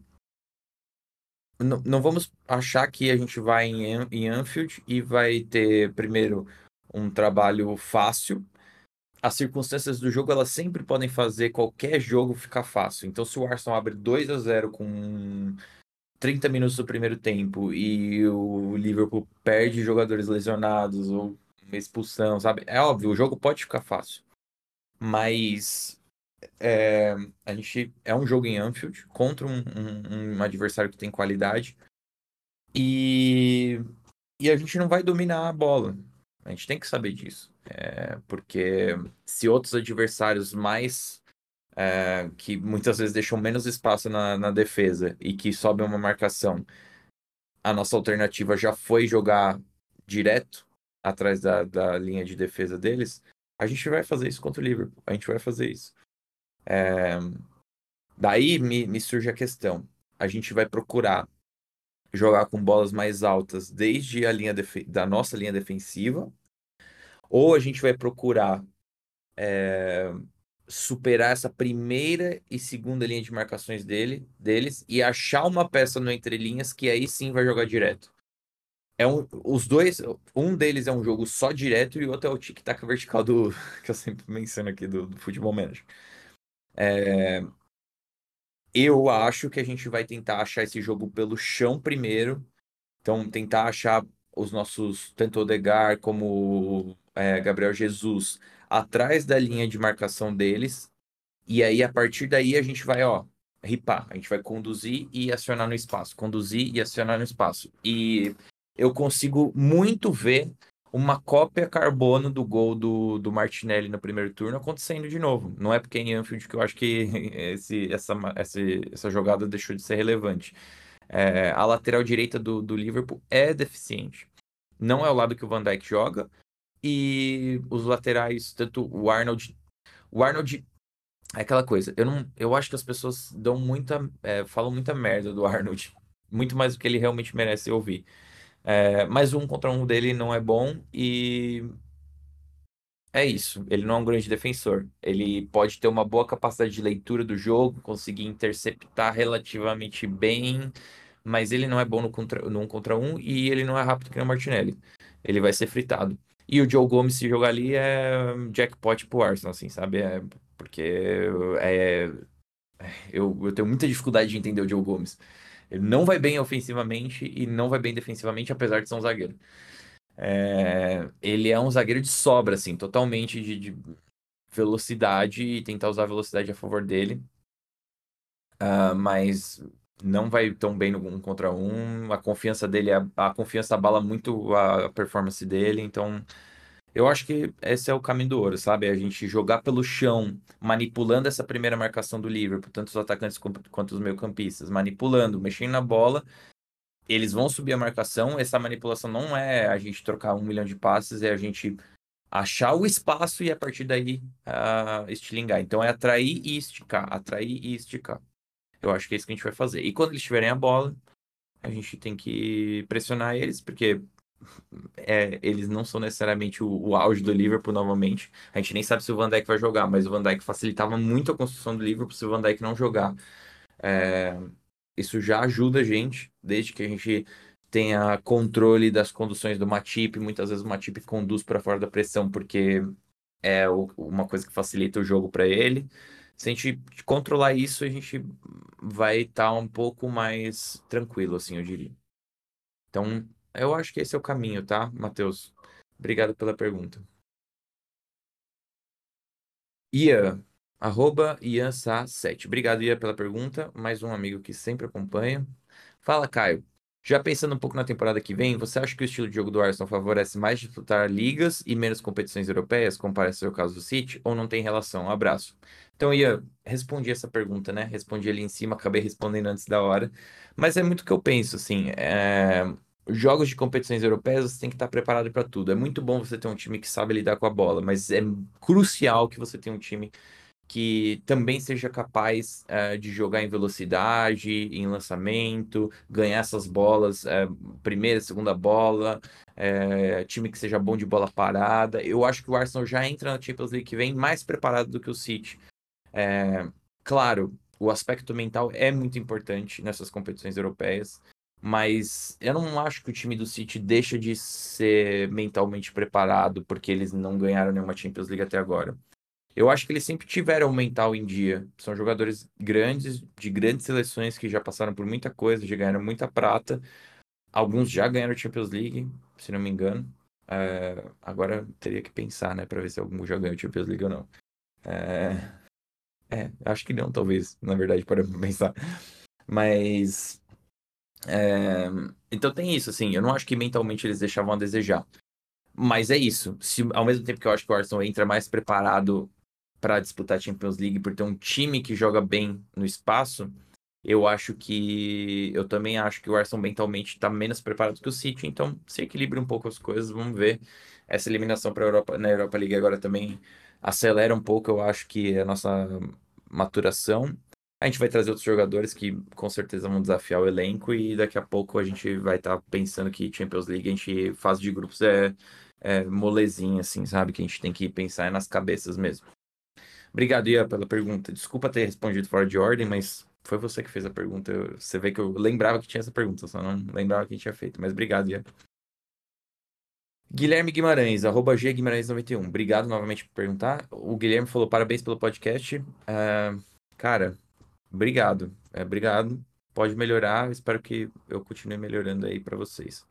não vamos achar que a gente vai em Anfield e vai ter primeiro um trabalho fácil. As circunstâncias do jogo, elas sempre podem fazer qualquer jogo ficar fácil. Então, se o Arsenal abre 2-0 com 30 minutos do primeiro tempo e o Liverpool perde jogadores lesionados ou uma expulsão, sabe? É óbvio, o jogo pode ficar fácil. Mas é, a gente é um jogo em Anfield contra um adversário que tem qualidade e, e a gente não vai dominar a bola. A gente tem que saber disso. Porque se outros adversários mais que muitas vezes deixam menos espaço na defesa e que sobem uma marcação, a nossa alternativa já foi jogar direto atrás da linha de defesa deles, a gente vai fazer isso contra o Liverpool. A gente vai fazer isso. Daí me surge a questão. A gente vai procurar jogar com bolas mais altas desde a linha da nossa linha defensiva, ou a gente vai procurar superar essa primeira e segunda linha de marcações deles e achar uma peça no entrelinhas que aí sim vai jogar direto. Os dois, um deles é um jogo só direto e o outro é o tic-tac vertical do que eu sempre menciono aqui do Futebol Manager. Eu acho que a gente vai tentar achar esse jogo pelo chão primeiro, então tentar achar os nossos, tanto Odegaard como Gabriel Jesus, atrás da linha de marcação deles. E aí, a partir daí, a gente vai, ó, ripar. A gente vai conduzir e acionar no espaço. Conduzir e acionar no espaço. E eu consigo muito ver uma cópia carbono do gol do Martinelli no primeiro turno acontecendo de novo. Não é porque é em Anfield que eu acho que essa jogada deixou de ser relevante. A lateral direita do Liverpool é deficiente. Não é o lado que o Van Dijk joga. E os laterais, tanto o Arnold. O Arnold é aquela coisa, eu acho que as pessoas falam muita merda do Arnold, muito mais do que ele realmente merece ouvir. Mas um contra um dele não é bom e é isso. Ele não é um grande defensor. Ele pode ter uma boa capacidade de leitura do jogo, conseguir interceptar relativamente bem, mas ele não é bom no um contra um e ele não é rápido que nem o Martinelli. Ele vai ser fritado. E o Joe Gomes, se jogar ali, é jackpot pro Arsenal, assim, sabe? Porque é, eu tenho muita dificuldade de entender o Joe Gomes. Ele não vai bem ofensivamente e não vai bem defensivamente, apesar de ser um zagueiro. Ele é um zagueiro de sobra, assim, totalmente de velocidade e tentar usar a velocidade a favor dele. Mas não vai tão bem no um contra um. A confiança dele, a confiança abala muito a performance dele. Então, eu acho que esse é o caminho do ouro, sabe? A gente jogar pelo chão, manipulando essa primeira marcação do Liverpool, tanto os atacantes quanto os meio-campistas, manipulando, mexendo na bola. Eles vão subir a marcação. Essa manipulação não é a gente trocar 1 milhão de passes, é a gente achar o espaço e a partir daí estilingar. Então é atrair e esticar, atrair e esticar. Eu acho que é isso que a gente vai fazer. E quando eles tiverem a bola, a gente tem que pressionar eles, porque eles não são necessariamente o auge do Liverpool novamente. A gente nem sabe se o Van Dijk vai jogar, mas o Van Dijk facilitava muito a construção do Liverpool se o Van Dijk não jogar. É, Isso já ajuda a gente, desde que a gente tenha controle das conduções do Matip. Muitas vezes o Matip conduz para fora da pressão, porque uma coisa que facilita o jogo para ele. Se a gente controlar isso, a gente vai estar um pouco mais tranquilo, assim, eu diria. Então, eu acho que esse é o caminho, tá, Matheus? Obrigado pela pergunta. Ian, @IanSa7. Obrigado, Ian, pela pergunta. Mais um amigo que sempre acompanha. Fala, Caio. Já pensando um pouco na temporada que vem, você acha que o estilo de jogo do Arsenal favorece mais disputar ligas e menos competições europeias, como parece ser o caso do City, ou não tem relação? Um abraço. Então, Ian, respondi essa pergunta, né? Respondi ali em cima, acabei respondendo antes da hora. Mas é muito o que eu penso, assim. Jogos de competições europeias, você tem que estar preparado para tudo. É muito bom você ter um time que sabe lidar com a bola, mas é crucial que você tenha um time que também seja capaz de jogar em velocidade, em lançamento, ganhar essas bolas, primeira, segunda bola, time que seja bom de bola parada. Eu acho que o Arsenal já entra na Champions League que vem mais preparado do que o City. É, claro, o aspecto mental é muito importante nessas competições europeias, mas eu não acho que o time do City deixa de ser mentalmente preparado porque eles não ganharam nenhuma Champions League até agora. Eu acho que eles sempre tiveram o mental em dia. São jogadores grandes, de grandes seleções que já passaram por muita coisa, já ganharam muita prata. Alguns já ganharam Champions League, se não me engano. Agora teria que pensar, né, para ver se algum já ganhou Champions League ou não. É, acho que não, talvez, na verdade, para pensar. Mas. é, Então tem isso, assim. Eu não acho que mentalmente eles deixavam a desejar. Mas é isso. Se, ao mesmo tempo que eu acho que o Arsenal entra mais preparado para disputar a Champions League por ter um time que joga bem no espaço, eu também acho que o Arsenal mentalmente está menos preparado que o City, então se equilibra um pouco as coisas, vamos ver. Essa eliminação para Europa na Europa League agora também acelera um pouco, eu acho que a nossa maturação. A gente vai trazer outros jogadores que com certeza vão desafiar o elenco e daqui a pouco a gente vai estar pensando que Champions League, a gente fase de grupos é molezinha, assim, sabe? Que a gente tem que pensar nas cabeças mesmo. Obrigado, Ian, pela pergunta. Desculpa ter respondido fora de ordem, mas foi você que fez a pergunta. Você vê que eu lembrava que tinha essa pergunta, só não lembrava quem tinha feito. Mas obrigado, Ian. Guilherme Guimarães, @GGuimarães91. Obrigado novamente por perguntar. O Guilherme falou parabéns pelo podcast. Cara, obrigado. Obrigado. Pode melhorar. Espero que eu continue melhorando aí para vocês.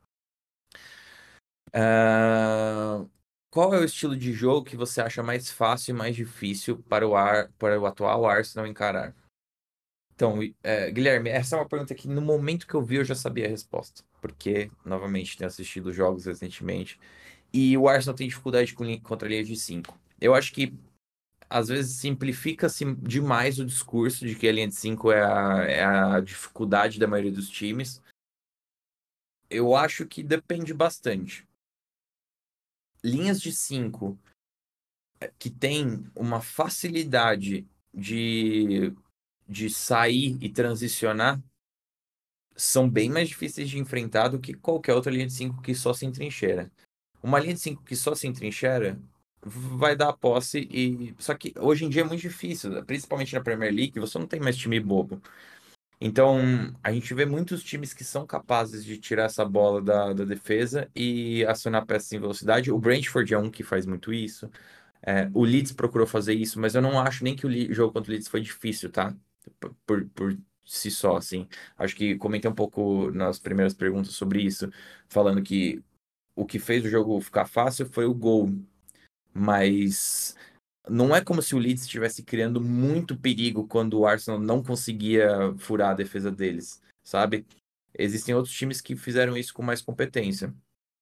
Ah, Qual é o estilo de jogo que você acha mais fácil e mais difícil para o atual Arsenal encarar? Então, Guilherme, essa é uma pergunta que no momento que eu vi eu já sabia a resposta, porque, novamente, tenho assistido jogos recentemente e o Arsenal tem dificuldade contra linhas de 5. Eu acho que às vezes simplifica-se demais o discurso de que a linha de 5 é a dificuldade da maioria dos times. Eu acho que depende bastante. Linhas de 5 que tem uma facilidade de, de sair e transicionar são bem mais difíceis de enfrentar do que qualquer outra linha de 5 que só se entrincheira. Uma linha de 5 que só se entrincheira vai dar a posse e só que hoje em dia é muito difícil, principalmente na Premier League, você não tem mais time bobo. Então, a gente vê muitos times que são capazes de tirar essa bola da defesa e acionar peças em velocidade. O Brentford é um que faz muito isso. O Leeds procurou fazer isso, mas eu não acho nem que o jogo contra o Leeds foi difícil, tá? Por si só, assim. Acho que comentei um pouco nas primeiras perguntas sobre isso, falando que o que fez o jogo ficar fácil foi o gol, mas não é como se o Leeds estivesse criando muito perigo quando o Arsenal não conseguia furar a defesa deles, sabe? Existem outros times que fizeram isso com mais competência.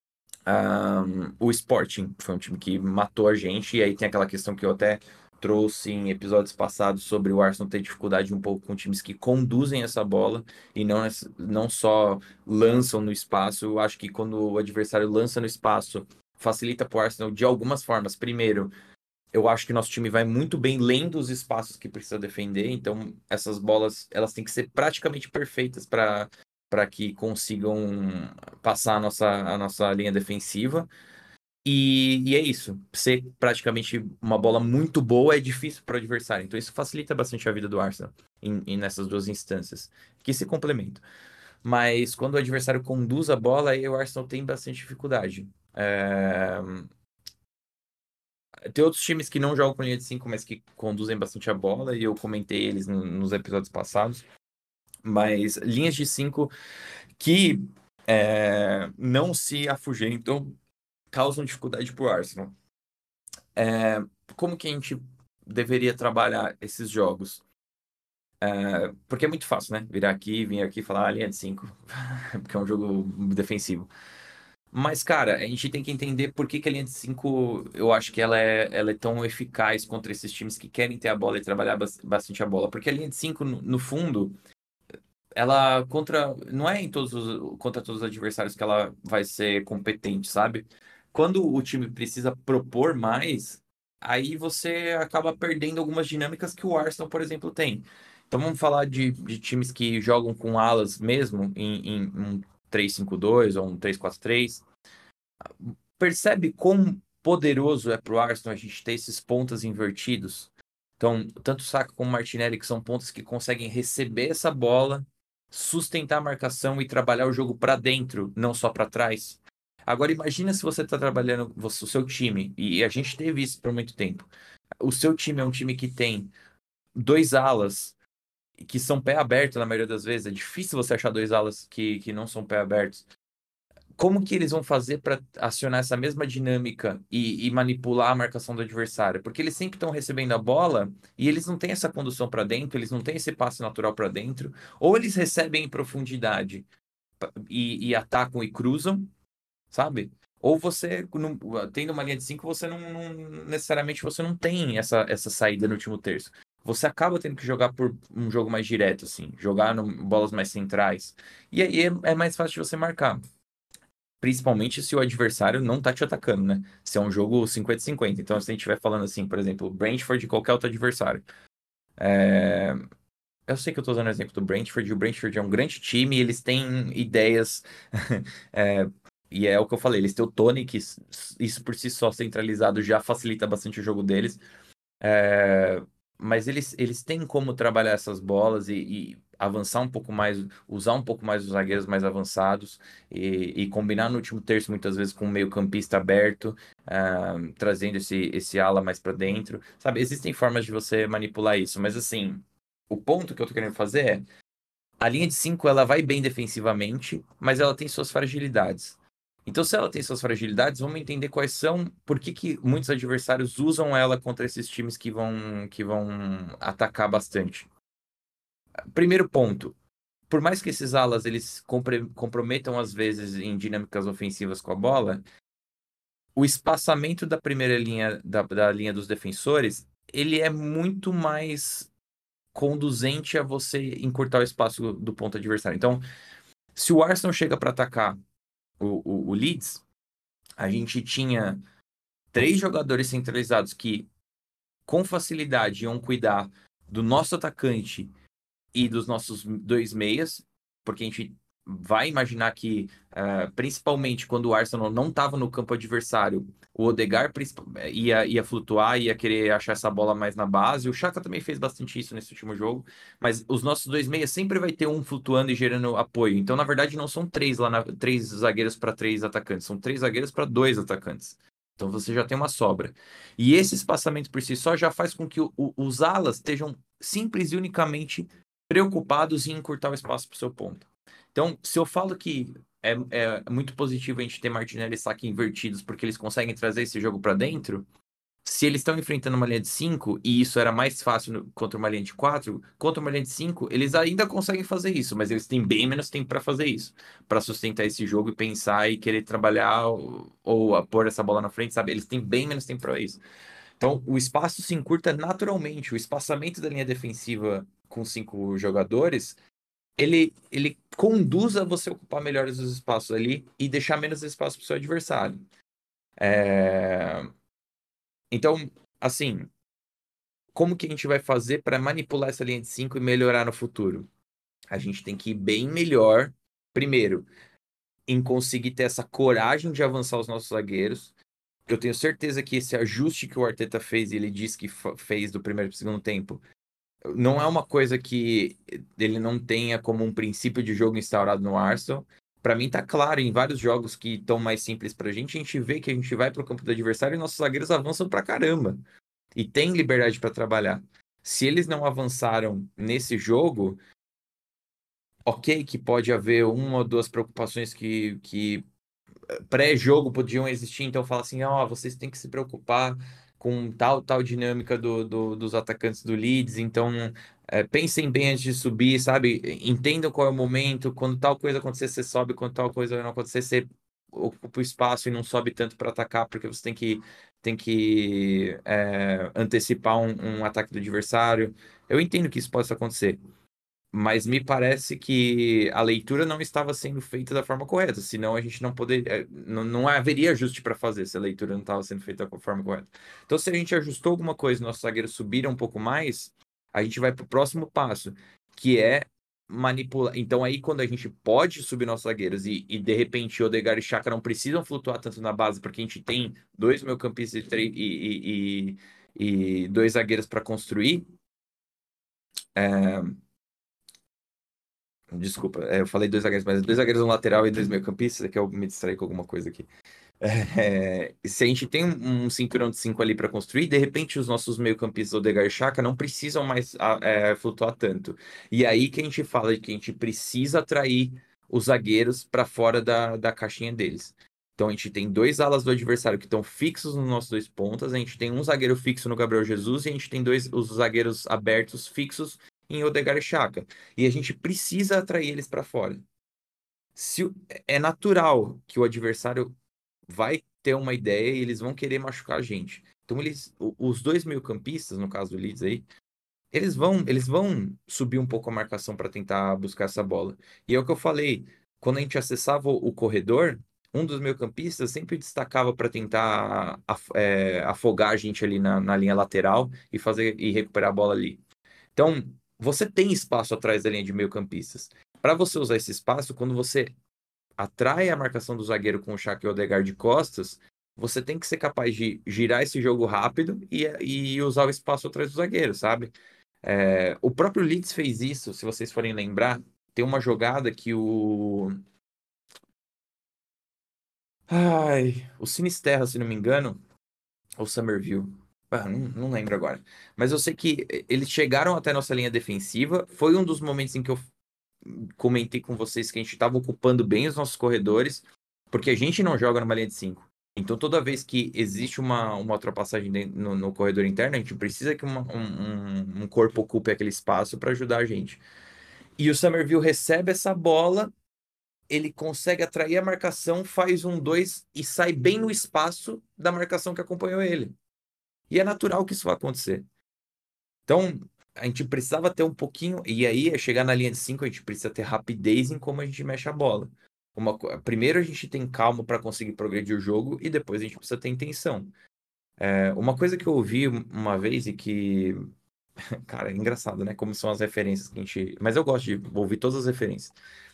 O Sporting foi um time que matou a gente, e aí tem aquela questão que eu até trouxe em episódios passados sobre o Arsenal ter dificuldade um pouco com times que conduzem essa bola e não só lançam no espaço. Eu acho que quando o adversário lança no espaço, facilita para o Arsenal de algumas formas. Primeiro, eu acho que nosso time vai muito bem lendo os espaços que precisa defender, então essas bolas elas têm que ser praticamente perfeitas para que consigam passar a nossa linha defensiva. E é isso. Ser praticamente uma bola muito boa é difícil para o adversário. Então isso facilita bastante a vida do Arsenal nessas duas instâncias, que se complementam. Mas quando o adversário conduz a bola, aí o Arsenal tem bastante dificuldade. Tem outros times que não jogam com linha de 5, mas que conduzem bastante a bola, e eu comentei eles nos episódios passados. Mas linhas de 5 que não se afugentam causam dificuldade pro Arsenal. É, como que a gente deveria trabalhar esses jogos? Porque é muito fácil, né? Vir aqui e falar linha de 5, porque é um jogo defensivo. Mas, cara, a gente tem que entender por que que a linha de 5 eu acho que ela é tão eficaz contra esses times que querem ter a bola e trabalhar bastante a bola. Porque a linha de 5 no fundo, ela não é contra todos os adversários que ela vai ser competente, sabe? Quando o time precisa propor mais, aí você acaba perdendo algumas dinâmicas que o Arsenal, por exemplo, tem. Então vamos falar de times que jogam com alas mesmo, em um 3-5-2 ou um 3-4-3. Percebe quão poderoso é pro Arsenal a gente ter esses pontas invertidos? Então, tanto o Saka como o Martinelli, que são pontas que conseguem receber essa bola, sustentar a marcação e trabalhar o jogo para dentro, não só para trás. Agora, imagina se você está trabalhando o seu time, e a gente teve isso por muito tempo. O seu time é um time que tem dois alas que são pé aberto na maioria das vezes. É difícil você achar dois alas que não são pé abertos. Como que eles vão fazer para acionar essa mesma dinâmica e manipular a marcação do adversário? Porque eles sempre estão recebendo a bola e eles não têm essa condução para dentro, eles não têm esse passe natural para dentro, ou eles recebem em profundidade e atacam e cruzam, sabe? Ou você, tendo uma linha de 5, você necessariamente você não tem essa saída no último terço. Você acaba tendo que jogar por um jogo mais direto, assim, jogar bolas mais centrais. E aí é mais fácil de você marcar. Principalmente se o adversário não tá te atacando, né? Se é um jogo 50-50. Então, se a gente estiver falando assim, por exemplo, o Brentford de qualquer outro adversário. É, eu sei que eu tô usando o exemplo do Brentford, e o Brentford é um grande time, e eles têm ideias. é, E é o que eu falei, eles têm o Tony, que isso por si só centralizado já facilita bastante o jogo deles. É, mas eles têm como trabalhar essas bolas e avançar um pouco mais, usar um pouco mais os zagueiros mais avançados e combinar no último terço muitas vezes com o meio-campista aberto, trazendo esse ala mais para dentro. Sabe, existem formas de você manipular isso, mas assim, o ponto que eu tô querendo fazer é a linha de 5 ela vai bem defensivamente, mas ela tem suas fragilidades. Então, se ela tem suas fragilidades, vamos entender quais são, por que que muitos adversários usam ela contra esses times que vão atacar bastante. Primeiro ponto, por mais que esses alas eles comprometam às vezes em dinâmicas ofensivas com a bola, o espaçamento da primeira linha da linha dos defensores, ele é muito mais conduzente a você encurtar o espaço do ponto adversário. Então, se o Arsenal chega para atacar o Leeds, a gente tinha três jogadores centralizados que com facilidade iam cuidar do nosso atacante e dos nossos dois meias, porque a gente vai imaginar que, principalmente quando o Arsenal não estava no campo adversário, o Odegaard ia flutuar, ia querer achar essa bola mais na base. O Xhaka também fez bastante isso nesse último jogo, mas os nossos dois meias sempre vai ter um flutuando e gerando apoio. Então, na verdade, não são três zagueiros para três atacantes, são três zagueiros para dois atacantes. Então você já tem uma sobra. E esse espaçamento por si só já faz com que os alas estejam simples e unicamente preocupados em encurtar o espaço para o seu ponto. Então, se eu falo que é muito positivo a gente ter Martinelli e Saka invertidos porque eles conseguem trazer esse jogo para dentro, se eles estão enfrentando uma linha de 5 e isso era mais fácil contra uma linha de 4, contra uma linha de 5 eles ainda conseguem fazer isso, mas eles têm bem menos tempo para fazer isso, para sustentar esse jogo e pensar e querer trabalhar ou pôr essa bola na frente, sabe? Eles têm bem menos tempo para isso. Então, o espaço se encurta naturalmente. O espaçamento da linha defensiva com cinco jogadores, ele conduz a você ocupar melhores os espaços ali e deixar menos espaço para o seu adversário. É, Então, assim, como que a gente vai fazer para manipular essa linha de 5 e melhorar no futuro? A gente tem que ir bem melhor, primeiro, em conseguir ter essa coragem de avançar os nossos zagueiros. Eu tenho certeza que esse ajuste que o Arteta fez, e ele disse que fez do primeiro para o segundo tempo, não é uma coisa que ele não tenha como um princípio de jogo instaurado no Arsenal. Para mim tá claro, em vários jogos que estão mais simples pra gente vê que a gente vai pro campo do adversário e nossos zagueiros avançam pra caramba e tem liberdade para trabalhar. Se eles não avançaram nesse jogo, ok que pode haver uma ou duas preocupações que pré-jogo podiam existir, então fala assim, ó, vocês têm que se preocupar com tal dinâmica dos atacantes do Leeds, então pensem bem antes de subir, sabe? Entendam qual é o momento, quando tal coisa acontecer, você sobe, quando tal coisa não acontecer, você ocupa o espaço e não sobe tanto para atacar, porque você tem que antecipar um ataque do adversário. Eu entendo que isso possa acontecer, mas me parece que a leitura não estava sendo feita da forma correta, senão a gente não poderia, não haveria ajuste para fazer se a leitura não estava sendo feita da forma correta. Então, se a gente ajustou alguma coisa, nossos zagueiros subiram um pouco mais, a gente vai para o próximo passo, que é manipular. Então, aí, quando a gente pode subir nossos zagueiros e de repente Odegaard e Xhaka não precisam flutuar tanto na base, porque a gente tem dois meio-campistas e dois zagueiros para construir. é, Desculpa, eu falei dois zagueiros, mas dois zagueiros, um lateral e dois meio-campistas, é que eu me distraí com alguma coisa aqui. Se a gente tem um cinturão de cinco ali para construir, de repente os nossos meio-campistas, Odegaard e Xhaka, não precisam mais flutuar tanto. E aí que a gente fala de que a gente precisa atrair os zagueiros para fora da caixinha deles. Então a gente tem dois alas do adversário que estão fixos nos nossos dois pontas, a gente tem um zagueiro fixo no Gabriel Jesus e a gente tem os zagueiros abertos fixos em Odegaard e Xhaka. E a gente precisa atrair eles para fora. É natural que o adversário vai ter uma ideia e eles vão querer machucar a gente. Então os dois meio-campistas, no caso do Leeds aí, eles vão subir um pouco a marcação para tentar buscar essa bola. E é o que eu falei, quando a gente acessava o corredor, um dos meio-campistas sempre destacava para tentar afogar a gente ali na linha lateral e recuperar a bola ali. Então, você tem espaço atrás da linha de meio-campistas. Para você usar esse espaço, quando você atrai a marcação do zagueiro com o Xhaka e o Odegaard de costas, você tem que ser capaz de girar esse jogo rápido e usar o espaço atrás do zagueiro, sabe? O próprio Leeds fez isso, se vocês forem lembrar. Tem uma jogada que o Sinisterra, se não me engano, ou Somerville. Não lembro agora. Mas eu sei que eles chegaram até nossa linha defensiva. Foi um dos momentos em que eu comentei com vocês que a gente estava ocupando bem os nossos corredores, porque a gente não joga numa linha de 5. Então, toda vez que existe uma ultrapassagem no corredor interno, a gente precisa que um corpo ocupe aquele espaço para ajudar a gente. E o Somerville recebe essa bola, ele consegue atrair a marcação, faz 1-2 e sai bem no espaço da marcação que acompanhou ele. E é natural que isso vá acontecer. Então, a gente precisava ter um pouquinho. E aí, chegar na linha de 5 a gente precisa ter rapidez em como a gente mexe a bola. Primeiro, a gente tem calma para conseguir progredir o jogo e depois a gente precisa ter intenção. Uma coisa que eu ouvi uma vez e que. Cara, é engraçado, né? Como são as referências que a gente. Mas eu gosto de ouvir todas as referências.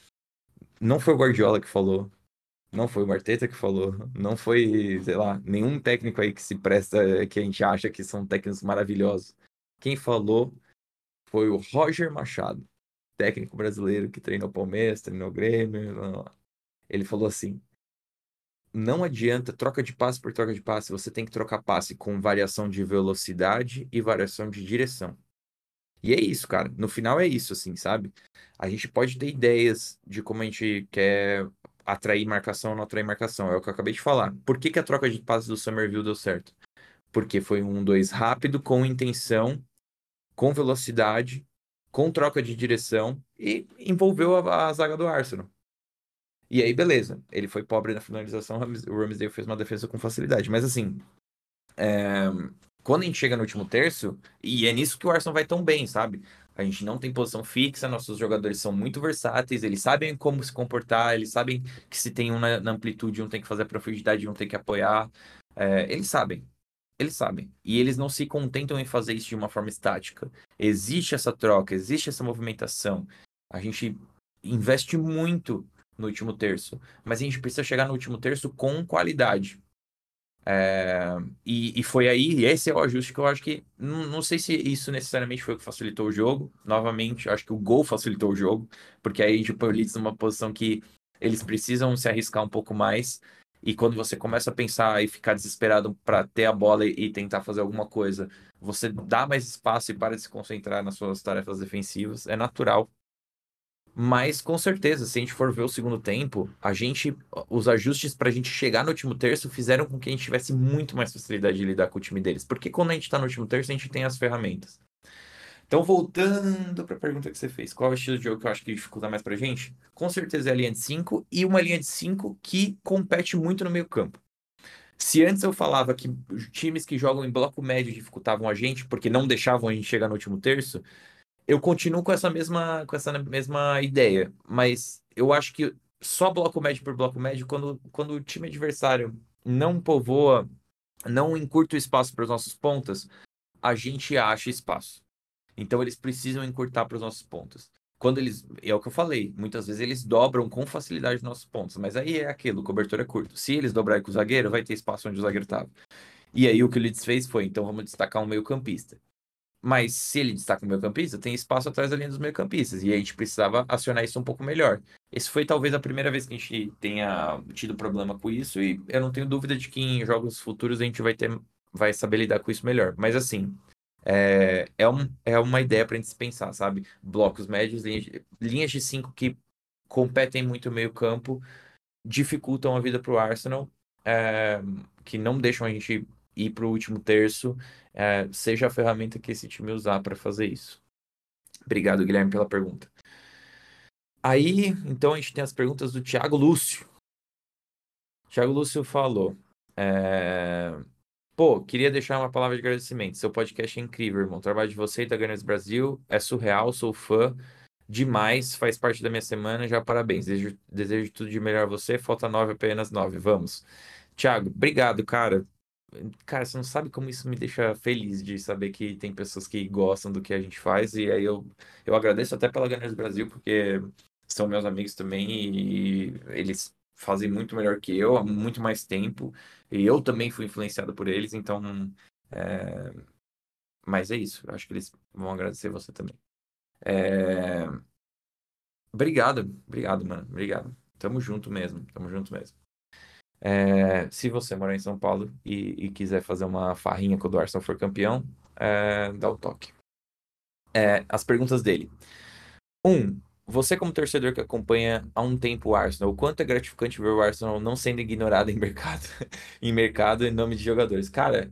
Não foi o Guardiola que falou. Não foi o Arteta que falou. Não foi, sei lá, nenhum técnico aí que se presta, que a gente acha que são técnicos maravilhosos. Quem falou foi o Roger Machado, técnico brasileiro que treinou Palmeiras, treinou Grêmio. Blá, blá, blá. Ele falou assim: não adianta troca de passe por troca de passe, você tem que trocar passe com variação de velocidade e variação de direção. E é isso, cara. No final é isso, assim, sabe? A gente pode ter ideias de como a gente quer atrair marcação ou não atrair marcação. É o que eu acabei de falar. Por que que a troca de passes do Somerville deu certo? Porque foi um 1-2 rápido, com intenção, com velocidade, com troca de direção e envolveu a zaga do Arsenal. E aí, beleza. Ele foi pobre na finalização, o Ramsdale fez uma defesa com facilidade. Mas assim, é, quando a gente chega no último terço, e é nisso que o Arsenal vai tão bem, sabe? A gente não tem posição fixa, nossos jogadores são muito versáteis, eles sabem como se comportar, eles sabem que se tem um na amplitude, um tem que fazer a profundidade, um tem que apoiar. Eles sabem. Eles sabem. E eles não se contentam em fazer isso de uma forma estática. Existe essa troca, existe essa movimentação. A gente investe muito no último terço, mas a gente precisa chegar no último terço com qualidade. E foi aí, e esse é o ajuste que eu acho que. Não sei se isso necessariamente foi o que facilitou o jogo. Novamente, eu acho que o gol facilitou o jogo, porque aí a gente põe o Leeds numa posição que eles precisam se arriscar um pouco mais. E quando você começa a pensar e ficar desesperado para ter a bola e tentar fazer alguma coisa, você dá mais espaço e para de se concentrar nas suas tarefas defensivas. É natural. Mas com certeza, se a gente for ver o segundo tempo, os ajustes pra gente chegar no último terço fizeram com que a gente tivesse muito mais facilidade de lidar com o time deles. Porque quando a gente tá no último terço, a gente tem as ferramentas. Então, voltando pra pergunta que você fez, qual é o estilo de jogo que eu acho que dificulta mais pra gente? Com certeza é a linha de 5 e uma linha de 5 que compete muito no meio campo. Se antes eu falava que times que jogam em bloco médio dificultavam a gente porque não deixavam a gente chegar no último terço, eu continuo com essa mesma ideia, mas eu acho que só bloco médio por bloco médio, quando o time adversário não povoa, não encurta o espaço para os nossos pontas, a gente acha espaço. Então eles precisam encurtar para os nossos pontas. Quando eles, é o que eu falei, muitas vezes eles dobram com facilidade os nossos pontos, mas aí é aquilo, o cobertor é curto. Se eles dobrarem com o zagueiro, vai ter espaço onde o zagueiro estava. E aí o que o Leeds fez foi, então vamos destacar um meio-campista. Mas se ele destaca o meio-campista, tem espaço atrás da linha dos meio-campistas. E a gente precisava acionar isso um pouco melhor. Esse foi talvez a primeira vez que a gente tenha tido problema com isso. E eu não tenho dúvida de que em jogos futuros a gente vai saber lidar com isso melhor. Mas assim, é uma ideia para a gente se pensar, sabe? Blocos médios, linhas de 5 que competem muito o meio-campo, dificultam a vida para o Arsenal, é, que não deixam a gente ir para o último terço, seja a ferramenta que esse time usar para fazer isso. Obrigado, Guilherme, pela pergunta. Aí, então, a gente tem as perguntas do Thiago Lúcio. Thiago Lúcio falou: é, Pô, queria deixar uma palavra de agradecimento. Seu podcast é incrível, irmão. O trabalho de você e da Gunners Brasil é surreal, sou fã demais, faz parte da minha semana. Já parabéns. Desejo tudo de melhor a você. Falta 9, apenas 9. Vamos. Thiago, obrigado, cara. Cara, você não sabe como isso me deixa feliz de saber que tem pessoas que gostam do que a gente faz. E aí eu agradeço até pela Gunners Brasil, porque são meus amigos também e eles fazem muito melhor que eu há muito mais tempo. E eu também fui influenciado por eles, então. é, Mas é isso. Eu acho que eles vão agradecer você também. É, Obrigado, obrigado, mano. Obrigado. Tamo junto mesmo. Tamo junto mesmo. Se você morar em São Paulo e quiser fazer uma farrinha quando o Arsenal for campeão, dá o toque. As perguntas dele. Você como torcedor que acompanha há um tempo o Arsenal, o quanto é gratificante ver o Arsenal não sendo ignorado em mercado, em mercado em nome de jogadores? Cara,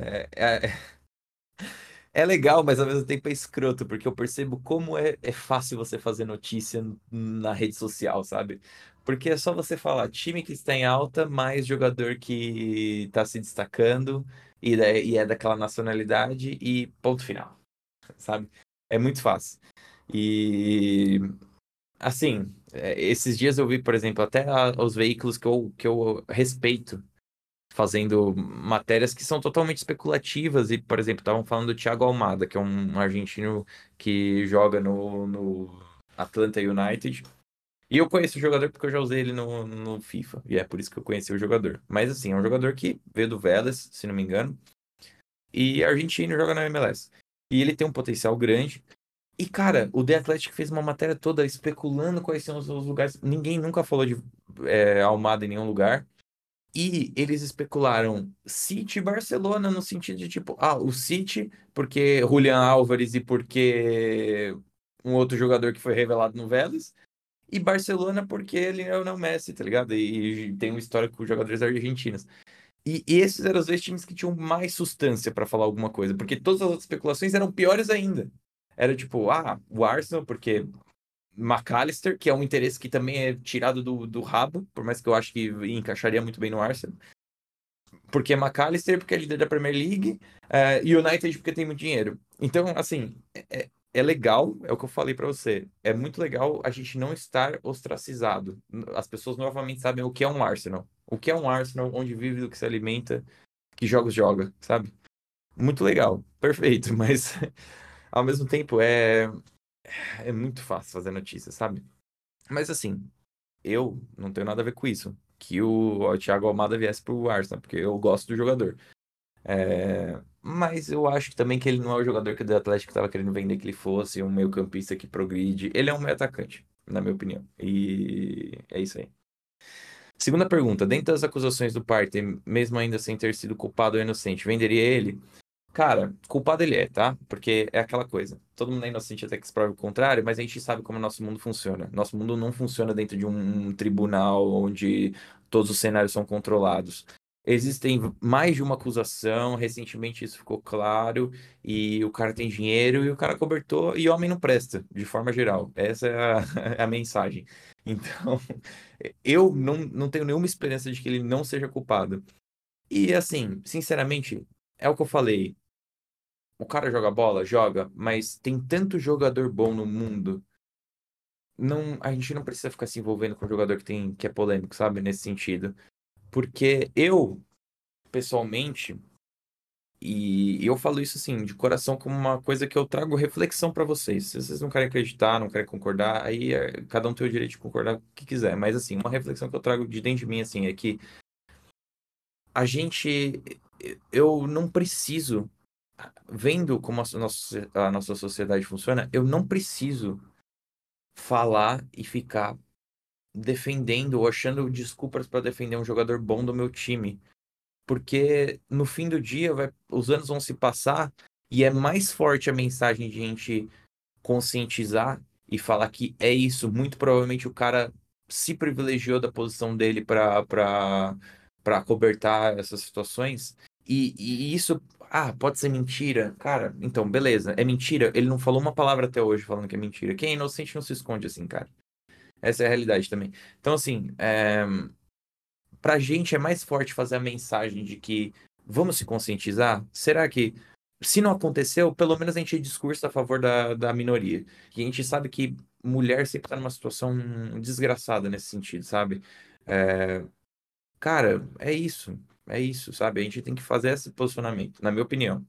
é legal, mas ao mesmo tempo é escroto, porque eu percebo como é fácil você fazer notícia na rede social, sabe? Porque é só você falar time que está em alta, mais jogador que está se destacando e é daquela nacionalidade e ponto final, sabe? É muito fácil. E assim, esses dias eu vi, por exemplo, até os veículos que eu respeito fazendo matérias que são totalmente especulativas e, por exemplo, estavam falando do Thiago Almada, que é um argentino que joga no Atlanta United. E eu conheço o jogador porque eu já usei ele no FIFA, e é por isso que eu conheci o jogador. Mas assim, é um jogador que veio do Vélez, se não me engano, e é argentino, joga na MLS. E ele tem um potencial grande. E, cara, o The Athletic fez uma matéria toda especulando quais são os lugares. Ninguém nunca falou de Almada em nenhum lugar. E eles especularam City e Barcelona no sentido de tipo, o City, porque Julian Álvares e porque um outro jogador que foi revelado no Vélez, e Barcelona porque ele é o Messi, tá ligado? E tem um histórico com jogadores argentinos. E esses eram os dois times que tinham mais substância pra falar alguma coisa, porque todas as outras especulações eram piores ainda. Era tipo, o Arsenal, porque McAllister, que é um interesse que também é tirado do rabo, por mais que eu acho que encaixaria muito bem no Arsenal. Porque é McAllister, porque é líder da Premier League, e United porque tem muito dinheiro. Então, assim, é legal, é o que eu falei pra você. É muito legal a gente não estar ostracizado. As pessoas novamente sabem o que é um Arsenal. O que é um Arsenal, onde vive, do que se alimenta, que jogos joga, sabe? Muito legal, perfeito, mas ao mesmo tempo é muito fácil fazer notícia, sabe? Mas assim, eu não tenho nada a ver com isso. Que o Thiago Almada viesse pro Arsenal, porque eu gosto do jogador. Mas eu acho também que ele não é o jogador que o The Atlético estava querendo vender que ele fosse, um meio-campista que progride. Ele é um meio atacante, na minha opinião. E é isso aí. Segunda pergunta: dentro das acusações do Partey, mesmo ainda sem ter sido culpado ou inocente, venderia ele? Cara, culpado ele é, tá? Porque é aquela coisa. Todo mundo é inocente até que se prove o contrário, mas a gente sabe como o nosso mundo funciona. Nosso mundo não funciona dentro de um tribunal onde todos os cenários são controlados. Existem mais de uma acusação, recentemente isso ficou claro, e o cara tem dinheiro e o cara cobertou, e homem não presta, de forma geral. Essa é a, é a mensagem. Então, eu não tenho nenhuma esperança de que ele não seja culpado. E assim, sinceramente, é o que eu falei. O cara joga bola? Joga, mas tem tanto jogador bom no mundo. Não, a gente não precisa ficar se envolvendo com um jogador que é polêmico, sabe? Nesse sentido. Porque eu, pessoalmente, e eu falo isso assim, de coração, como uma coisa que eu trago reflexão pra vocês. Se vocês não querem acreditar, não querem concordar, aí cada um tem o direito de concordar com o que quiser. Mas assim, uma reflexão que eu trago de dentro de mim, assim, é que a gente. Eu não preciso, vendo como a nossa sociedade funciona, eu não preciso falar e ficar defendendo ou achando desculpas para defender um jogador bom do meu time. Porque no fim do dia, os anos vão se passar e é mais forte a mensagem de a gente conscientizar e falar que é isso. Muito provavelmente o cara se privilegiou da posição dele para cobertar essas situações. E isso, pode ser mentira. Cara, então, beleza, é mentira. Ele não falou uma palavra até hoje falando que é mentira. Quem é inocente não se esconde assim, cara. Essa é a realidade também. Então, assim, pra gente é mais forte fazer a mensagem de que vamos se conscientizar? Será que, se não aconteceu, pelo menos a gente discursa a favor da minoria? Que a gente sabe que mulher sempre tá numa situação desgraçada nesse sentido, sabe? É, cara, é isso. É isso, sabe? A gente tem que fazer esse posicionamento, na minha opinião.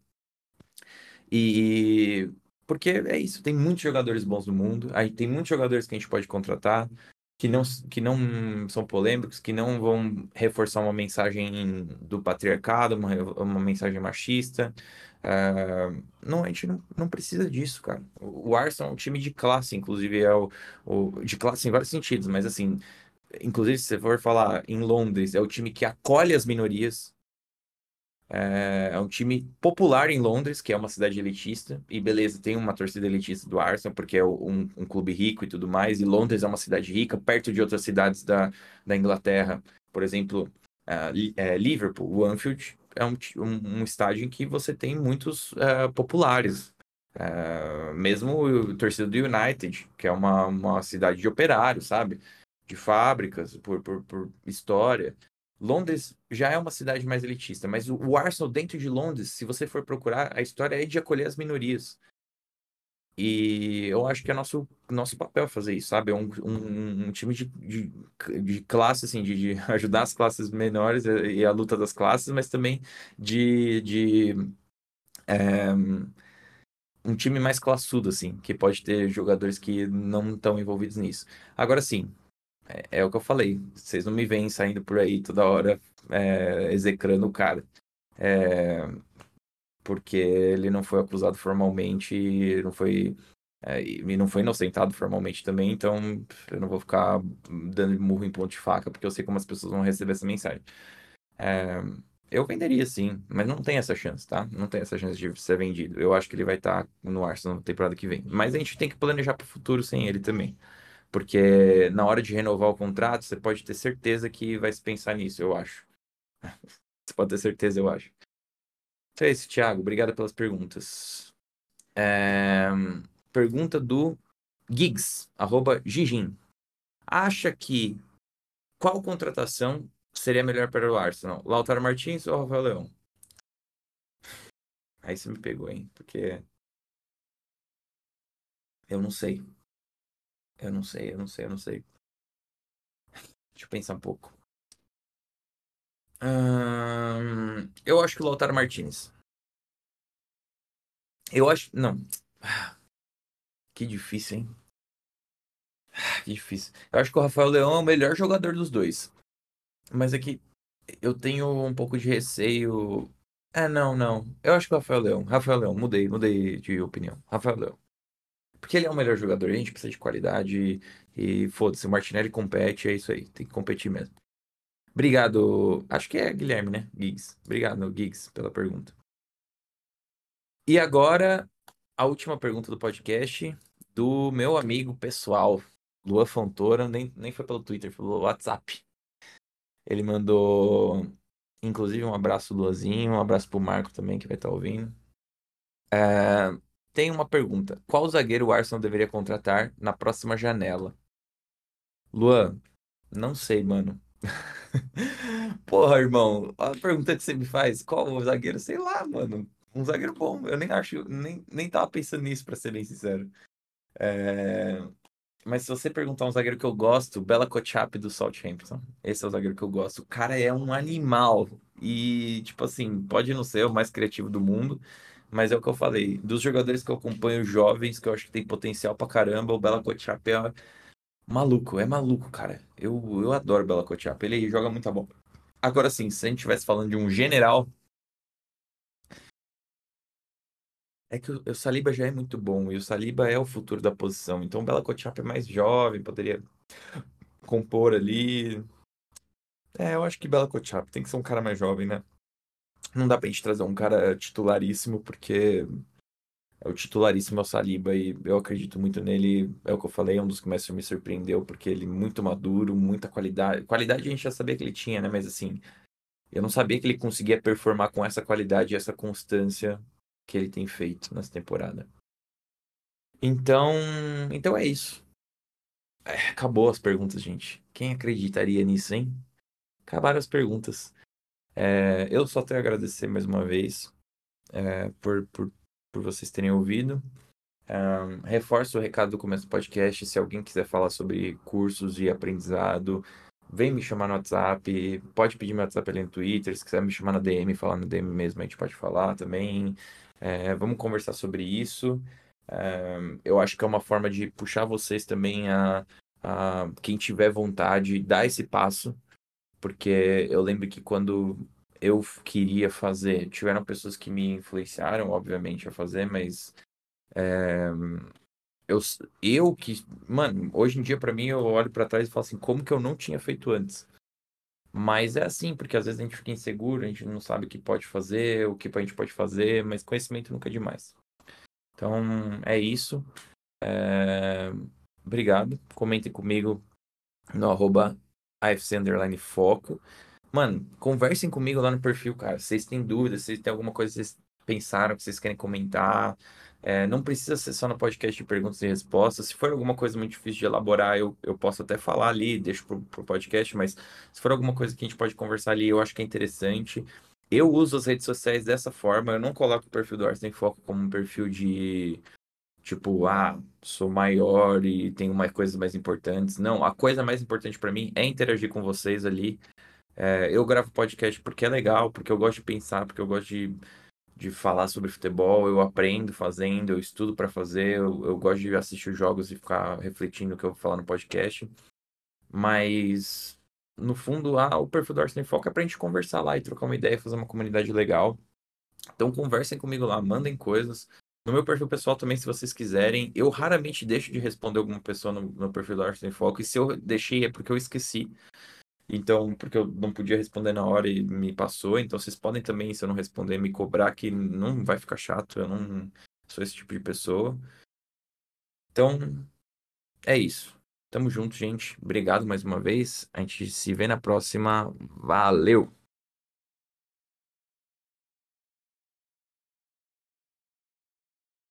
E porque é isso, tem muitos jogadores bons no mundo, aí tem muitos jogadores que a gente pode contratar que não são polêmicos, que não vão reforçar uma mensagem do patriarcado, uma mensagem machista. Não, a gente não precisa disso, cara. O Arsenal é um time de classe, inclusive de classe em vários sentidos, mas assim, inclusive se você for falar em Londres, é o time que acolhe as minorias. É um time popular em Londres, que é uma cidade elitista, e beleza, tem uma torcida elitista do Arsenal, porque é um clube rico e tudo mais, e Londres é uma cidade rica, perto de outras cidades da Inglaterra. Por exemplo, Liverpool, o Anfield, é um estádio em que você tem muitos populares. Mesmo o torcida do United, que é uma cidade de operários, sabe? De fábricas, por história. Londres já é uma cidade mais elitista, mas o Arsenal dentro de Londres, se você for procurar, a história é de acolher as minorias. E eu acho que é nosso papel fazer isso, sabe? É um time de classe, assim, de ajudar as classes menores e a luta das classes, mas também de é, um time mais classudo, assim, que pode ter jogadores que não estão envolvidos nisso. Agora sim, é o que eu falei. Vocês não me veem saindo por aí toda hora execrando o cara. É, porque ele não foi acusado formalmente, não foi, e não foi inocentado formalmente também, então eu não vou ficar dando murro em ponto de faca, porque eu sei como as pessoas vão receber essa mensagem. É, eu venderia sim, mas não tem essa chance, tá? Não tem essa chance de ser vendido. Eu acho que ele vai estar no Arsenal na temporada que vem. Mas a gente tem que planejar para o futuro sem ele também. Porque na hora de renovar o contrato, você pode ter certeza que vai se pensar nisso, eu acho. Você pode ter certeza, eu acho. Então é isso, Thiago. Obrigado pelas perguntas. É, Pergunta do Giggs, @Gigin. Acha que qual contratação seria melhor para o Arsenal? Lautaro Martins ou Rafael Leão? Aí você me pegou, hein? Porque eu não sei. Eu não sei, eu não sei, eu não sei. Deixa eu pensar um pouco. Eu acho que o Lautaro Martins. Eu acho. Não. Que difícil, hein? Que difícil. Eu acho que o Rafael Leão é o melhor jogador dos dois. Mas é que eu tenho um pouco de receio. Não, não. Eu acho que o Rafael Leão. Rafael Leão, mudei de opinião. Rafael Leão. Porque ele é o melhor jogador, a gente precisa de qualidade e foda-se, o Martinelli compete, é isso aí, tem que competir mesmo. Obrigado. Acho que é Guilherme, né? Giggs. Obrigado, Giggs, pela pergunta. E agora, a última pergunta do podcast do meu amigo pessoal, Lua Fontoura, nem foi pelo Twitter, foi pelo WhatsApp. Ele mandou, inclusive, um abraço, Luazinho, um abraço pro Marco também, que vai estar ouvindo. É, tem uma pergunta: qual zagueiro o Arsenal deveria contratar na próxima janela? Luan, não sei, mano. Porra, irmão, a pergunta que você me faz, qual o zagueiro? Sei lá, mano. Um zagueiro bom. Eu nem acho, nem tava pensando nisso, pra ser bem sincero. É, Mas se você perguntar um zagueiro que eu gosto, Bella Kotchap do Southampton. Esse é o zagueiro que eu gosto. O cara é um animal. E, tipo assim, pode não ser o mais criativo do mundo, mas é o que eu falei. Dos jogadores que eu acompanho jovens, que eu acho que tem potencial pra caramba, o Bella Kotchap é maluco, cara. Eu adoro o Bella Kotchap. Ele joga muita bola. Agora sim, se a gente estivesse falando de um general, é que o Saliba já é muito bom e o Saliba é o futuro da posição. Então o Bella Kotchap é mais jovem, poderia compor ali. Eu acho que Bella Kotchap tem que ser um cara mais jovem, né? Não dá pra gente trazer um cara titularíssimo, porque o titularíssimo é o Saliba e eu acredito muito nele. É o que eu falei, é um dos que mais me surpreendeu, porque ele é muito maduro, muita qualidade. Qualidade a gente já sabia que ele tinha, né? Mas assim, eu não sabia que ele conseguia performar com essa qualidade e essa constância que ele tem feito nessa temporada. Então, então é isso. Acabou as perguntas, gente. Quem acreditaria nisso, hein? Acabaram as perguntas. Eu só tenho a agradecer mais uma vez, por vocês terem ouvido. Reforço o recado do começo do podcast. Se alguém quiser falar sobre cursos e aprendizado, vem me chamar no WhatsApp. Pode pedir meu WhatsApp ali no Twitter. Se quiser me chamar na DM, falar no DM mesmo, a gente pode falar também. Vamos conversar sobre isso. Eu acho que é uma forma de puxar vocês também a quem tiver vontade, dar esse passo, porque eu lembro que quando eu queria fazer, tiveram pessoas que me influenciaram, obviamente, a fazer, mas eu, eu que, mano, hoje em dia pra mim eu olho pra trás e falo assim, como que eu não tinha feito antes? Mas é assim, porque às vezes a gente fica inseguro, a gente não sabe o que pode fazer, o que a gente pode fazer, mas conhecimento nunca é demais. Então, é isso. É, Obrigado. Comentem comigo no @AFC_Foco. Mano, conversem comigo lá no perfil, cara. Vocês têm dúvidas, vocês têm alguma coisa que vocês pensaram, que vocês querem comentar. Não precisa ser só no podcast de perguntas e respostas. Se for alguma coisa muito difícil de elaborar, eu posso até falar ali, deixo pro podcast, mas se for alguma coisa que a gente pode conversar ali, eu acho que é interessante. Eu uso as redes sociais dessa forma, eu não coloco o perfil do Ars em Foco como um perfil de tipo, sou maior e tenho mais coisas mais importantes. Não, a coisa mais importante pra mim é interagir com vocês ali. Eu gravo podcast porque é legal, porque eu gosto de pensar, porque eu gosto de falar sobre futebol, eu aprendo fazendo, eu estudo para fazer, eu gosto de assistir os jogos e ficar refletindo o que eu vou falar no podcast. Mas, no fundo, o perfil do Arsenal em Foco é pra gente conversar lá e trocar uma ideia, fazer uma comunidade legal. Então conversem comigo lá, mandem coisas. No meu perfil pessoal também, se vocês quiserem. Eu raramente deixo de responder alguma pessoa no perfil do Arsenal em Foco, e se eu deixei é porque eu esqueci. Então, porque eu não podia responder na hora e me passou. Então, vocês podem também, se eu não responder, me cobrar, que não vai ficar chato. Eu não sou esse tipo de pessoa. Então, é isso. Tamo junto, gente. Obrigado mais uma vez. A gente se vê na próxima. Valeu!